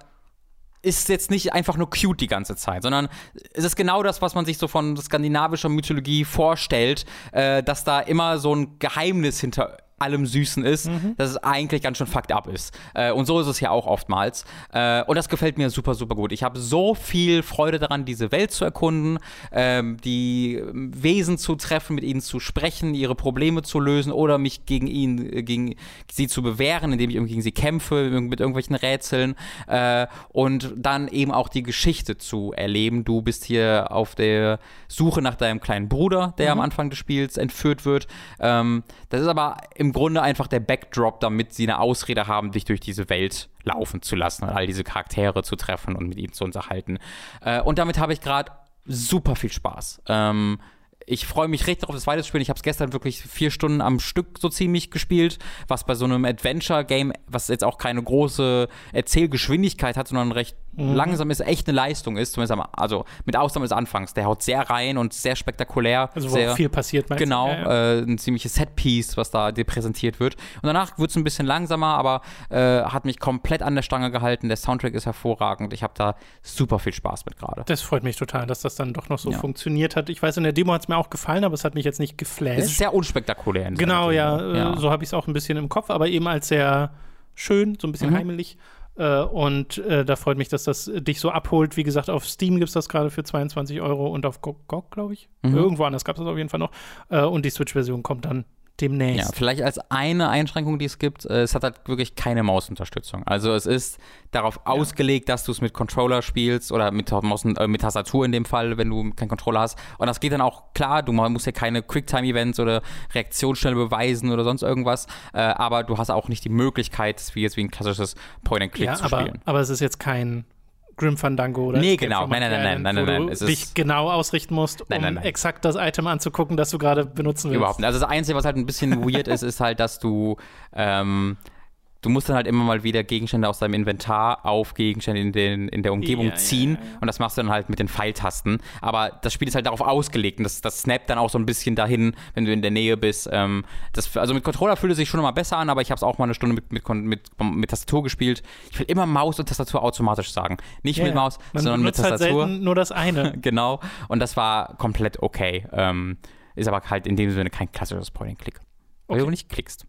ist jetzt nicht einfach nur cute die ganze Zeit, sondern es ist genau das, was man sich so von skandinavischer Mythologie vorstellt, äh, dass da immer so ein Geheimnis hinter allem Süßen ist, mhm. dass es eigentlich ganz schön fucked up ist. Äh, und so ist es ja auch oftmals. Äh, und das gefällt mir super, super gut. Ich habe so viel Freude daran, diese Welt zu erkunden, ähm, die Wesen zu treffen, mit ihnen zu sprechen, ihre Probleme zu lösen oder mich gegen ihn, gegen sie zu bewähren, indem ich irgendwie gegen sie kämpfe, mit irgendwelchen Rätseln. Äh, und dann eben auch die Geschichte zu erleben. Du bist hier auf der Suche nach deinem kleinen Bruder, der mhm. am Anfang des Spiels entführt wird. Ähm, das ist aber im Grunde einfach der Backdrop, damit sie eine Ausrede haben, dich durch diese Welt laufen zu lassen und all diese Charaktere zu treffen und mit ihnen zu unterhalten. Äh, und damit habe ich gerade super viel Spaß. Ähm, ich freue mich richtig darauf, das weiter zu spielen. Ich habe es gestern wirklich vier Stunden am Stück so ziemlich gespielt, was bei so einem Adventure-Game, was jetzt auch keine große Erzählgeschwindigkeit hat, sondern recht mhm. langsam ist, echt eine Leistung ist. Zumindest am, also mit Ausnahme des Anfangs. Der haut sehr rein und sehr spektakulär. Also wo sehr, auch viel passiert. Genau, ja, ja. Äh, ein ziemliches Setpiece, was da dir präsentiert wird. Und danach wird es ein bisschen langsamer, aber äh, hat mich komplett an der Stange gehalten. Der Soundtrack ist hervorragend. Ich habe da super viel Spaß mit gerade. Das freut mich total, dass das dann doch noch so ja. funktioniert hat. Ich weiß, in der Demo hat es mir auch gefallen, aber es hat mich jetzt nicht geflasht. Es ist sehr unspektakulär. In genau, ja, Demo. ja. So habe ich es auch ein bisschen im Kopf, aber eben als sehr schön, so ein bisschen mhm. heimelig. Äh, und äh, da freut mich, dass das dich so abholt. Wie gesagt, auf Steam gibt es das gerade für zweiundzwanzig Euro und auf G O G, glaube ich. Mhm. Irgendwo anders gab es das auf jeden Fall noch. Äh, und die Switch-Version kommt dann demnächst. Ja, vielleicht als eine Einschränkung, die es gibt, äh, es hat halt wirklich keine Mausunterstützung. Also es ist darauf ja. ausgelegt, dass du es mit Controller spielst oder mit, Maus, äh, mit Tastatur in dem Fall, wenn du keinen Controller hast. Und das geht dann auch klar, du musst ja keine Quicktime-Events oder Reaktion schnell beweisen oder sonst irgendwas, äh, aber du hast auch nicht die Möglichkeit, wie jetzt wie ein klassisches Point-and-Click ja, zu aber, spielen. aber es ist jetzt kein Grim Fandango oder nee, genau. Nein, nein, nein, nein, nein, nein. Wo du dich genau ausrichten musst, um nein, nein, nein. exakt das Item anzugucken, das du gerade benutzen willst. Überhaupt nicht. Also das Einzige, was halt ein bisschen weird ist, ist halt, dass du ähm, du musst dann halt immer mal wieder Gegenstände aus deinem Inventar auf Gegenstände in, den, in der Umgebung ja, ziehen. Ja, ja, ja. Und das machst du dann halt mit den Pfeiltasten. Aber das Spiel ist halt darauf ausgelegt. Und das, das snappt dann auch so ein bisschen dahin, wenn du in der Nähe bist. Ähm, das, also mit Controller fühlt es sich schon immer besser an, aber ich habe es auch mal eine Stunde mit, mit, mit, mit Tastatur gespielt. Ich will immer Maus und Tastatur automatisch sagen. Nicht ja, mit Maus, man sondern mit Tastatur. Halt selten nur das eine. Genau. Und das war komplett okay. Ähm, ist aber halt in dem Sinne kein klassisches Point-and-Click. Weil okay. du nicht klickst.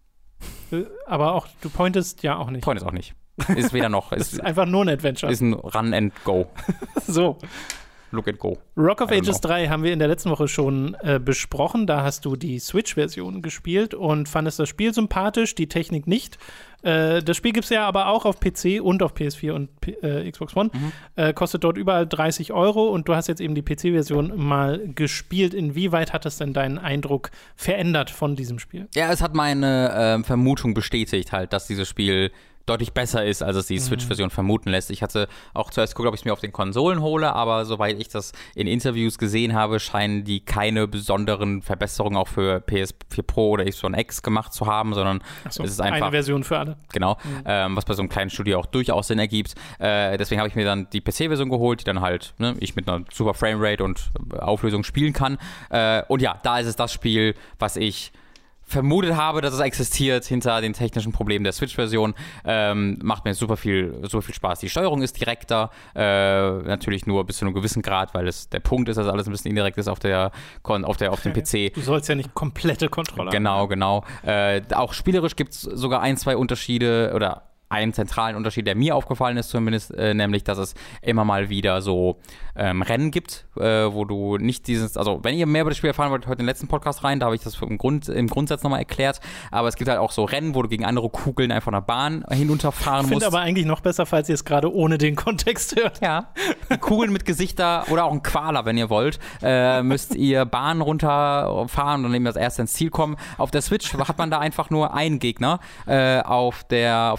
Aber auch, du pointest ja auch nicht. Pointest auch nicht. Ist weder noch. Das ist einfach nur ein Adventure. Ist ein Run and Go. So. Look and Go. Rock of Ages drei haben wir in der letzten Woche schon äh, besprochen. Da hast du die Switch-Version gespielt und fandest das Spiel sympathisch, die Technik nicht. Äh, das Spiel gibt es ja aber auch auf P C und auf P S vier und P äh, Xbox One. Mhm. Äh, kostet dort überall dreißig Euro und du hast jetzt eben die P C-Version mal gespielt. Inwieweit hat das denn deinen Eindruck verändert von diesem Spiel? Ja, es hat meine äh, Vermutung bestätigt halt, dass dieses Spiel deutlich besser ist, als es die Switch-Version mhm. vermuten lässt. Ich hatte auch zuerst geguckt, ob ich es mir auf den Konsolen hole, aber soweit ich das in Interviews gesehen habe, scheinen die keine besonderen Verbesserungen auch für P S vier Pro oder Xbox One X gemacht zu haben, sondern so, es ist einfach eine Version für alle. Genau, mhm. ähm, was bei so einem kleinen Studio auch durchaus Sinn ergibt. Äh, deswegen habe ich mir dann die P C-Version geholt, die dann halt ne, ich mit einer super Framerate und Auflösung spielen kann. Äh, und ja, da ist es das Spiel, was ich vermutet habe, dass es existiert hinter den technischen Problemen der Switch-Version. Ähm, macht mir super viel, super viel Spaß. Die Steuerung ist direkter, äh, natürlich nur bis zu einem gewissen Grad, weil es der Punkt ist, dass alles ein bisschen indirekt ist auf der, auf der, auf dem P C. Du sollst ja nicht komplette Kontrolle haben. Genau, genau. Äh, auch spielerisch gibt es sogar ein, zwei Unterschiede oder einen zentralen Unterschied, der mir aufgefallen ist zumindest, äh, nämlich, dass es immer mal wieder so ähm, Rennen gibt, äh, wo du nicht dieses, also wenn ihr mehr über das Spiel erfahren wollt, hört in den letzten Podcast rein, da habe ich das im, Grund, im Grundsatz nochmal erklärt, aber es gibt halt auch so Rennen, wo du gegen andere Kugeln einfach einer Bahn hinunterfahren ich musst. Ich finde aber eigentlich noch besser, falls ihr es gerade ohne den Kontext hört. Ja, Kugeln mit Gesichter oder auch ein Koala, wenn ihr wollt, äh, müsst ihr Bahnen runterfahren und eben das erste ins Ziel kommen. Auf der Switch hat man da einfach nur einen Gegner, äh, auf, der, auf dem P C hatte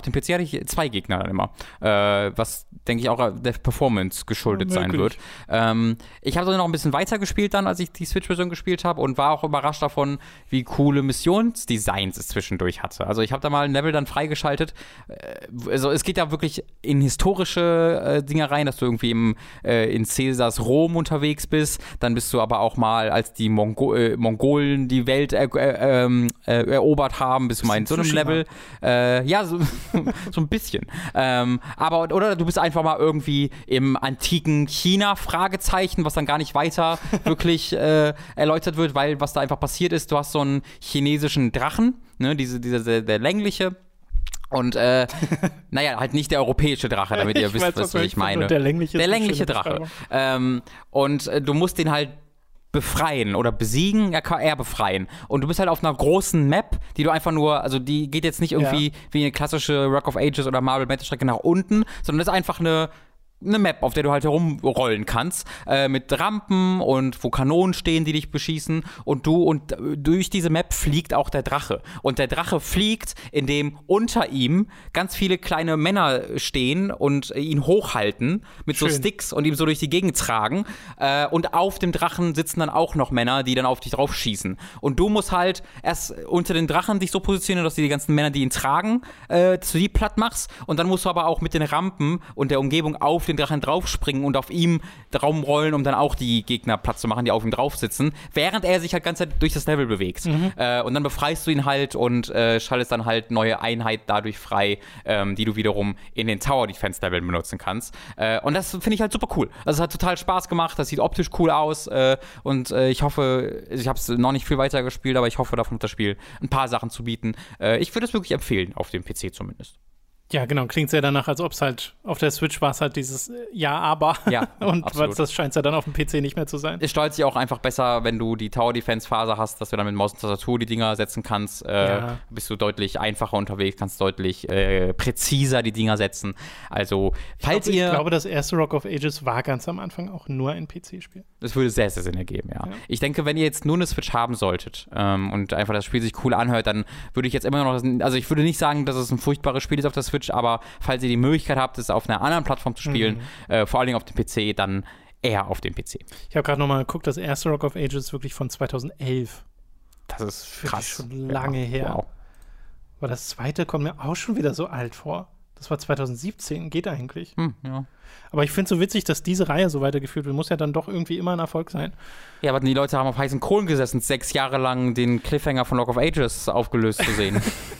tatsächlich zwei Gegner dann immer, äh, was, denke ich, auch der Performance geschuldet ja, sein wird. Ähm, ich habe noch ein bisschen weiter gespielt dann, als ich die Switch-Version gespielt habe und war auch überrascht davon, wie coole Missionsdesigns es zwischendurch hatte. Also ich habe da mal ein Level dann freigeschaltet. Also es geht ja wirklich in historische äh, Dinge rein, dass du irgendwie im, äh, in Caesars Rom unterwegs bist. Dann bist du aber auch mal, als die Mongo- äh, Mongolen die Welt er- äh, äh, äh, erobert haben, bist du mal in so einem Level. Äh, ja, so, so ein bisschen. Ähm, aber, oder du bist einfach mal irgendwie im antiken China, Fragezeichen, was dann gar nicht weiter wirklich äh, erläutert wird, weil was da einfach passiert ist, du hast so einen chinesischen Drachen, ne, diese, dieser, der, der längliche. Und, äh, naja, halt nicht der europäische Drache, damit ihr ich wisst, weiß, was, was ich meine. Der längliche, der längliche Drache. Ähm, und äh, du musst den halt befreien oder besiegen, er kann er befreien. Und du bist halt auf einer großen Map, die du einfach nur, also die geht jetzt nicht irgendwie ja. wie eine klassische Rock of Ages oder Marble Madness-Strecke nach unten, sondern das ist einfach eine eine Map, auf der du halt herumrollen kannst, äh, mit Rampen und wo Kanonen stehen, die dich beschießen und du und durch diese Map fliegt auch der Drache. Und der Drache fliegt, indem unter ihm ganz viele kleine Männer stehen und ihn hochhalten mit Schön. so Sticks und ihm so durch die Gegend tragen. Äh, und auf dem Drachen sitzen dann auch noch Männer, die dann auf dich drauf schießen. Und du musst halt erst unter den Drachen dich so positionieren, dass du die ganzen Männer, die ihn tragen, äh, zu die platt machst. Und dann musst du aber auch mit den Rampen und der Umgebung auf den Drachen draufspringen und auf ihm rumrollen, um dann auch die Gegner platt zu machen, die auf ihm drauf sitzen, während er sich halt ganz durch das Level bewegt. Mhm. Äh, und dann befreist du ihn halt und äh, schaltest dann halt neue Einheit dadurch frei, ähm, die du wiederum in den Tower Defense Level benutzen kannst. Äh, und das finde ich halt super cool. Also es hat total Spaß gemacht, das sieht optisch cool aus äh, und äh, ich hoffe, ich habe es noch nicht viel weiter gespielt, aber ich hoffe, davon hat das Spiel ein paar Sachen zu bieten. Äh, ich würde es wirklich empfehlen, auf dem P C zumindest. Ja, genau. Klingt sehr danach, als ob es halt auf der Switch war es halt dieses Ja, aber. Ja, und was, das scheint es ja dann auf dem P C nicht mehr zu sein. Es steuert sich auch einfach besser, wenn du die Tower-Defense-Phase hast, dass du dann mit Maus und Tastatur die Dinger setzen kannst. Äh, ja. Bist du deutlich einfacher unterwegs, kannst deutlich äh, präziser die Dinger setzen. Also, falls ich glaub, ihr... Ich glaube, das erste Rock of Ages war ganz am Anfang auch nur ein P C-Spiel. Das würde sehr, sehr Sinn ergeben, ja. ja. Ich denke, wenn ihr jetzt nur eine Switch haben solltet ähm, und einfach das Spiel sich cool anhört, dann würde ich jetzt immer noch... Also, ich würde nicht sagen, dass es ein furchtbares Spiel ist auf der Switch, aber falls ihr die Möglichkeit habt, es auf einer anderen Plattform zu spielen, mhm. äh, vor allen Dingen auf dem P C, dann eher auf dem P C. Ich habe gerade nochmal geguckt, das erste Rock of Ages ist wirklich von zweitausendelf. Das ist krass. Schon lange ja, her. Wow. Aber das zweite kommt mir auch schon wieder so alt vor. Das war zweitausendsiebzehn, geht eigentlich. Hm, ja. Aber ich finde es so witzig, dass diese Reihe so weitergeführt wird. Muss ja dann doch irgendwie immer ein Erfolg sein. Ja, aber die Leute haben auf heißen Kohlen gesessen, sechs Jahre lang den Cliffhanger von Rock of Ages aufgelöst zu sehen.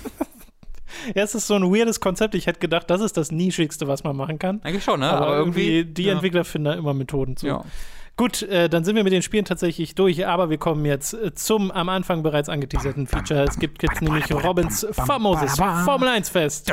Ja, es ist so ein weirdes Konzept. Ich hätte gedacht, das ist das Nischigste, was man machen kann. Eigentlich schon, ne? Aber, aber irgendwie, irgendwie die ja. Entwickler finden da immer Methoden zu. Ja. Gut, äh, dann sind wir mit den Spielen tatsächlich durch, aber wir kommen jetzt äh, zum am Anfang bereits angeteaserten Feature. Es gibt jetzt nämlich Robins famoses Formel eins Fest.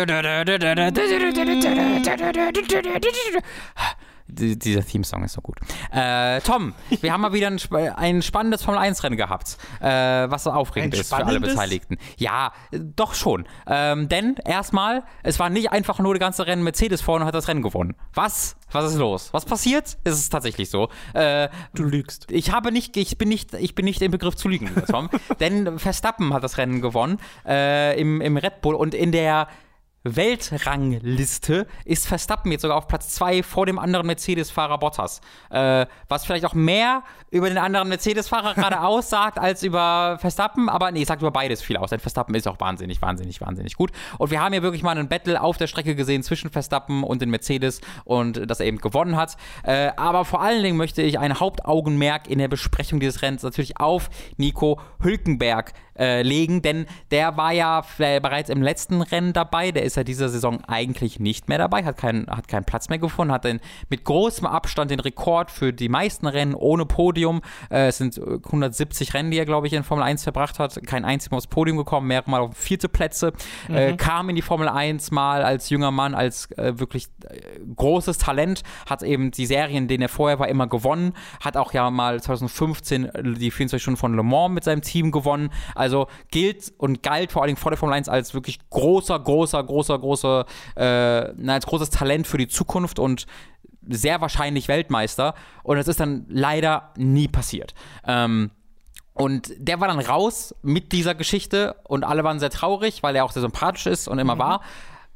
Dieser Theme-Song ist so gut. Äh, Tom, wir haben mal wieder ein, ein spannendes Formel eins Rennen gehabt, äh, was so aufregend ein ist für alle Beteiligten. Ja, doch schon. Ähm, denn erstmal, es war nicht einfach nur das ganze Rennen Mercedes vorne und hat das Rennen gewonnen. Was? Was ist los? Was passiert? Es ist tatsächlich so. Äh, du lügst. Ich habe nicht, ich bin nicht, ich bin nicht im Begriff zu lügen, lieber Tom. Denn Verstappen hat das Rennen gewonnen äh, im, im Red Bull und in der Weltrangliste ist Verstappen jetzt sogar auf Platz zwei vor dem anderen Mercedes-Fahrer Bottas. Äh, was vielleicht auch mehr über den anderen Mercedes-Fahrer gerade aussagt als über Verstappen, aber nee, es sagt über beides viel aus, denn Verstappen ist auch wahnsinnig, wahnsinnig, wahnsinnig gut. Und wir haben hier wirklich mal einen Battle auf der Strecke gesehen zwischen Verstappen und den Mercedes und dass er eben gewonnen hat. Äh, aber vor allen Dingen möchte ich ein Hauptaugenmerk in der Besprechung dieses Rennens natürlich auf Nico Hülkenberg äh, legen, denn der war ja bereits im letzten Rennen dabei, der ist ja dieser Saison eigentlich nicht mehr dabei, hat keinen, hat keinen Platz mehr gefunden, hat dann mit großem Abstand den Rekord für die meisten Rennen ohne Podium, äh, es sind hundertsiebzig Rennen, die er, glaube ich, in Formel eins verbracht hat, kein einziges Mal aufs Podium gekommen, mehrere Mal auf vierte Plätze, mhm. äh, kam in die Formel eins mal als junger Mann, als äh, wirklich äh, großes Talent, hat eben die Serien, in denen er vorher war, immer gewonnen, hat auch ja mal zweitausendfünfzehn die vierundzwanzig Stunden von Le Mans mit seinem Team gewonnen, also gilt und galt vor allem vor der Formel eins als wirklich großer, großer, großer großer, großer, äh, na, als großes Talent für die Zukunft und sehr wahrscheinlich Weltmeister. Und das ist dann leider nie passiert. Ähm, und der war dann raus mit dieser Geschichte und alle waren sehr traurig, weil er auch sehr sympathisch ist und immer mhm. war.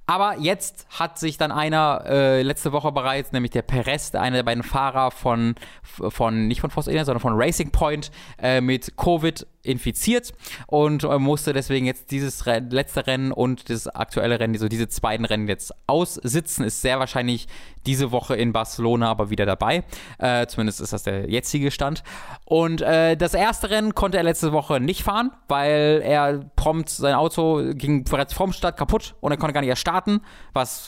Aber jetzt hat sich dann einer äh, letzte Woche bereits, nämlich der Perez, einer der beiden Fahrer von, von nicht von Force India, sondern von Racing Point, äh, mit Covid infiziert und äh, musste deswegen jetzt dieses Re- letzte Rennen und das aktuelle Rennen, also diese beiden Rennen jetzt aussitzen, ist sehr wahrscheinlich diese Woche in Barcelona aber wieder dabei. Äh, zumindest ist das der jetzige Stand. Und äh, das erste Rennen konnte er letzte Woche nicht fahren, weil er prompt, sein Auto ging bereits vorm Start kaputt und er konnte gar nicht erst starten, was...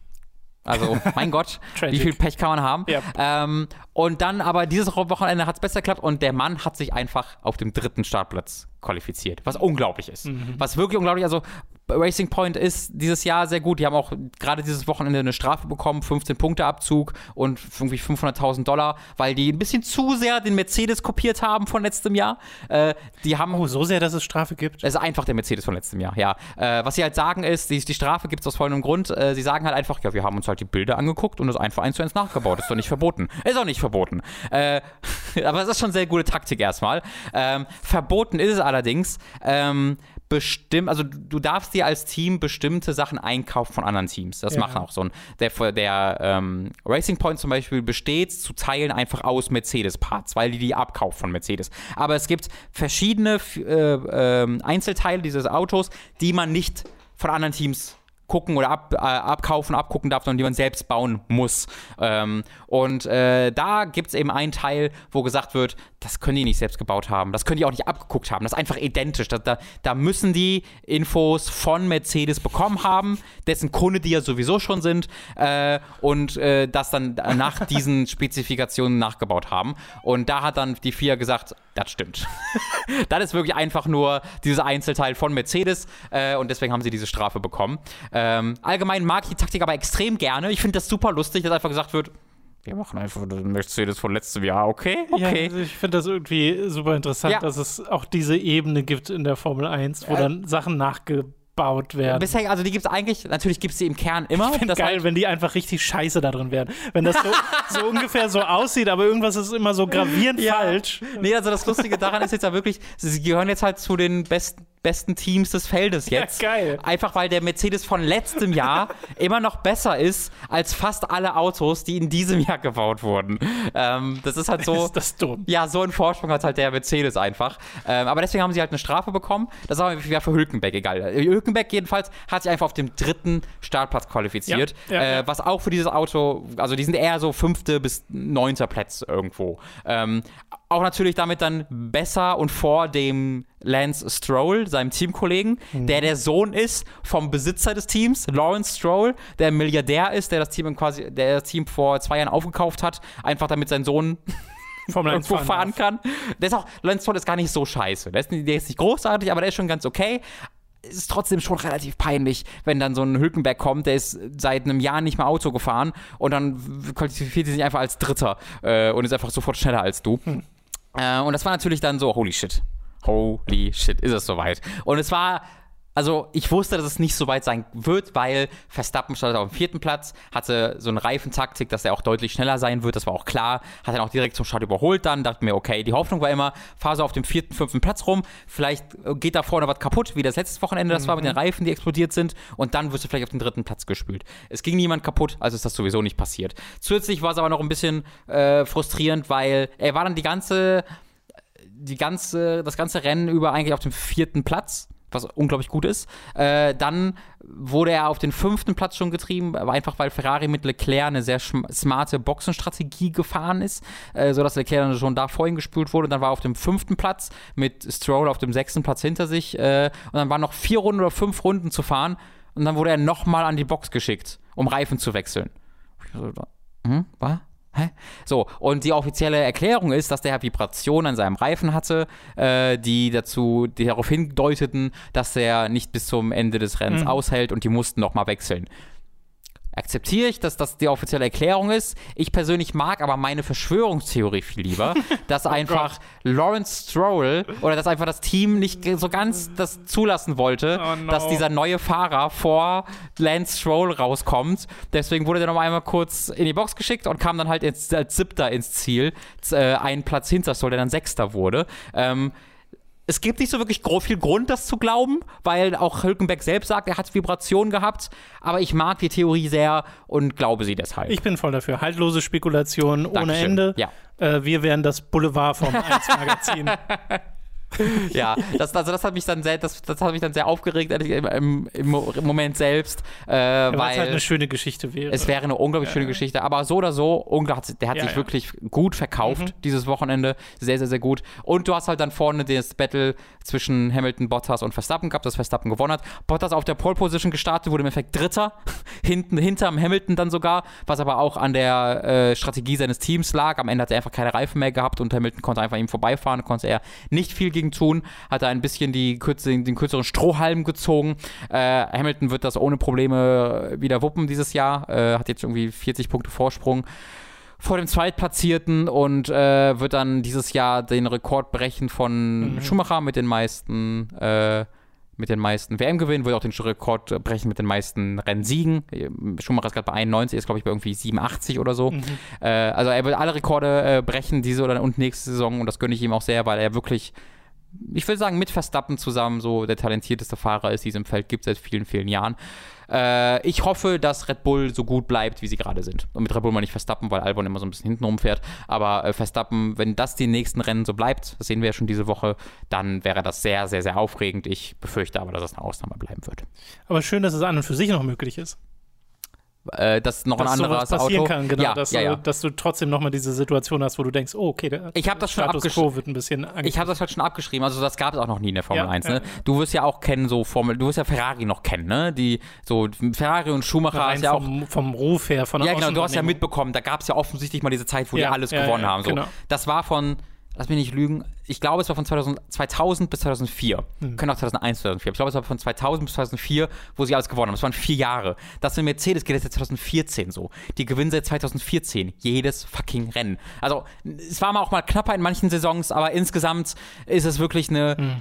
Also, mein Gott, wie viel Pech kann man haben? Yep. Ähm, und dann aber dieses Wochenende hat es besser geklappt und der Mann hat sich einfach auf dem dritten Startplatz qualifiziert, was unglaublich ist. Mhm. Was wirklich unglaublich, also Racing Point ist dieses Jahr sehr gut. Die haben auch gerade dieses Wochenende eine Strafe bekommen, fünfzehn Punkte Abzug und irgendwie fünfhunderttausend Dollar, weil die ein bisschen zu sehr den Mercedes kopiert haben von letztem Jahr. Äh, die haben oh, so sehr, dass es Strafe gibt? Es ist einfach der Mercedes von letztem Jahr, ja. Äh, was sie halt sagen ist, die, die Strafe gibt es aus folgendem Grund. Äh, sie sagen halt einfach, ja, wir haben uns halt die Bilder angeguckt und das einfach eins zu eins nachgebaut. Ist doch nicht verboten. Ist auch nicht verboten. Äh, aber es ist schon sehr gute Taktik erstmal. Ähm, verboten ist es allerdings, ähm, bestimmt, also du darfst dir als Team bestimmte Sachen einkaufen von anderen Teams. Das ja. machen auch so ein, der, der ähm, Racing Point zum Beispiel besteht zu Teilen einfach aus Mercedes-Parts, weil die die abkaufen von Mercedes. Aber es gibt verschiedene äh, äh, Einzelteile dieses Autos, die man nicht von anderen Teams gucken oder ab, äh, abkaufen, abgucken darf, sondern die man selbst bauen muss. Ähm, und äh, da gibt es eben einen Teil, wo gesagt wird, das können die nicht selbst gebaut haben, das können die auch nicht abgeguckt haben, das ist einfach identisch. Da, da, da müssen die Infos von Mercedes bekommen haben, dessen Kunde die ja sowieso schon sind äh, und äh, das dann nach diesen Spezifikationen nachgebaut haben. Und da hat dann die F I A gesagt, das stimmt. Das ist wirklich einfach nur dieses Einzelteil von Mercedes äh, und deswegen haben sie diese Strafe bekommen. Ähm, allgemein mag ich die Taktik aber extrem gerne. Ich finde das super lustig, dass einfach gesagt wird, wir machen einfach den Mercedes von letztem Jahr, okay, okay. Ja, also ich finde das irgendwie super interessant, ja. dass es auch diese Ebene gibt in der Formel eins, wo äh, dann Sachen nachgebaut werden. Bisher, also die gibt es eigentlich, natürlich gibt es die im Kern immer. Ich finde das geil, halt wenn die einfach richtig scheiße da drin wären. Wenn das so, so ungefähr so aussieht, aber irgendwas ist immer so gravierend ja. falsch. Nee, also das Lustige daran ist jetzt ja wirklich, sie gehören jetzt halt zu den besten besten Teams des Feldes jetzt. Ja, geil. Einfach weil der Mercedes von letztem Jahr immer noch besser ist als fast alle Autos, die in diesem Jahr gebaut wurden. Ähm, das ist halt so. Ist das dumm? Ja, so einen Vorsprung hat halt der Mercedes einfach. Ähm, aber deswegen haben sie halt eine Strafe bekommen. Das ist aber wieder für Hülkenberg egal. Hülkenberg jedenfalls hat sich einfach auf dem dritten Startplatz qualifiziert. Ja, ja, äh, ja. Was auch für dieses Auto, also die sind eher so fünfte bis neunter Platz irgendwo. Ähm, auch natürlich damit dann besser und vor dem Lance Stroll, seinem Teamkollegen, mhm. der der Sohn ist vom Besitzer des Teams, Lawrence Stroll, der Milliardär ist, der das Team quasi, der das Team vor zwei Jahren aufgekauft hat, einfach damit sein Sohn irgendwo fahren kann. Der ist auch, Lance Stroll ist gar nicht so scheiße. Der ist, der ist nicht großartig, aber der ist schon ganz okay. Es ist trotzdem schon relativ peinlich, wenn dann so ein Hülkenberg kommt, der ist seit einem Jahr nicht mehr Auto gefahren und dann qualifiziert er sich einfach als Dritter äh, und ist einfach sofort schneller als du. Hm. Äh, und das war natürlich dann so, holy shit. Holy shit, ist es soweit. Und es war, also ich wusste, dass es nicht so weit sein wird, weil Verstappen stand auf dem vierten Platz, hatte so eine Reifentaktik, dass er auch deutlich schneller sein wird, das war auch klar, hat dann auch direkt zum Start überholt dann, dachte mir, okay, die Hoffnung war immer, fahr so auf dem vierten, fünften Platz rum, vielleicht geht da vorne was kaputt, wie das letzte Wochenende das mhm. war mit den Reifen, die explodiert sind und dann wirst du vielleicht auf den dritten Platz gespült. Es ging niemand kaputt, also ist das sowieso nicht passiert. Zusätzlich war es aber noch ein bisschen äh, frustrierend, weil er war dann die ganze... die ganze, das ganze Rennen über eigentlich auf dem vierten Platz, was unglaublich gut ist. Äh, dann wurde er auf den fünften Platz schon getrieben, aber einfach weil Ferrari mit Leclerc eine sehr smarte Boxenstrategie gefahren ist, äh, sodass Leclerc dann schon da vorhin gespült wurde. Dann war er auf dem fünften Platz mit Stroll auf dem sechsten Platz hinter sich äh, und dann waren noch vier Runden oder fünf Runden zu fahren und dann wurde er nochmal an die Box geschickt, um Reifen zu wechseln. Hm, was? Hä? So, und die offizielle Erklärung ist, dass der Vibration an seinem Reifen hatte, äh, die dazu, die darauf hindeuteten, dass er nicht bis zum Ende des Rennens mhm. aushält und die mussten nochmal wechseln. Akzeptiere ich, dass das die offizielle Erklärung ist. Ich persönlich mag aber meine Verschwörungstheorie viel lieber, dass einfach oh Lawrence Stroll oder dass einfach das Team nicht so ganz das zulassen wollte, oh no. dass dieser neue Fahrer vor Lance Stroll rauskommt. Deswegen wurde der noch einmal kurz in die Box geschickt und kam dann halt ins, als Siebter ins Ziel, äh, einen Platz hinter Stroll, der dann Sechster wurde. Ähm, es gibt nicht so wirklich gro- viel Grund, das zu glauben, weil auch Hülkenberg selbst sagt, er hat Vibrationen gehabt, aber ich mag die Theorie sehr und glaube sie deshalb. Ich bin voll dafür. Haltlose Spekulationen ohne Dankeschön. Ende. Ja. Äh, wir wären das Boulevard vom eins Magazin. Ja, das, also das hat mich dann sehr, das, das hat mich dann sehr aufgeregt im, im, im Moment selbst, äh, Ja, weil weil es halt eine schöne Geschichte wäre. es wäre eine unglaublich Ja, schöne ja. Geschichte, aber so oder so, Ungar hat, der hat Ja, sich ja. wirklich gut verkauft Mhm. dieses Wochenende, sehr, sehr, sehr gut. Und du hast halt dann vorne das Battle zwischen Hamilton, Bottas und Verstappen gehabt, das Verstappen gewonnen hat. Bottas auf der Pole Position gestartet, wurde im Endeffekt Dritter, hinten, hinterm Hamilton dann sogar, was aber auch an der äh, Strategie seines Teams lag. Am Ende hat er einfach keine Reifen mehr gehabt und Hamilton konnte einfach ihm vorbeifahren, konnte er nicht viel gegen tun, hat er ein bisschen die kürze, den kürzeren Strohhalm gezogen. Äh, Hamilton wird das ohne Probleme wieder wuppen dieses Jahr, äh, hat jetzt irgendwie vierzig Punkte Vorsprung vor dem Zweitplatzierten und äh, wird dann dieses Jahr den Rekord brechen von Mhm. Schumacher mit den meisten äh, mit den meisten W M-Gewinnen, wird auch den Rekord brechen mit den meisten Rennsiegen. Schumacher ist gerade bei einundneunzig, ist glaube ich bei irgendwie siebenundachtzig oder so. Mhm. Äh, also er wird alle Rekorde äh, brechen diese oder und nächste Saison und das gönne ich ihm auch sehr, weil er wirklich, ich würde sagen, mit Verstappen zusammen so der talentierteste Fahrer ist, die es im Feld gibt seit vielen, vielen Jahren. Äh, ich hoffe, dass Red Bull so gut bleibt, wie sie gerade sind. Und mit Red Bull mal nicht Verstappen, weil Albon immer so ein bisschen hinten rumfährt. Aber äh, Verstappen, wenn das die nächsten Rennen so bleibt, das sehen wir ja schon diese Woche, dann wäre das sehr, sehr, sehr aufregend. Ich befürchte aber, dass es eine Ausnahme bleiben wird. Aber schön, dass es an und für sich noch möglich ist. Äh, dass noch Dass ein anderes sowas passieren Auto. kann, genau. ja, dass, ja, ja. Du, dass du trotzdem nochmal diese Situation hast, wo du denkst, oh, okay, der Ich hab das schon Status abgesch- Quo wird ein bisschen ange- Ich habe das halt schon abgeschrieben, also das gab es auch noch nie in der Formel Ja, eins. ja, Ne? ja. Du wirst ja auch kennen, so Formel, du wirst ja Ferrari noch kennen, ne? Die, so Ferrari und Schumacher rein ist ja auch. vom, vom Ruf her, von der Ja, genau, du hast ja Außenwahrnehmung. mitbekommen, da gab es ja offensichtlich mal diese Zeit, wo Ja, die alles ja, gewonnen ja, haben. So. genau. Das war von, lass mich nicht lügen, ich glaube, es war von zweitausend, zweitausend bis zweitausendvier. Hm. Können auch zweitausendeins, zweitausendvier. Ich glaube, es war von zweitausend bis zweitausendvier, wo sie alles gewonnen haben. Das waren vier Jahre. Das mit Mercedes geht jetzt seit zweitausendvierzehn so. Die gewinnen seit zweitausendvierzehn jedes fucking Rennen. Also, es war mal auch mal knapper in manchen Saisons, aber insgesamt ist es wirklich eine, Hm.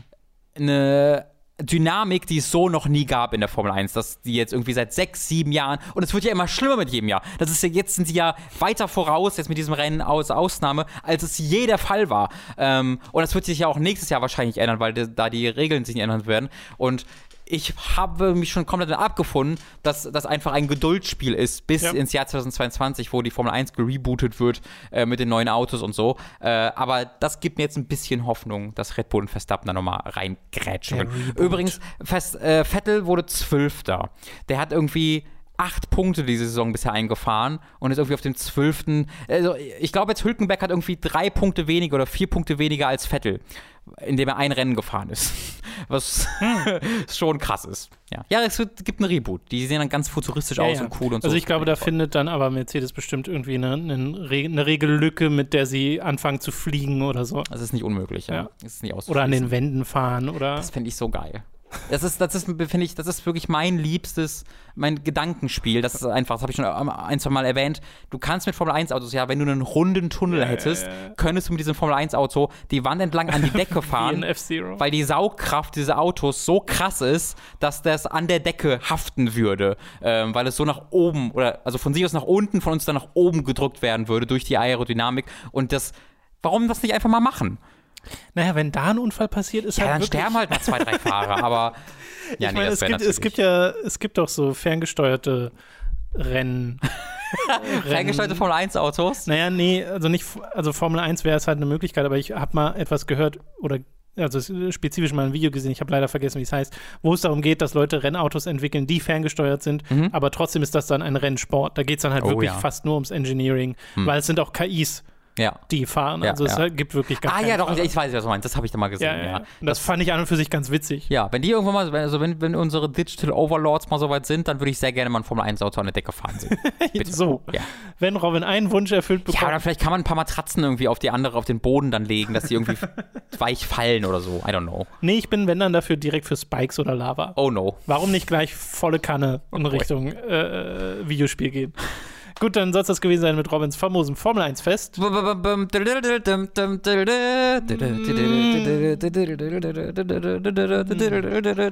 eine Dynamik, die es so noch nie gab in der Formel eins, dass die jetzt irgendwie seit sechs, sieben Jahren, und es wird ja immer schlimmer mit jedem Jahr. Das ist ja, jetzt sind sie ja weiter voraus, jetzt mit diesem Rennen aus Ausnahme, als es je der Fall war. Ähm, und das wird sich ja auch nächstes Jahr wahrscheinlich ändern, weil die, da die Regeln sich nicht ändern werden. Und ich habe mich schon komplett abgefunden, dass das einfach ein Geduldsspiel ist, bis Ja. ins Jahr zweitausendzweiundzwanzig, wo die Formel eins gerebootet wird äh, mit den neuen Autos und so. Äh, aber das gibt mir jetzt ein bisschen Hoffnung, dass Red Bull und Verstappen da nochmal reingrätschen Der können. Reboot. Übrigens, Fest, äh, Vettel wurde Zwölfter. Der hat irgendwie acht Punkte diese Saison bisher eingefahren und ist irgendwie auf dem zwölften. Also ich glaube jetzt Hülkenberg hat irgendwie drei Punkte weniger oder vier Punkte weniger als Vettel, indem er ein Rennen gefahren ist. Was schon krass ist. Ja, ja, es wird, gibt einen Reboot. Die sehen dann ganz futuristisch Ja, aus ja. und cool und so. Also ich glaube, da findet dann aber Mercedes bestimmt irgendwie eine, eine, Re- eine Regellücke, mit der sie anfangen zu fliegen oder so. Das ist nicht unmöglich, ja. Ja. Das ist nicht Oder an den auszuschließen. Wänden fahren oder. Das fände ich so geil. Das ist, das ist, finde ich, das ist wirklich mein liebstes, mein Gedankenspiel. Das ist einfach, das habe ich schon ein, zwei Mal erwähnt. Du kannst mit Formel eins Autos, ja, wenn du einen runden Tunnel Ja, hättest, ja, ja. könntest du mit diesem Formel eins Auto die Wand entlang an die Decke Wie fahren, in F-Zero. weil die Saugkraft dieser Autos so krass ist, dass das an der Decke haften würde. Ähm, weil es so nach oben, oder also von sich aus nach unten, von uns dann nach oben gedrückt werden würde durch die Aerodynamik. Und das, warum das nicht einfach mal machen? Naja, wenn da ein Unfall passiert, ist Ja, halt dann wirklich... sterben halt mal zwei, drei Fahrer, aber ja, ich meine, das es wär gibt, es natürlich- gibt ja, es gibt doch so ferngesteuerte Rennen. Ferngesteuerte Formel eins Autos? Naja, nee, also nicht, also Formel eins wäre es halt eine Möglichkeit, aber ich habe mal etwas gehört oder also spezifisch mal ein Video gesehen, ich habe leider vergessen, wie es heißt, wo es darum geht, dass Leute Rennautos entwickeln, die ferngesteuert sind, Mhm. aber trotzdem ist das dann ein Rennsport. Da geht es dann halt Oh, wirklich ja. fast nur ums Engineering, Hm. weil es sind auch K Is, Ja. die fahren. Ja, Also es ja. halt gibt wirklich gar Ah keine ja, doch, Fahrer. ich weiß, was du meinst. Das habe ich da mal gesehen, ja, ja. ja. Und das, fand ich an und für sich ganz witzig. Ja, wenn die irgendwann mal, also wenn, wenn unsere Digital Overlords mal so weit sind, dann würde ich sehr gerne mal ein Formel eins Auto an der Decke fahren sehen. Bitte. So, Ja. wenn Robin einen Wunsch erfüllt Ja, bekommt. oder vielleicht kann man ein paar Matratzen irgendwie auf die andere, auf den Boden dann legen, dass die irgendwie weich fallen oder so. I don't know. Nee, ich bin, wenn dann dafür direkt für Spikes oder Lava. Oh no. Warum nicht gleich volle Kanne in Richtung äh, Videospiel gehen? Gut, dann soll es das gewesen sein mit Robins famosem Formel eins Fest.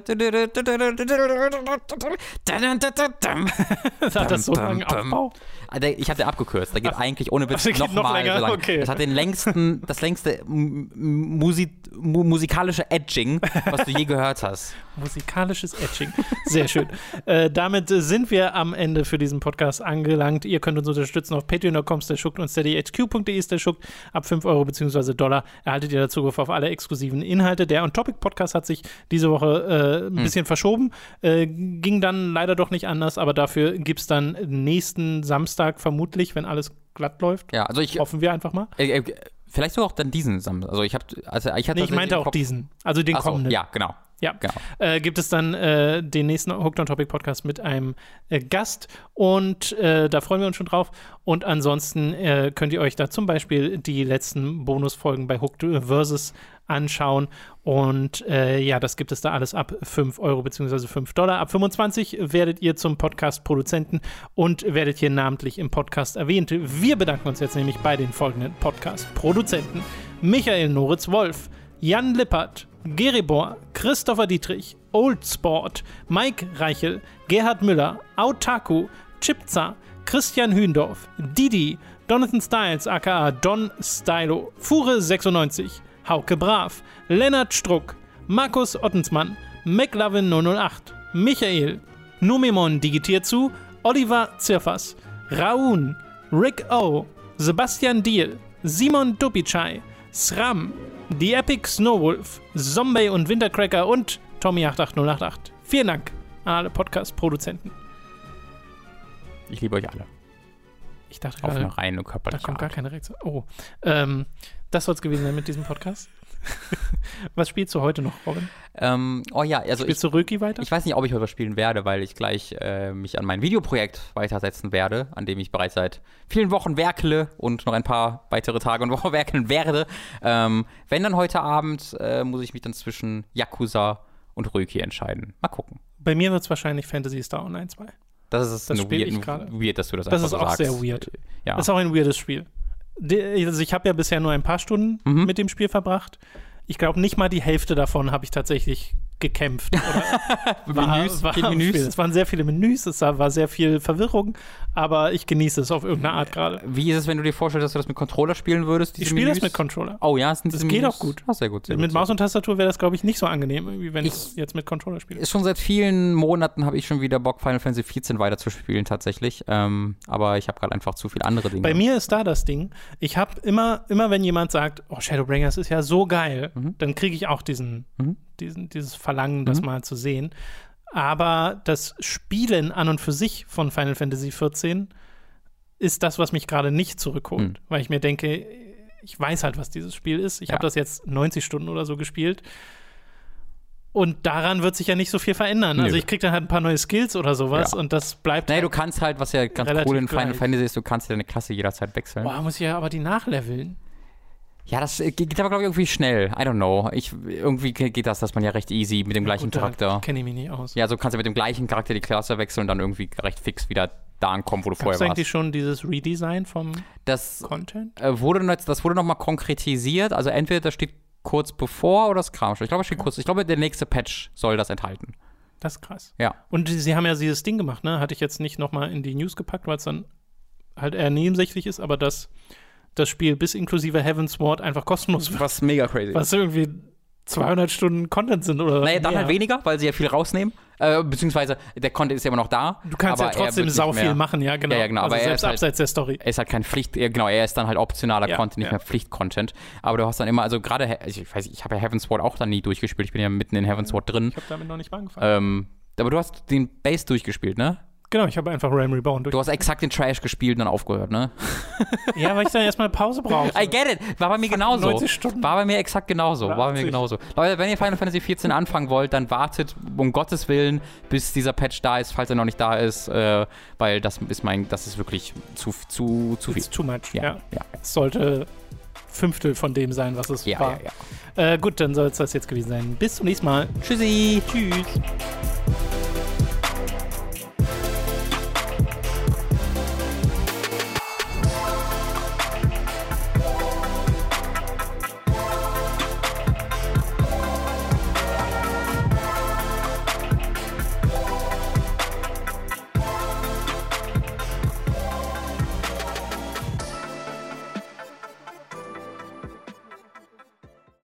Hat das so lange Aufbau? ich habe den abgekürzt. Da geht Ach, eigentlich ohne Witz noch, noch mal länger. so lang. Okay. Das hat den längsten, das längste Musi mu musikalische Edging, was du je gehört hast. Musikalisches Edging. Sehr schön. äh, damit sind wir am Ende für diesen Podcast angelangt. Ihr könnt uns unterstützen auf patreon punkt com slash schuckt und steadyhq punkt de slash schuckt. Ab fünf Euro bzw. Dollar erhaltet ihr da Zugriff auf alle exklusiven Inhalte. Der On-Topic-Podcast hat sich diese Woche äh, ein bisschen hm. verschoben. Äh, ging dann leider doch nicht anders, aber dafür gibt es dann nächsten Samstag vermutlich, wenn alles glatt läuft. Ja, also ich hoffen wir einfach mal. Äh, äh, vielleicht sogar auch dann diesen Samstag. Also ich habe, also ich hatte. Nee, ich meinte auch diesen, also den Achso, kommenden. Ja, genau. Ja, genau. Äh, gibt es dann äh, den nächsten Hooked on Topic Podcast mit einem äh, Gast und äh, da freuen wir uns schon drauf. Und ansonsten äh, könnt ihr euch da zum Beispiel die letzten Bonusfolgen bei Hooked Versus anschauen und äh, ja, das gibt es da alles ab fünf Euro bzw. fünf Dollar. Ab fünfundzwanzig werdet ihr zum Podcast-Produzenten und werdet hier namentlich im Podcast erwähnt. Wir bedanken uns jetzt nämlich bei den folgenden Podcast-Produzenten: Michael Noritz-Wolf, Jan Lippert, Geribor, Christopher Dietrich, Old Sport, Mike Reichel, Gerhard Müller, Autaku, Chipza, Christian Hühndorf, Didi, Donathan Styles aka Don Stylo, Fure sechsundneunzig, Hauke Brav, Lennart Struck, Markus Ottensmann, McLovin null null acht, Michael, Numemon digitiert zu, Oliver Zirfas, Raun, Rick O, Sebastian Diel, Simon Dupicai, Sram, The Epic Snowwolf, Zombie und Wintercracker und Tommy acht acht null acht acht. Vielen Dank an alle Podcast-Produzenten. Ich liebe euch alle. Ich dachte Auf gerade, eine reine und körperliche da kommt Art. gar keine Reaktion. Oh, ähm, das soll es gewesen sein mit diesem Podcast. Was spielst du heute noch, Robin? Ähm, oh ja, also Spielst ich, du Röki weiter? Ich weiß nicht, ob ich heute was spielen werde, weil ich gleich äh, mich an mein Videoprojekt weitersetzen werde, an dem ich bereits seit vielen Wochen werkele und noch ein paar weitere Tage und Wochen werkeln werde. Ähm, wenn dann heute Abend, äh, muss ich mich dann zwischen Yakuza und Röki entscheiden. Mal gucken. Bei mir wird es wahrscheinlich Phantasy Star Online zwei. Das ist das eine weird, ich weird, dass du das, das einfach so sagst. Das ist auch sehr weird. Ja. Das ist auch ein weirdes Spiel. Also ich habe ja bisher nur ein paar Stunden mhm. mit dem Spiel verbracht. Ich glaube, nicht mal die Hälfte davon habe ich tatsächlich gekämpft. Oder war, Menüs, war viel Menüs. Es waren sehr viele Menüs, es war sehr viel Verwirrung, aber ich genieße es auf irgendeine Art gerade. Wie ist es, wenn du dir vorstellst, dass du das mit Controller spielen würdest? Ich spiele das mit Controller. Oh ja, sind das geht Menüs? auch gut. Oh, sehr gut sehr mit gut, Maus sehr und Tastatur wäre das, glaube ich, nicht so angenehm, wie wenn ich, ich jetzt mit Controller spiele. Ist schon seit vielen Monaten habe ich schon wieder Bock, Final Fantasy vierzehn weiterzuspielen tatsächlich, ähm, aber ich habe gerade einfach zu viele andere Dinge. Bei mir ist da das Ding, ich habe immer, immer wenn jemand sagt, oh, Shadowbringers ist ja so geil, mhm. dann kriege ich auch diesen, mhm. diesen, dieses Verlangen, das mhm. mal zu sehen. Aber das Spielen an und für sich von Final Fantasy vierzehn ist das, was mich gerade nicht zurückholt. Mhm. Weil ich mir denke, ich weiß halt, was dieses Spiel ist. Ich ja. habe das jetzt neunzig Stunden oder so gespielt. Und daran wird sich ja nicht so viel verändern. Nö. Also ich kriege dann halt ein paar neue Skills oder sowas ja. und das bleibt Naja, halt du kannst halt, was ja ganz cool in Final gleich. Fantasy ist, du kannst deine Klasse jederzeit wechseln. Boah, muss ich ja aber die nachleveln. Ja, das geht aber, glaube ich, irgendwie schnell. I don't know. Ich, irgendwie geht das, dass man ja recht easy mit dem ja, gleichen gut, Charakter. Kenne ich mich nicht aus. Ja, so kannst du mit dem gleichen Charakter die Klasse wechseln und dann irgendwie recht fix wieder da ankommen, wo du Gab's vorher warst. eigentlich schon dieses Redesign vom das, Content? Äh, wurde, das wurde nochmal konkretisiert. Also entweder das steht kurz bevor oder das kam schon. Ich glaube, es steht kurz. Ich glaube, der nächste Patch soll das enthalten. Das ist krass. Ja. Und sie haben ja dieses Ding gemacht, ne? Hatte ich jetzt nicht nochmal in die News gepackt, weil es dann halt eher nebensächlich ist, aber das das Spiel bis inklusive Heavensward einfach kostenlos wird. Was mega crazy. Was irgendwie zweihundert Stunden Content sind oder Naja, dann mehr. halt weniger, weil sie ja viel rausnehmen. Äh, beziehungsweise der Content ist ja immer noch da. Du kannst ja trotzdem sau viel machen, ja, genau. Ja, ja, genau. Also aber selbst er ist abseits halt, der Story. Er ist halt kein Pflicht, ja, genau, er ist dann halt optionaler ja, Content, nicht ja. mehr Pflicht-Content. Aber du hast dann immer, also gerade, ich weiß, ich habe ja Heavensward auch dann nie durchgespielt. Ich bin ja mitten in Heavensward drin. Ich habe damit noch nicht mal angefangen. Ähm, aber du hast den Base durchgespielt, ne? Genau, ich habe einfach Realm Reborn durch. Du hast exakt den Trash gespielt und dann aufgehört, ne? Ja, weil ich dann erstmal eine Pause brauche. I get it. War bei mir genauso. neunzig Stunden. War bei mir exakt genauso. War bei mir genauso. Leute, wenn ihr Final Fantasy vierzehn anfangen wollt, dann wartet um Gottes Willen, bis dieser Patch da ist, falls er noch nicht da ist, äh, weil das ist mein, das ist wirklich zu, zu, zu viel. It's too much, ja. ja. ja. Es sollte Fünftel von dem sein, was es ja, war. Ja, ja. Äh, gut, dann soll es das jetzt gewesen sein. Bis zum nächsten Mal. Tschüssi. Tschüss.